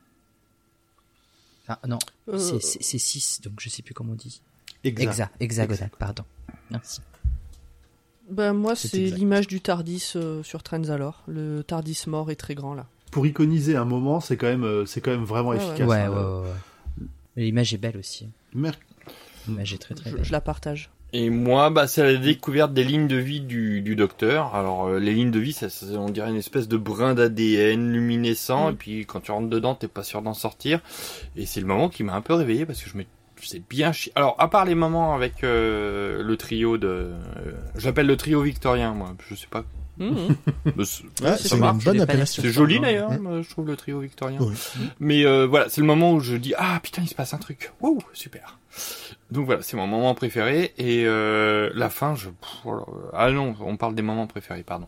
[SPEAKER 3] Ah non,
[SPEAKER 1] Euh,
[SPEAKER 3] c'est c'est c'est six donc je sais plus comment on dit.
[SPEAKER 5] Exact.
[SPEAKER 3] Hexa, hexagonal, pardon. Merci.
[SPEAKER 1] Bah moi
[SPEAKER 8] C'est
[SPEAKER 1] c'est
[SPEAKER 8] exact.
[SPEAKER 1] l'image du TARDIS euh, sur Trenzalore. Le TARDIS mort est très grand là.
[SPEAKER 5] Pour iconiser un moment, c'est quand même, euh, c'est quand même vraiment
[SPEAKER 1] Ouais, ouais.
[SPEAKER 5] efficace.
[SPEAKER 3] Ouais,
[SPEAKER 5] hein.
[SPEAKER 3] ouais, ouais, ouais. L'image est belle aussi.
[SPEAKER 5] Mer-
[SPEAKER 3] L'image est très très
[SPEAKER 1] Je,
[SPEAKER 3] belle.
[SPEAKER 1] je la partage.
[SPEAKER 4] Et moi, bah, c'est la découverte des lignes de vie du, du docteur. Alors, euh, les lignes de vie, ça, ça, on dirait une espèce de brin d'A D N luminescent.
[SPEAKER 1] Mm.
[SPEAKER 4] Et puis, quand tu rentres dedans, t'es pas sûr d'en sortir. Et c'est le moment qui m'a un peu réveillé parce que je me, c'est bien chiant. Alors, à part les moments avec euh, le trio de... Euh, j'appelle le trio victorien, moi. Je sais pas.
[SPEAKER 1] Mmh.
[SPEAKER 4] Mais c'est,
[SPEAKER 8] Ouais,
[SPEAKER 4] ça
[SPEAKER 8] c'est
[SPEAKER 4] marche.
[SPEAKER 8] une bonne appellation.
[SPEAKER 4] C'est joli d'ailleurs,
[SPEAKER 8] Mmh.
[SPEAKER 4] je trouve, le trio victorien.
[SPEAKER 8] Oui.
[SPEAKER 4] Mais euh, voilà, c'est le moment où je dis « Ah, putain, il se passe un truc. Wouh, super !» Donc voilà, c'est mon moment préféré. Et euh, la fin, je... Ah non, on parle des moments préférés, pardon.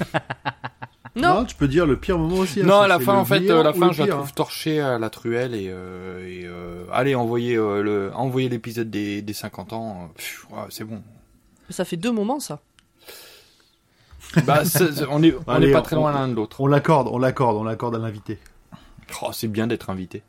[SPEAKER 5] Non.
[SPEAKER 1] Non.
[SPEAKER 5] tu peux dire le pire moment aussi.
[SPEAKER 4] Non,
[SPEAKER 5] hein,
[SPEAKER 4] à la
[SPEAKER 5] c'est
[SPEAKER 4] fin,
[SPEAKER 5] le
[SPEAKER 4] en fait,
[SPEAKER 5] meilleur
[SPEAKER 4] euh, la
[SPEAKER 5] ou
[SPEAKER 4] fin,
[SPEAKER 5] le
[SPEAKER 4] je la
[SPEAKER 5] pire,
[SPEAKER 4] trouve
[SPEAKER 5] hein.
[SPEAKER 4] torchée à la truelle et, euh, et euh, allez, envoyer euh, le, envoyer l'épisode des, des cinquante ans, euh, pff, ouais, c'est bon.
[SPEAKER 1] Ça fait deux moments, ça.
[SPEAKER 4] Bah, c'est, c'est, on est, on
[SPEAKER 5] Allez,
[SPEAKER 4] est pas
[SPEAKER 5] on-
[SPEAKER 4] très loin l'un de l'autre.
[SPEAKER 5] On l'accorde, on l'accorde, on l'accorde à l'invité.
[SPEAKER 4] Oh, c'est bien d'être invité.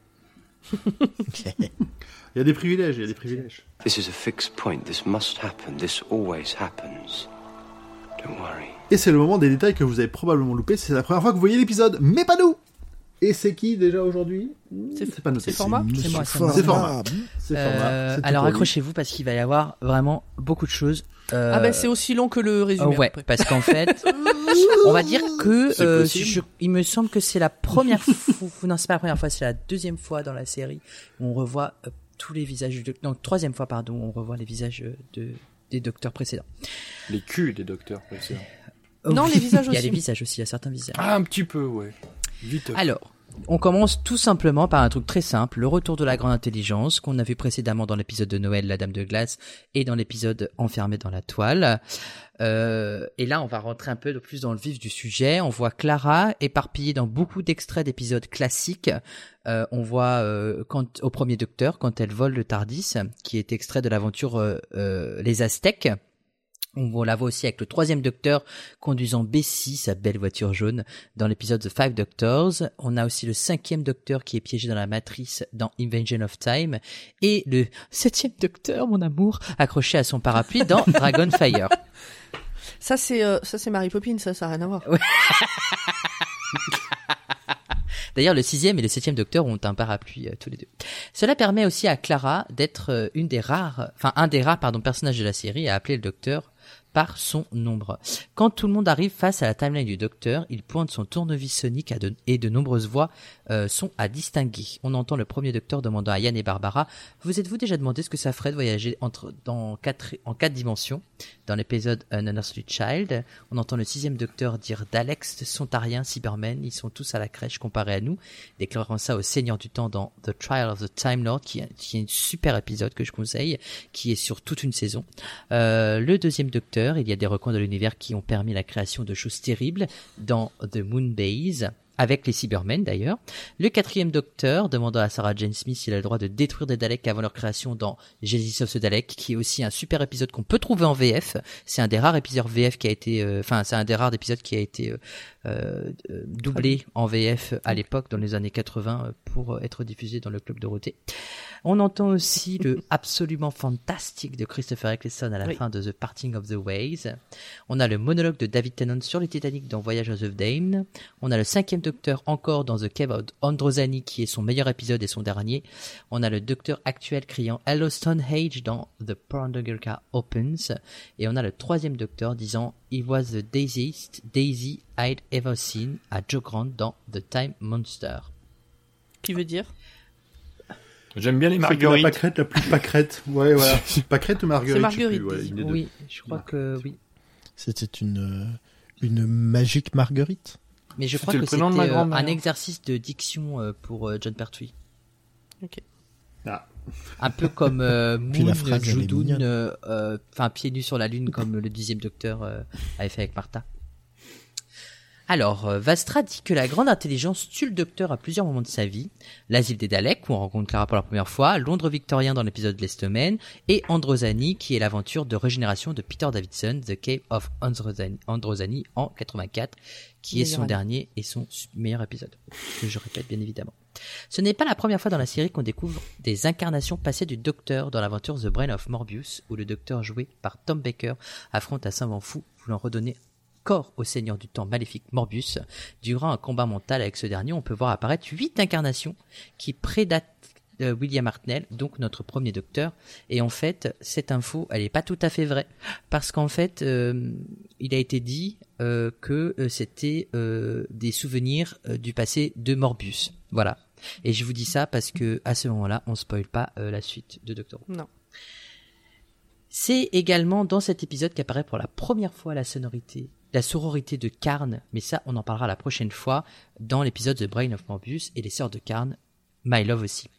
[SPEAKER 5] Il y a des privilèges, il y a des privilèges.
[SPEAKER 7] This is a fixed point. This must happen. This always happens. Don't worry.
[SPEAKER 5] Et c'est le moment des détails que vous avez probablement loupé. C'est la première fois que vous voyez l'épisode, mais pas nous. Et c'est qui déjà aujourd'hui?
[SPEAKER 1] C'est-
[SPEAKER 5] C'est pas noté.
[SPEAKER 1] c'est format
[SPEAKER 3] C'est moi, c'est moi.
[SPEAKER 5] C'est format. C'est
[SPEAKER 3] Euh,
[SPEAKER 5] format. C'est tout
[SPEAKER 3] alors
[SPEAKER 5] pour lui.
[SPEAKER 3] accrochez-vous parce qu'il va y avoir vraiment beaucoup de choses. Euh,
[SPEAKER 1] Ah ben c'est aussi long que le
[SPEAKER 3] euh,
[SPEAKER 1] résumé.
[SPEAKER 3] ouais,
[SPEAKER 1] après.
[SPEAKER 3] parce qu'en fait, on va dire que
[SPEAKER 4] C'est
[SPEAKER 3] euh,
[SPEAKER 4] possible.
[SPEAKER 3] je- il me semble que c'est la première fois, non c'est pas la première fois, c'est la deuxième fois dans la série où on revoit euh, tous les visages du doc- non troisième fois pardon, on revoit les visages euh, de des docteurs précédents.
[SPEAKER 4] Les culs des docteurs, précédents.
[SPEAKER 3] Euh,
[SPEAKER 1] Non,
[SPEAKER 3] oui,
[SPEAKER 1] les visages
[SPEAKER 3] Il y a
[SPEAKER 1] aussi.
[SPEAKER 3] les visages aussi, il y a certains visages.
[SPEAKER 4] Ah, un petit peu, ouais. Vite.
[SPEAKER 3] Alors, on commence tout simplement par un truc très simple, le retour de la grande intelligence qu'on a vu précédemment dans l'épisode de Noël, la Dame de Glace, et dans l'épisode Enfermé dans la toile. Euh, et là, on va rentrer un peu plus dans le vif du sujet. On voit Clara éparpillée dans beaucoup d'extraits d'épisodes classiques. Euh, on voit euh, quand, au premier Docteur, quand elle vole le TARDIS, qui est extrait de l'aventure euh, euh, Les Aztèques. On la voit aussi avec le troisième Docteur conduisant Bessie, sa belle voiture jaune, dans l'épisode The Five Doctors. On a aussi le cinquième Docteur qui est piégé dans la matrice dans Invention of Time. Et le septième Docteur, mon amour, accroché à son parapluie dans Dragonfire.
[SPEAKER 1] Ça c'est euh, ça c'est Mary Poppins, ça ça a rien à voir.
[SPEAKER 3] D'ailleurs, le sixième et le septième Docteur ont un parapluie euh, tous les deux. Cela permet aussi à Clara d'être euh, une des rares, enfin un des rares pardon personnages de la série à appeler le Docteur par son nombre. Quand tout le monde arrive face à la timeline du Docteur, il pointe son tournevis sonique à de, et de nombreuses voix euh, sont à distinguer. On entend le premier Docteur demandant à Yann et Barbara « Vous êtes-vous déjà demandé ce que ça ferait de voyager entre, dans quatre, en quatre dimensions ?» Dans l'épisode An Unearthly Child, on entend le sixième Docteur dire d'Alex, Sontarien, Cybermen, ils sont tous à la crèche comparés à nous, déclarant ça au Seigneur du Temps dans The Trial of the Time Lord, qui, qui est un super épisode que je conseille, qui est sur toute une saison. Euh, le deuxième Docteur, il y a des recoins de l'univers qui ont permis la création de choses terribles dans The Moon Base, avec les Cybermen d'ailleurs. Le quatrième Docteur, demandant à Sarah Jane Smith s'il a le droit de détruire des Daleks avant leur création dans Genesis of the Dalek, qui est aussi un super épisode qu'on peut trouver en V F. C'est un des rares épisodes V F qui a été, enfin euh, c'est un des rares épisodes qui a été euh, euh, doublé en V F à l'époque dans les années quatre-vingts pour être diffusé dans le Club Dorothée. On entend aussi le absolument fantastique de Christopher Eccleston à la
[SPEAKER 1] oui.
[SPEAKER 3] fin de The Parting of the Ways. On a le monologue de David Tennant sur le Titanic dans Voyage of the Dane. On a le cinquième Docteur encore dans The Cave of Androzani qui est son meilleur épisode et son dernier. On a le Docteur actuel criant Hello Stonehenge dans The Pandagurka Opens. Et on a le troisième Docteur disant He was the daisiest daisy I'd ever seen à Joe Grant dans The Time Monster.
[SPEAKER 1] Qui veut dire
[SPEAKER 4] J'aime bien les
[SPEAKER 5] C'est que
[SPEAKER 4] marguerites.
[SPEAKER 5] la pâquerette la plus pâquerette. Ouais, voilà. Pâquerette ou marguerite?
[SPEAKER 1] C'est Marguerite,
[SPEAKER 5] je sais plus, ouais,
[SPEAKER 1] dis.
[SPEAKER 5] une des deux.
[SPEAKER 3] Oui, je crois que oui.
[SPEAKER 8] C'était une, euh, une magique marguerite.
[SPEAKER 3] Mais je
[SPEAKER 4] C'était
[SPEAKER 3] crois
[SPEAKER 4] le
[SPEAKER 3] que
[SPEAKER 4] prénom
[SPEAKER 3] c'était
[SPEAKER 4] de ma
[SPEAKER 3] euh,
[SPEAKER 4] grand-mère.
[SPEAKER 3] un exercice de diction euh, pour euh, John Pertwee.
[SPEAKER 1] Ok.
[SPEAKER 5] Ah.
[SPEAKER 3] Un peu comme euh,
[SPEAKER 8] Puis la
[SPEAKER 3] Moon,
[SPEAKER 8] phrase, elle est
[SPEAKER 3] Judoun,
[SPEAKER 8] mignonne.
[SPEAKER 3] euh, euh, enfin pieds nus sur la lune comme le dixième Docteur euh, avait fait avec Martha. Alors, euh, Vastra dit que la grande intelligence tue le Docteur à plusieurs moments de sa vie. L'asile des Daleks, où on rencontre Clara pour la première fois, Londres victorien dans l'épisode Lestomen, et Androzani, qui est l'aventure de régénération de Peter Davidson, The Cave of Androzani, Androzani en quatre-vingt-quatre, qui est
[SPEAKER 1] Meilleur
[SPEAKER 3] son
[SPEAKER 1] année.
[SPEAKER 3] dernier et son meilleur épisode, que je répète bien évidemment. Ce n'est pas la première fois dans la série qu'on découvre des incarnations passées du Docteur dans l'aventure The Brain of Morbius, où le Docteur joué par Tom Baker affronte un savant fou voulant redonner corps au Seigneur du Temps maléfique Morbius. Durant un combat mental avec ce dernier, on peut voir apparaître huit incarnations qui prédatent euh, William Hartnell, donc notre premier Docteur. Et en fait, cette info, elle est pas tout à fait vraie, parce qu'en fait, euh, il a été dit euh, que euh, c'était euh, des souvenirs euh, du passé de Morbius. Voilà. Et je vous dis ça parce que à ce moment-là, on spoil pas euh, la suite de Doctor Who.
[SPEAKER 1] Non.
[SPEAKER 3] C'est également dans cet épisode qu'apparaît pour la première fois la sonorité, la sororité de Karn, mais ça, on en parlera la prochaine fois dans l'épisode The Brain of Morbius et les sœurs de Karn, My Love aussi.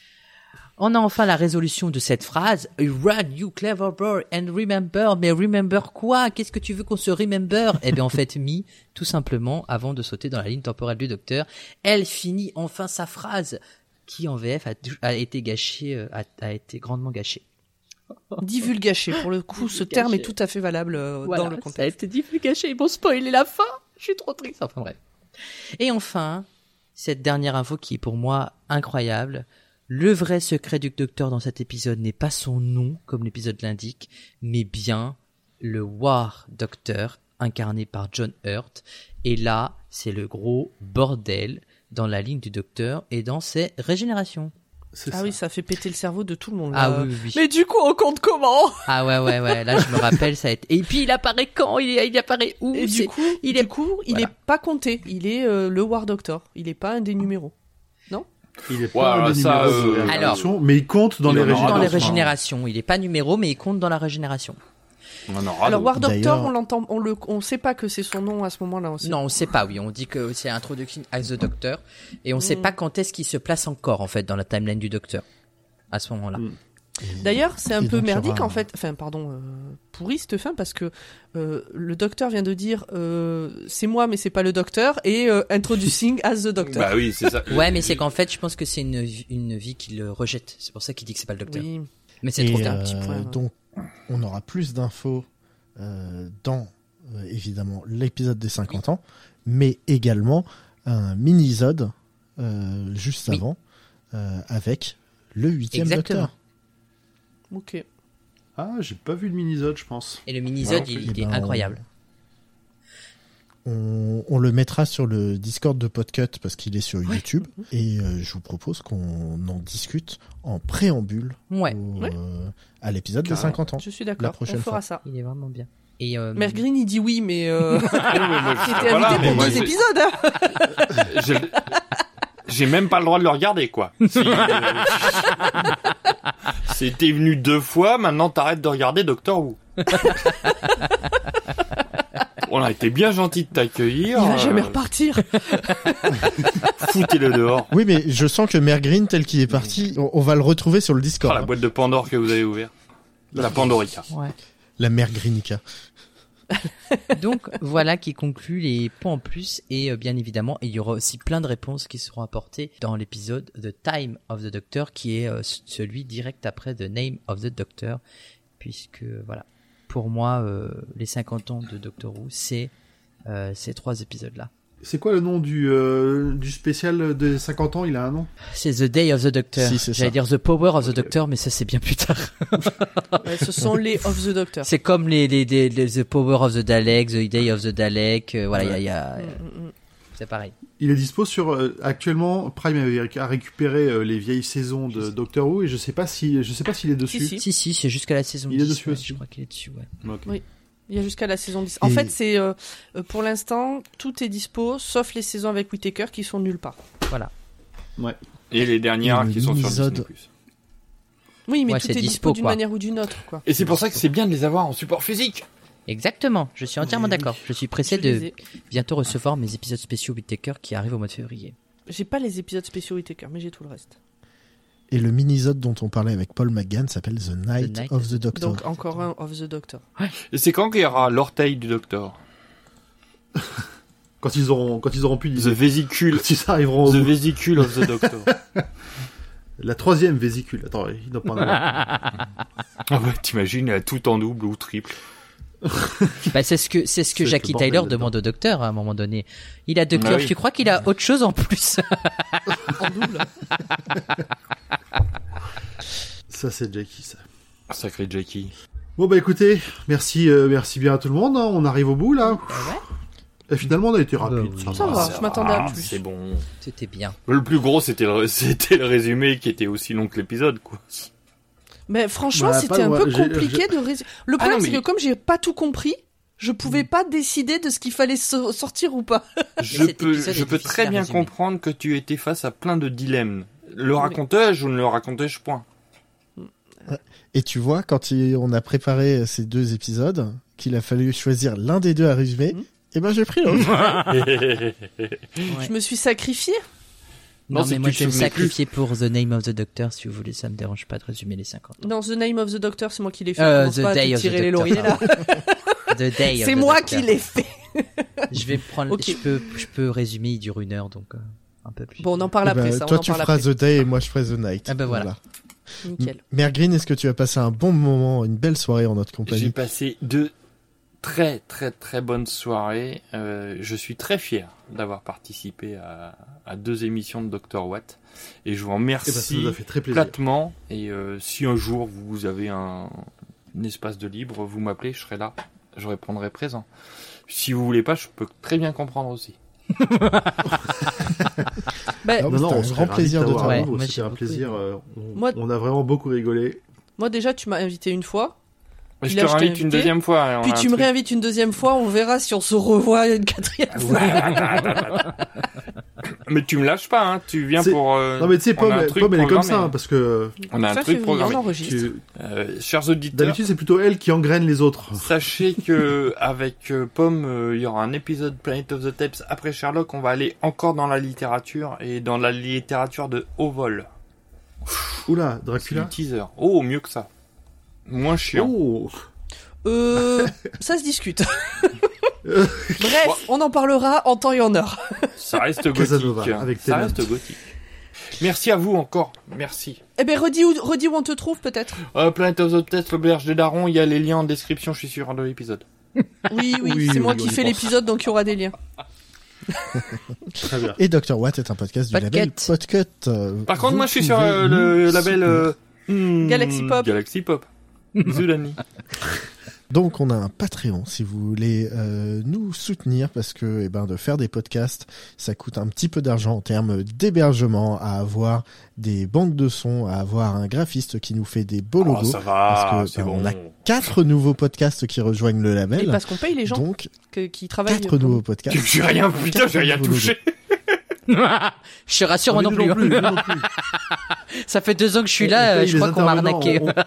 [SPEAKER 3] On a enfin la résolution de cette phrase. Run, you clever boy, and remember. Mais remember quoi? Qu'est-ce que tu veux qu'on se remember? Eh bien, en fait, Mi, tout simplement, avant de sauter dans la ligne temporelle du docteur, elle finit enfin sa phrase, qui en V F a, a été gâchée, a, a été grandement gâchée.
[SPEAKER 1] Divulgaché. Pour le coup, ce terme est tout à fait valable euh,
[SPEAKER 3] voilà,
[SPEAKER 1] dans le contexte.
[SPEAKER 3] Ça a été divulgaché. Ils vont spoiler la fin. Je suis trop triste. Enfin bref. Et enfin, cette dernière info qui est pour moi incroyable. Le vrai secret du docteur dans cet épisode n'est pas son nom, comme l'épisode l'indique, mais bien le War Doctor, incarné par John Hurt. Et là, c'est le gros bordel dans la ligne du docteur et dans ses régénérations.
[SPEAKER 1] C'est ah ça. Oui, ça fait péter le cerveau de tout le monde.
[SPEAKER 3] Ah
[SPEAKER 1] là.
[SPEAKER 3] oui, oui, oui.
[SPEAKER 1] Mais du coup, on compte comment?
[SPEAKER 3] Ah ouais, ouais, ouais. Là, je me rappelle, ça a été. Et puis, il apparaît quand? Il, il apparaît où?
[SPEAKER 1] Et du coup, il du est, coup, il voilà. est pas compté. Il est euh, le War Doctor. Il est pas un des numéros. Non?
[SPEAKER 5] Il est pas wow, un des ça, numéros. Euh...
[SPEAKER 3] Alors,
[SPEAKER 5] mais il compte dans, il les, régénérations.
[SPEAKER 3] dans les régénérations. Il est pas numéro, mais il compte dans la régénération.
[SPEAKER 1] Alors War Doctor, on l'entend, on le, on sait pas que c'est son nom à ce moment-là aussi.
[SPEAKER 3] Non, on sait pas. Oui, on dit que c'est Introduction as the Doctor, et on mm. sait pas quand est-ce qu'il se place encore en fait dans la timeline du Docteur à ce moment-là. Mm.
[SPEAKER 1] D'ailleurs, c'est un et peu merdique en fait. Enfin, pardon, euh, pourri cette fin parce que euh, le Docteur vient de dire euh, c'est moi, mais c'est pas le Docteur et euh, Introducing as the Doctor.
[SPEAKER 4] Bah oui, c'est ça.
[SPEAKER 3] Ouais, mais c'est qu'en fait, je pense que c'est une une vie qu'il rejette. C'est pour ça qu'il dit que c'est pas le Docteur.
[SPEAKER 1] Oui.
[SPEAKER 3] Mais c'est
[SPEAKER 8] et
[SPEAKER 3] trop
[SPEAKER 8] euh,
[SPEAKER 3] un petit point.
[SPEAKER 8] Donc, on aura plus d'infos euh, dans euh, évidemment l'épisode des cinquante ans, mais également un mini-isode euh, juste oui. avant euh, avec le huitième Docteur.
[SPEAKER 1] Ok.
[SPEAKER 5] Ah, j'ai pas vu le mini-isode, je pense.
[SPEAKER 3] Et le mini-isode, ouais, il, il est ben, incroyable.
[SPEAKER 8] On, on le mettra sur le Discord de Podcut parce qu'il est sur ouais. YouTube et euh, je vous propose qu'on en discute en préambule
[SPEAKER 3] ouais.
[SPEAKER 8] au,
[SPEAKER 3] ouais.
[SPEAKER 8] Euh, à l'épisode
[SPEAKER 1] Carrément.
[SPEAKER 8] des cinquante ans.
[SPEAKER 1] Je suis d'accord, on fera fois. ça.
[SPEAKER 3] Il est vraiment bien. Et euh...
[SPEAKER 1] Mère Green, il dit oui, mais euh... il était voilà, invité pour deux épisodes. Hein.
[SPEAKER 4] J'ai... J'ai même pas le droit de le regarder, quoi. Si, euh... C'était venu deux fois, maintenant t'arrêtes de regarder Doctor Who. On a été bien gentil de t'accueillir.
[SPEAKER 1] Il va
[SPEAKER 4] euh...
[SPEAKER 1] jamais repartir.
[SPEAKER 4] Foutez-le dehors.
[SPEAKER 8] Oui, mais je sens que Mère Green, tel qu'il est parti, on, on va le retrouver sur le Discord.
[SPEAKER 4] Oh, la boîte de Pandore que vous avez ouverte. La Pandorica.
[SPEAKER 3] Ouais.
[SPEAKER 8] La Mère Greenika.
[SPEAKER 3] Donc voilà qui conclut les points en plus et euh, bien évidemment il y aura aussi plein de réponses qui seront apportées dans l'épisode The Time of the Doctor qui est euh, celui direct après The Name of the Doctor puisque voilà pour moi euh, les cinquante ans de Doctor Who c'est euh, ces trois épisodes là.
[SPEAKER 5] C'est quoi le nom du, euh, du spécial des cinquante ans? Il a un nom?
[SPEAKER 3] C'est The Day of the Doctor.
[SPEAKER 8] Si, c'est
[SPEAKER 3] J'allais
[SPEAKER 8] ça.
[SPEAKER 3] dire The Power of the okay. Doctor, mais ça c'est bien plus tard.
[SPEAKER 1] Ouais, ce sont les of the Doctor.
[SPEAKER 3] C'est comme les, les, les, les The Power of the Dalek, The Day of the Dalek. Euh, voilà, il ouais. y a, y a, y a... Mm, mm. C'est pareil.
[SPEAKER 5] Il est dispo sur euh, actuellement Prime a récupéré euh, les vieilles saisons de Doctor Who et je sais pas si je sais pas s'il est dessus.
[SPEAKER 3] Si si, si, si c'est jusqu'à la saison
[SPEAKER 5] il
[SPEAKER 3] dix.
[SPEAKER 5] Il est dessus
[SPEAKER 3] ouais,
[SPEAKER 5] aussi.
[SPEAKER 3] Je crois qu'il est dessus. Ouais.
[SPEAKER 5] Okay.
[SPEAKER 1] Oui. Il y a jusqu'à la saison dix. En et... fait, c'est euh, pour l'instant, tout est dispo, sauf les saisons avec Whittaker qui sont nulle part.
[SPEAKER 3] Voilà.
[SPEAKER 5] Ouais.
[SPEAKER 4] Et les dernières et qui sont sur Disney plus.
[SPEAKER 1] Oui, mais
[SPEAKER 3] ouais,
[SPEAKER 1] tout est, est
[SPEAKER 3] dispo,
[SPEAKER 1] dispo d'une manière ou d'une autre, quoi.
[SPEAKER 4] Et c'est pour ça que c'est bien de les avoir en support physique.
[SPEAKER 3] Exactement. Je suis entièrement
[SPEAKER 5] oui,
[SPEAKER 3] d'accord. Je suis pressé
[SPEAKER 1] je
[SPEAKER 3] de bientôt recevoir mes épisodes spéciaux Whittaker qui arrivent au mois de février.
[SPEAKER 1] J'ai pas les épisodes spéciaux Whittaker, mais j'ai tout le reste.
[SPEAKER 8] Et le mini-isode dont on parlait avec Paul McGann s'appelle The Night,
[SPEAKER 3] the Night
[SPEAKER 8] of the Doctor.
[SPEAKER 1] Donc encore un of the Doctor.
[SPEAKER 4] Ouais. Et c'est quand qu'il y aura l'orteil du Docteur?
[SPEAKER 5] Quand ils auront, quand ils auront pu dire.
[SPEAKER 4] The Vésicule.
[SPEAKER 5] Quand ils arriveront.
[SPEAKER 4] The Vésicule of the Doctor.
[SPEAKER 5] La troisième vésicule. Attends, il n'a pas un
[SPEAKER 4] Ah ouais, t'imagines, il a tout en double ou triple.
[SPEAKER 3] Bah c'est ce que c'est ce que c'est Jackie Tyler demande au docteur à un moment donné. Il a deux cœurs. Ah oui. Tu crois qu'il a autre chose en plus?
[SPEAKER 1] En double.
[SPEAKER 5] Ça c'est Jackie ça.
[SPEAKER 4] Sacré Jackie.
[SPEAKER 5] Bon bah écoutez, merci euh, merci bien à tout le monde. Hein. On arrive au bout là.
[SPEAKER 3] Bah ouais.
[SPEAKER 5] Et finalement on a été rapide.
[SPEAKER 3] Bah,
[SPEAKER 5] ça,
[SPEAKER 1] ça va. Je m'attendais à plus.
[SPEAKER 4] C'est bon.
[SPEAKER 3] C'était bien.
[SPEAKER 4] Le plus gros c'était le c'était le résumé qui était aussi long que l'épisode quoi.
[SPEAKER 1] Mais franchement,
[SPEAKER 5] bah,
[SPEAKER 1] c'était un
[SPEAKER 5] le...
[SPEAKER 1] peu
[SPEAKER 5] j'ai,
[SPEAKER 1] compliqué
[SPEAKER 5] j'ai...
[SPEAKER 1] de résumer. Le problème, ah non, mais... c'est que comme j'ai pas tout compris, Je pouvais pas décider de ce qu'il fallait so- sortir ou pas.
[SPEAKER 4] Je peux, je peux très bien comprendre que tu étais face à plein de dilemmes. Le racontais-je ou ne le racontais-je point?
[SPEAKER 8] Et tu vois, quand il, on a préparé ces deux épisodes, qu'il a fallu choisir l'un des deux à résumer, mmh. et ben j'ai pris l'autre.
[SPEAKER 1] Ouais. Je me suis sacrifié.
[SPEAKER 3] Non, non mais moi je vais me sacrifier pour The Name of the Doctor, si vous voulez, ça me dérange pas de résumer les cinquante.
[SPEAKER 1] Non, The Name of the Doctor, c'est moi qui l'ai fait.
[SPEAKER 3] Euh,
[SPEAKER 1] the pas Day à te tirer les lauriers là.
[SPEAKER 3] The Day
[SPEAKER 1] c'est moi qui l'ai fait.
[SPEAKER 3] Je vais prendre, okay. je peux, je peux résumer, il dure une heure, donc euh, un peu plus.
[SPEAKER 1] Bon, on en parle
[SPEAKER 8] eh
[SPEAKER 1] après.
[SPEAKER 8] ben,
[SPEAKER 1] ça,
[SPEAKER 8] toi
[SPEAKER 1] on en
[SPEAKER 8] tu
[SPEAKER 1] parle
[SPEAKER 8] feras
[SPEAKER 1] après.
[SPEAKER 8] The Day et moi je ferai The Night.
[SPEAKER 3] Ah ben voilà.
[SPEAKER 8] voilà.
[SPEAKER 1] Nickel.
[SPEAKER 8] Mère Green, est-ce que tu as passé un bon moment, une belle soirée en notre compagnie?
[SPEAKER 4] J'ai passé deux très très très bonnes soirées. Euh, je suis très fier d'avoir participé à, à deux émissions de docteur Watt et je vous remercie
[SPEAKER 5] eh ben, ça nous a fait très plaisir.
[SPEAKER 4] platement. Et euh, si un jour vous avez un, un espace de libre, vous m'appelez, je serai là, je répondrai présent. Si vous voulez pas, je peux très bien comprendre aussi.
[SPEAKER 1] bah,
[SPEAKER 8] non, non, c'est un grand plaisir de te
[SPEAKER 5] ouais, c'est un plaisir. Euh, on, moi, on a vraiment beaucoup rigolé.
[SPEAKER 1] Moi déjà, tu m'as invité une fois.
[SPEAKER 4] Mais je te réinvite une deuxième fois. Hein,
[SPEAKER 1] puis tu me truc. réinvites une deuxième fois. On verra si on se revoit une quatrième fois.
[SPEAKER 4] Mais tu me lâches pas, hein. Tu viens
[SPEAKER 5] c'est...
[SPEAKER 4] pour. Euh,
[SPEAKER 5] non mais tu sais, Pomme, Pomme elle est comme ça, hein, parce que.
[SPEAKER 4] On a un
[SPEAKER 1] ça
[SPEAKER 4] truc programmé.
[SPEAKER 1] Tu...
[SPEAKER 4] Euh, chers auditeurs.
[SPEAKER 5] D'habitude, c'est plutôt elle qui engraine les autres.
[SPEAKER 4] Sachez que avec euh, Pomme, il euh, y aura un épisode Planet of the Tapes après Sherlock. On va aller encore dans la littérature et dans la littérature de haut vol.
[SPEAKER 5] Oula, Dracula.
[SPEAKER 4] C'est le teaser. Oh, mieux que ça. Moins chiant.
[SPEAKER 5] Oh.
[SPEAKER 1] Euh, ça se discute. Bref, on en parlera en temps et en heure.
[SPEAKER 4] Ça reste gothique. Avec ça reste gothique. Merci à vous encore. Merci.
[SPEAKER 1] Eh ben, redis où, redis où on te trouve peut-être.
[SPEAKER 4] Euh, Planet of the Test, l'auberge des darons. Il y a les liens en description. Je suis sûr de l'épisode.
[SPEAKER 1] Oui, oui, oui c'est oui, moi oui, qui fais pense. l'épisode, donc il y aura des liens.
[SPEAKER 5] Très bien.
[SPEAKER 8] Et docteur Watt est un podcast du
[SPEAKER 3] Podcast.
[SPEAKER 8] label Podcut. Euh,
[SPEAKER 4] Par contre, moi, je suis sur euh, le label euh,
[SPEAKER 1] hmm, Galaxy Pop.
[SPEAKER 4] Galaxy Pop. Bisous, l'ami.
[SPEAKER 8] Donc on a un Patreon si vous voulez euh, nous soutenir parce que eh ben de faire des podcasts ça coûte un petit peu d'argent en termes d'hébergement, à avoir des banques de sons, à avoir un graphiste qui nous fait des beaux logos.
[SPEAKER 4] Oh, ça va,
[SPEAKER 8] parce que
[SPEAKER 4] ben,
[SPEAKER 8] bon.
[SPEAKER 4] on
[SPEAKER 8] a quatre nouveaux podcasts qui rejoignent le label.
[SPEAKER 1] Et parce qu'on paye les gens
[SPEAKER 8] donc
[SPEAKER 1] que, qui travaillent.
[SPEAKER 8] Quatre nouveaux podcasts.
[SPEAKER 4] J'ai rien, putain, j'ai rien touché.
[SPEAKER 3] Je te rassure, moi non, non, plus, non plus. Ça fait deux ans que je suis là, euh, je crois qu'on m'a arnaqué. On...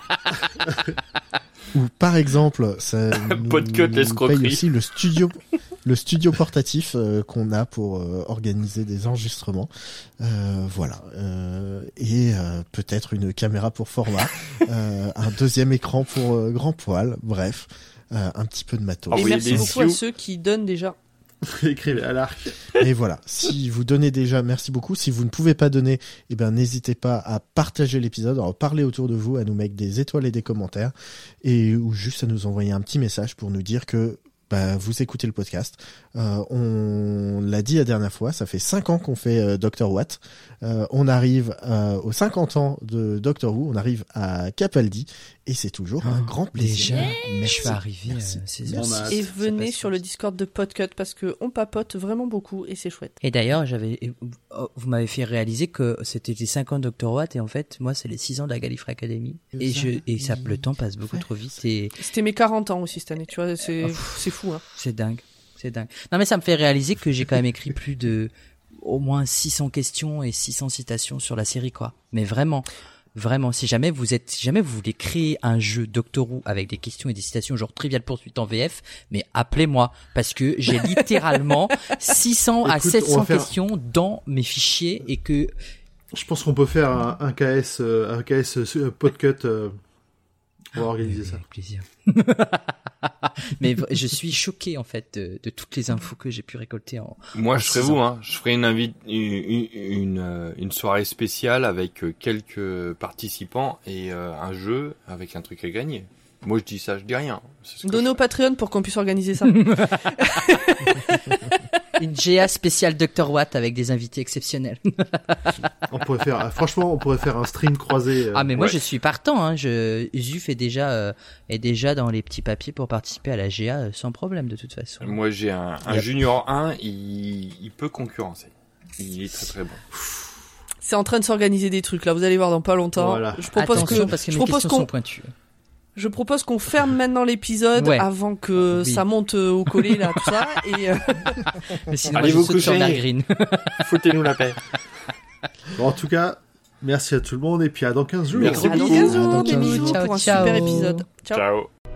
[SPEAKER 8] Ou par exemple, ça
[SPEAKER 4] Podcut,
[SPEAKER 8] nous paye aussi le studio, le studio portatif euh, qu'on a pour euh, organiser des enregistrements. Euh, voilà. Euh, et euh, peut-être une caméra pour format, euh, un deuxième écran pour euh, grand poil. Bref, euh, un petit peu de matos.
[SPEAKER 1] Et merci beaucoup à ceux qui donnent déjà.
[SPEAKER 5] Écrivez à l'arc.
[SPEAKER 8] Et voilà. Si vous donnez déjà, merci beaucoup. Si vous ne pouvez pas donner, eh ben, n'hésitez pas à partager l'épisode, à en parler autour de vous, à nous mettre des étoiles et des commentaires, et ou juste à nous envoyer un petit message pour nous dire que, bah, vous écoutez le podcast. Euh, on l'a dit la dernière fois, ça fait cinq ans qu'on fait euh, docteur Watt. Euh, on arrive euh, aux cinquante ans de Doctor Who, on arrive à Capaldi, et c'est toujours oh, un grand plaisir.
[SPEAKER 3] Déjà,
[SPEAKER 8] merci.
[SPEAKER 3] Je vais arriver.
[SPEAKER 8] Merci.
[SPEAKER 3] Euh, ces
[SPEAKER 8] merci.
[SPEAKER 1] Et venez sur le Discord de Podcut parce que on papote vraiment beaucoup et c'est chouette.
[SPEAKER 3] Et d'ailleurs, j'avais, vous m'avez fait réaliser que c'était les cinq ans de Doctor Watt et en fait, moi, c'est les six ans de la Gallifrey Academy. Et je, et ça, le temps passe beaucoup trop vite. Et...
[SPEAKER 1] C'était mes quarante ans aussi cette année, tu vois, c'est, c'est fou, hein.
[SPEAKER 3] C'est dingue. C'est dingue. Non, mais ça me fait réaliser que j'ai quand même écrit plus de, au moins six cents questions et six cents citations sur la série, quoi. Mais vraiment. Vraiment, si jamais vous êtes, si jamais vous voulez créer un jeu Doctor Who avec des questions et des citations genre Trivial Pursuit en V F, mais appelez-moi parce que j'ai littéralement six cents à sept cents faire... questions dans mes fichiers et que
[SPEAKER 5] je pense qu'on peut faire un, un K S, un K S euh, Podcut. Euh... On va organiser ça.
[SPEAKER 3] Avec plaisir. Mais je suis choqué en fait de, de toutes les infos que j'ai pu récolter en.
[SPEAKER 4] Moi,
[SPEAKER 3] en
[SPEAKER 4] je serais vous, hein. Je ferai une invite, une, une, une soirée spéciale avec quelques participants et euh, un jeu avec un truc à gagner. Moi, je dis ça, je dis rien.
[SPEAKER 1] Donnez au Patreon pour qu'on puisse organiser ça.
[SPEAKER 3] Une G A spéciale Doctor Watt avec des invités exceptionnels.
[SPEAKER 5] On pourrait faire, franchement, on pourrait faire un stream croisé. Euh,
[SPEAKER 3] ah mais moi
[SPEAKER 5] ouais.
[SPEAKER 3] je suis partant. Hein. Je, Zuf est déjà euh, est déjà dans les petits papiers pour participer à la G A euh, sans problème de toute façon.
[SPEAKER 4] Moi j'ai un, un yep. Junior un, il, il peut concurrencer. Il est très très bon.
[SPEAKER 1] C'est en train de s'organiser des trucs là. Vous allez voir dans pas longtemps.
[SPEAKER 5] Voilà.
[SPEAKER 1] Je propose
[SPEAKER 3] Attention,
[SPEAKER 1] que
[SPEAKER 3] parce que
[SPEAKER 1] je
[SPEAKER 3] mes
[SPEAKER 1] propose
[SPEAKER 3] questions
[SPEAKER 1] qu'on
[SPEAKER 3] sont pointues.
[SPEAKER 1] Je propose qu'on ferme maintenant l'épisode
[SPEAKER 3] Ouais.
[SPEAKER 1] avant que
[SPEAKER 3] Oui.
[SPEAKER 1] ça monte euh, au collet là, tout ça. Et euh,
[SPEAKER 3] Mais sinon,
[SPEAKER 4] Allez
[SPEAKER 3] moi,
[SPEAKER 4] vous
[SPEAKER 3] je saute sur
[SPEAKER 4] coucher.
[SPEAKER 3] Mère Green.
[SPEAKER 4] Foutez-nous la paix.
[SPEAKER 5] Bon, en tout cas, merci à tout le monde et puis à dans quinze jours.
[SPEAKER 4] Merci
[SPEAKER 1] à dans
[SPEAKER 4] beaucoup.
[SPEAKER 1] quinze
[SPEAKER 8] À dans
[SPEAKER 1] jours, des
[SPEAKER 8] quinze
[SPEAKER 1] bisous
[SPEAKER 3] jours.
[SPEAKER 1] pour un
[SPEAKER 3] Ciao,
[SPEAKER 1] super
[SPEAKER 3] ciao.
[SPEAKER 1] épisode. Ciao.
[SPEAKER 4] Ciao.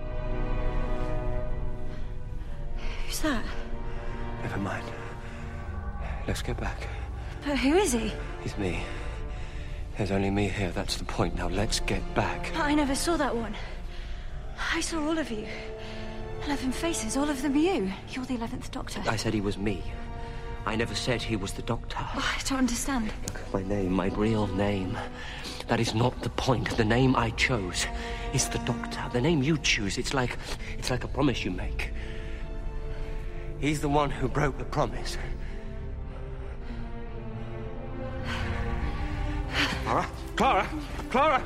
[SPEAKER 6] Who's that?
[SPEAKER 7] Never mind. Let's get back.
[SPEAKER 6] But who is he?
[SPEAKER 7] It's me. There's only me here, that's the point. Now let's get back.
[SPEAKER 6] I never saw that one. I saw all of you. Eleven faces, all of them you. You're the eleventh Doctor.
[SPEAKER 7] I said he was me. I never said he was the Doctor.
[SPEAKER 6] Oh, I don't understand.
[SPEAKER 7] My name, my real name. That is not the point. The name I chose is the Doctor. The name you choose, it's like it's like a promise you make. He's the one who broke the promise. Clara? Clara? Clara?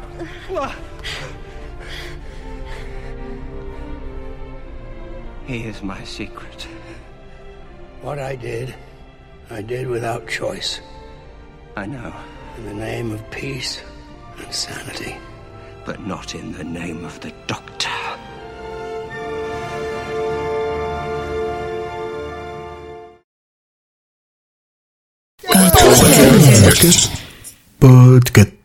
[SPEAKER 7] Here's my secret.
[SPEAKER 10] What I did, I did without choice.
[SPEAKER 7] I know,
[SPEAKER 10] In the name of peace and sanity.
[SPEAKER 7] but not in the name of the Doctor.
[SPEAKER 2] Podcast.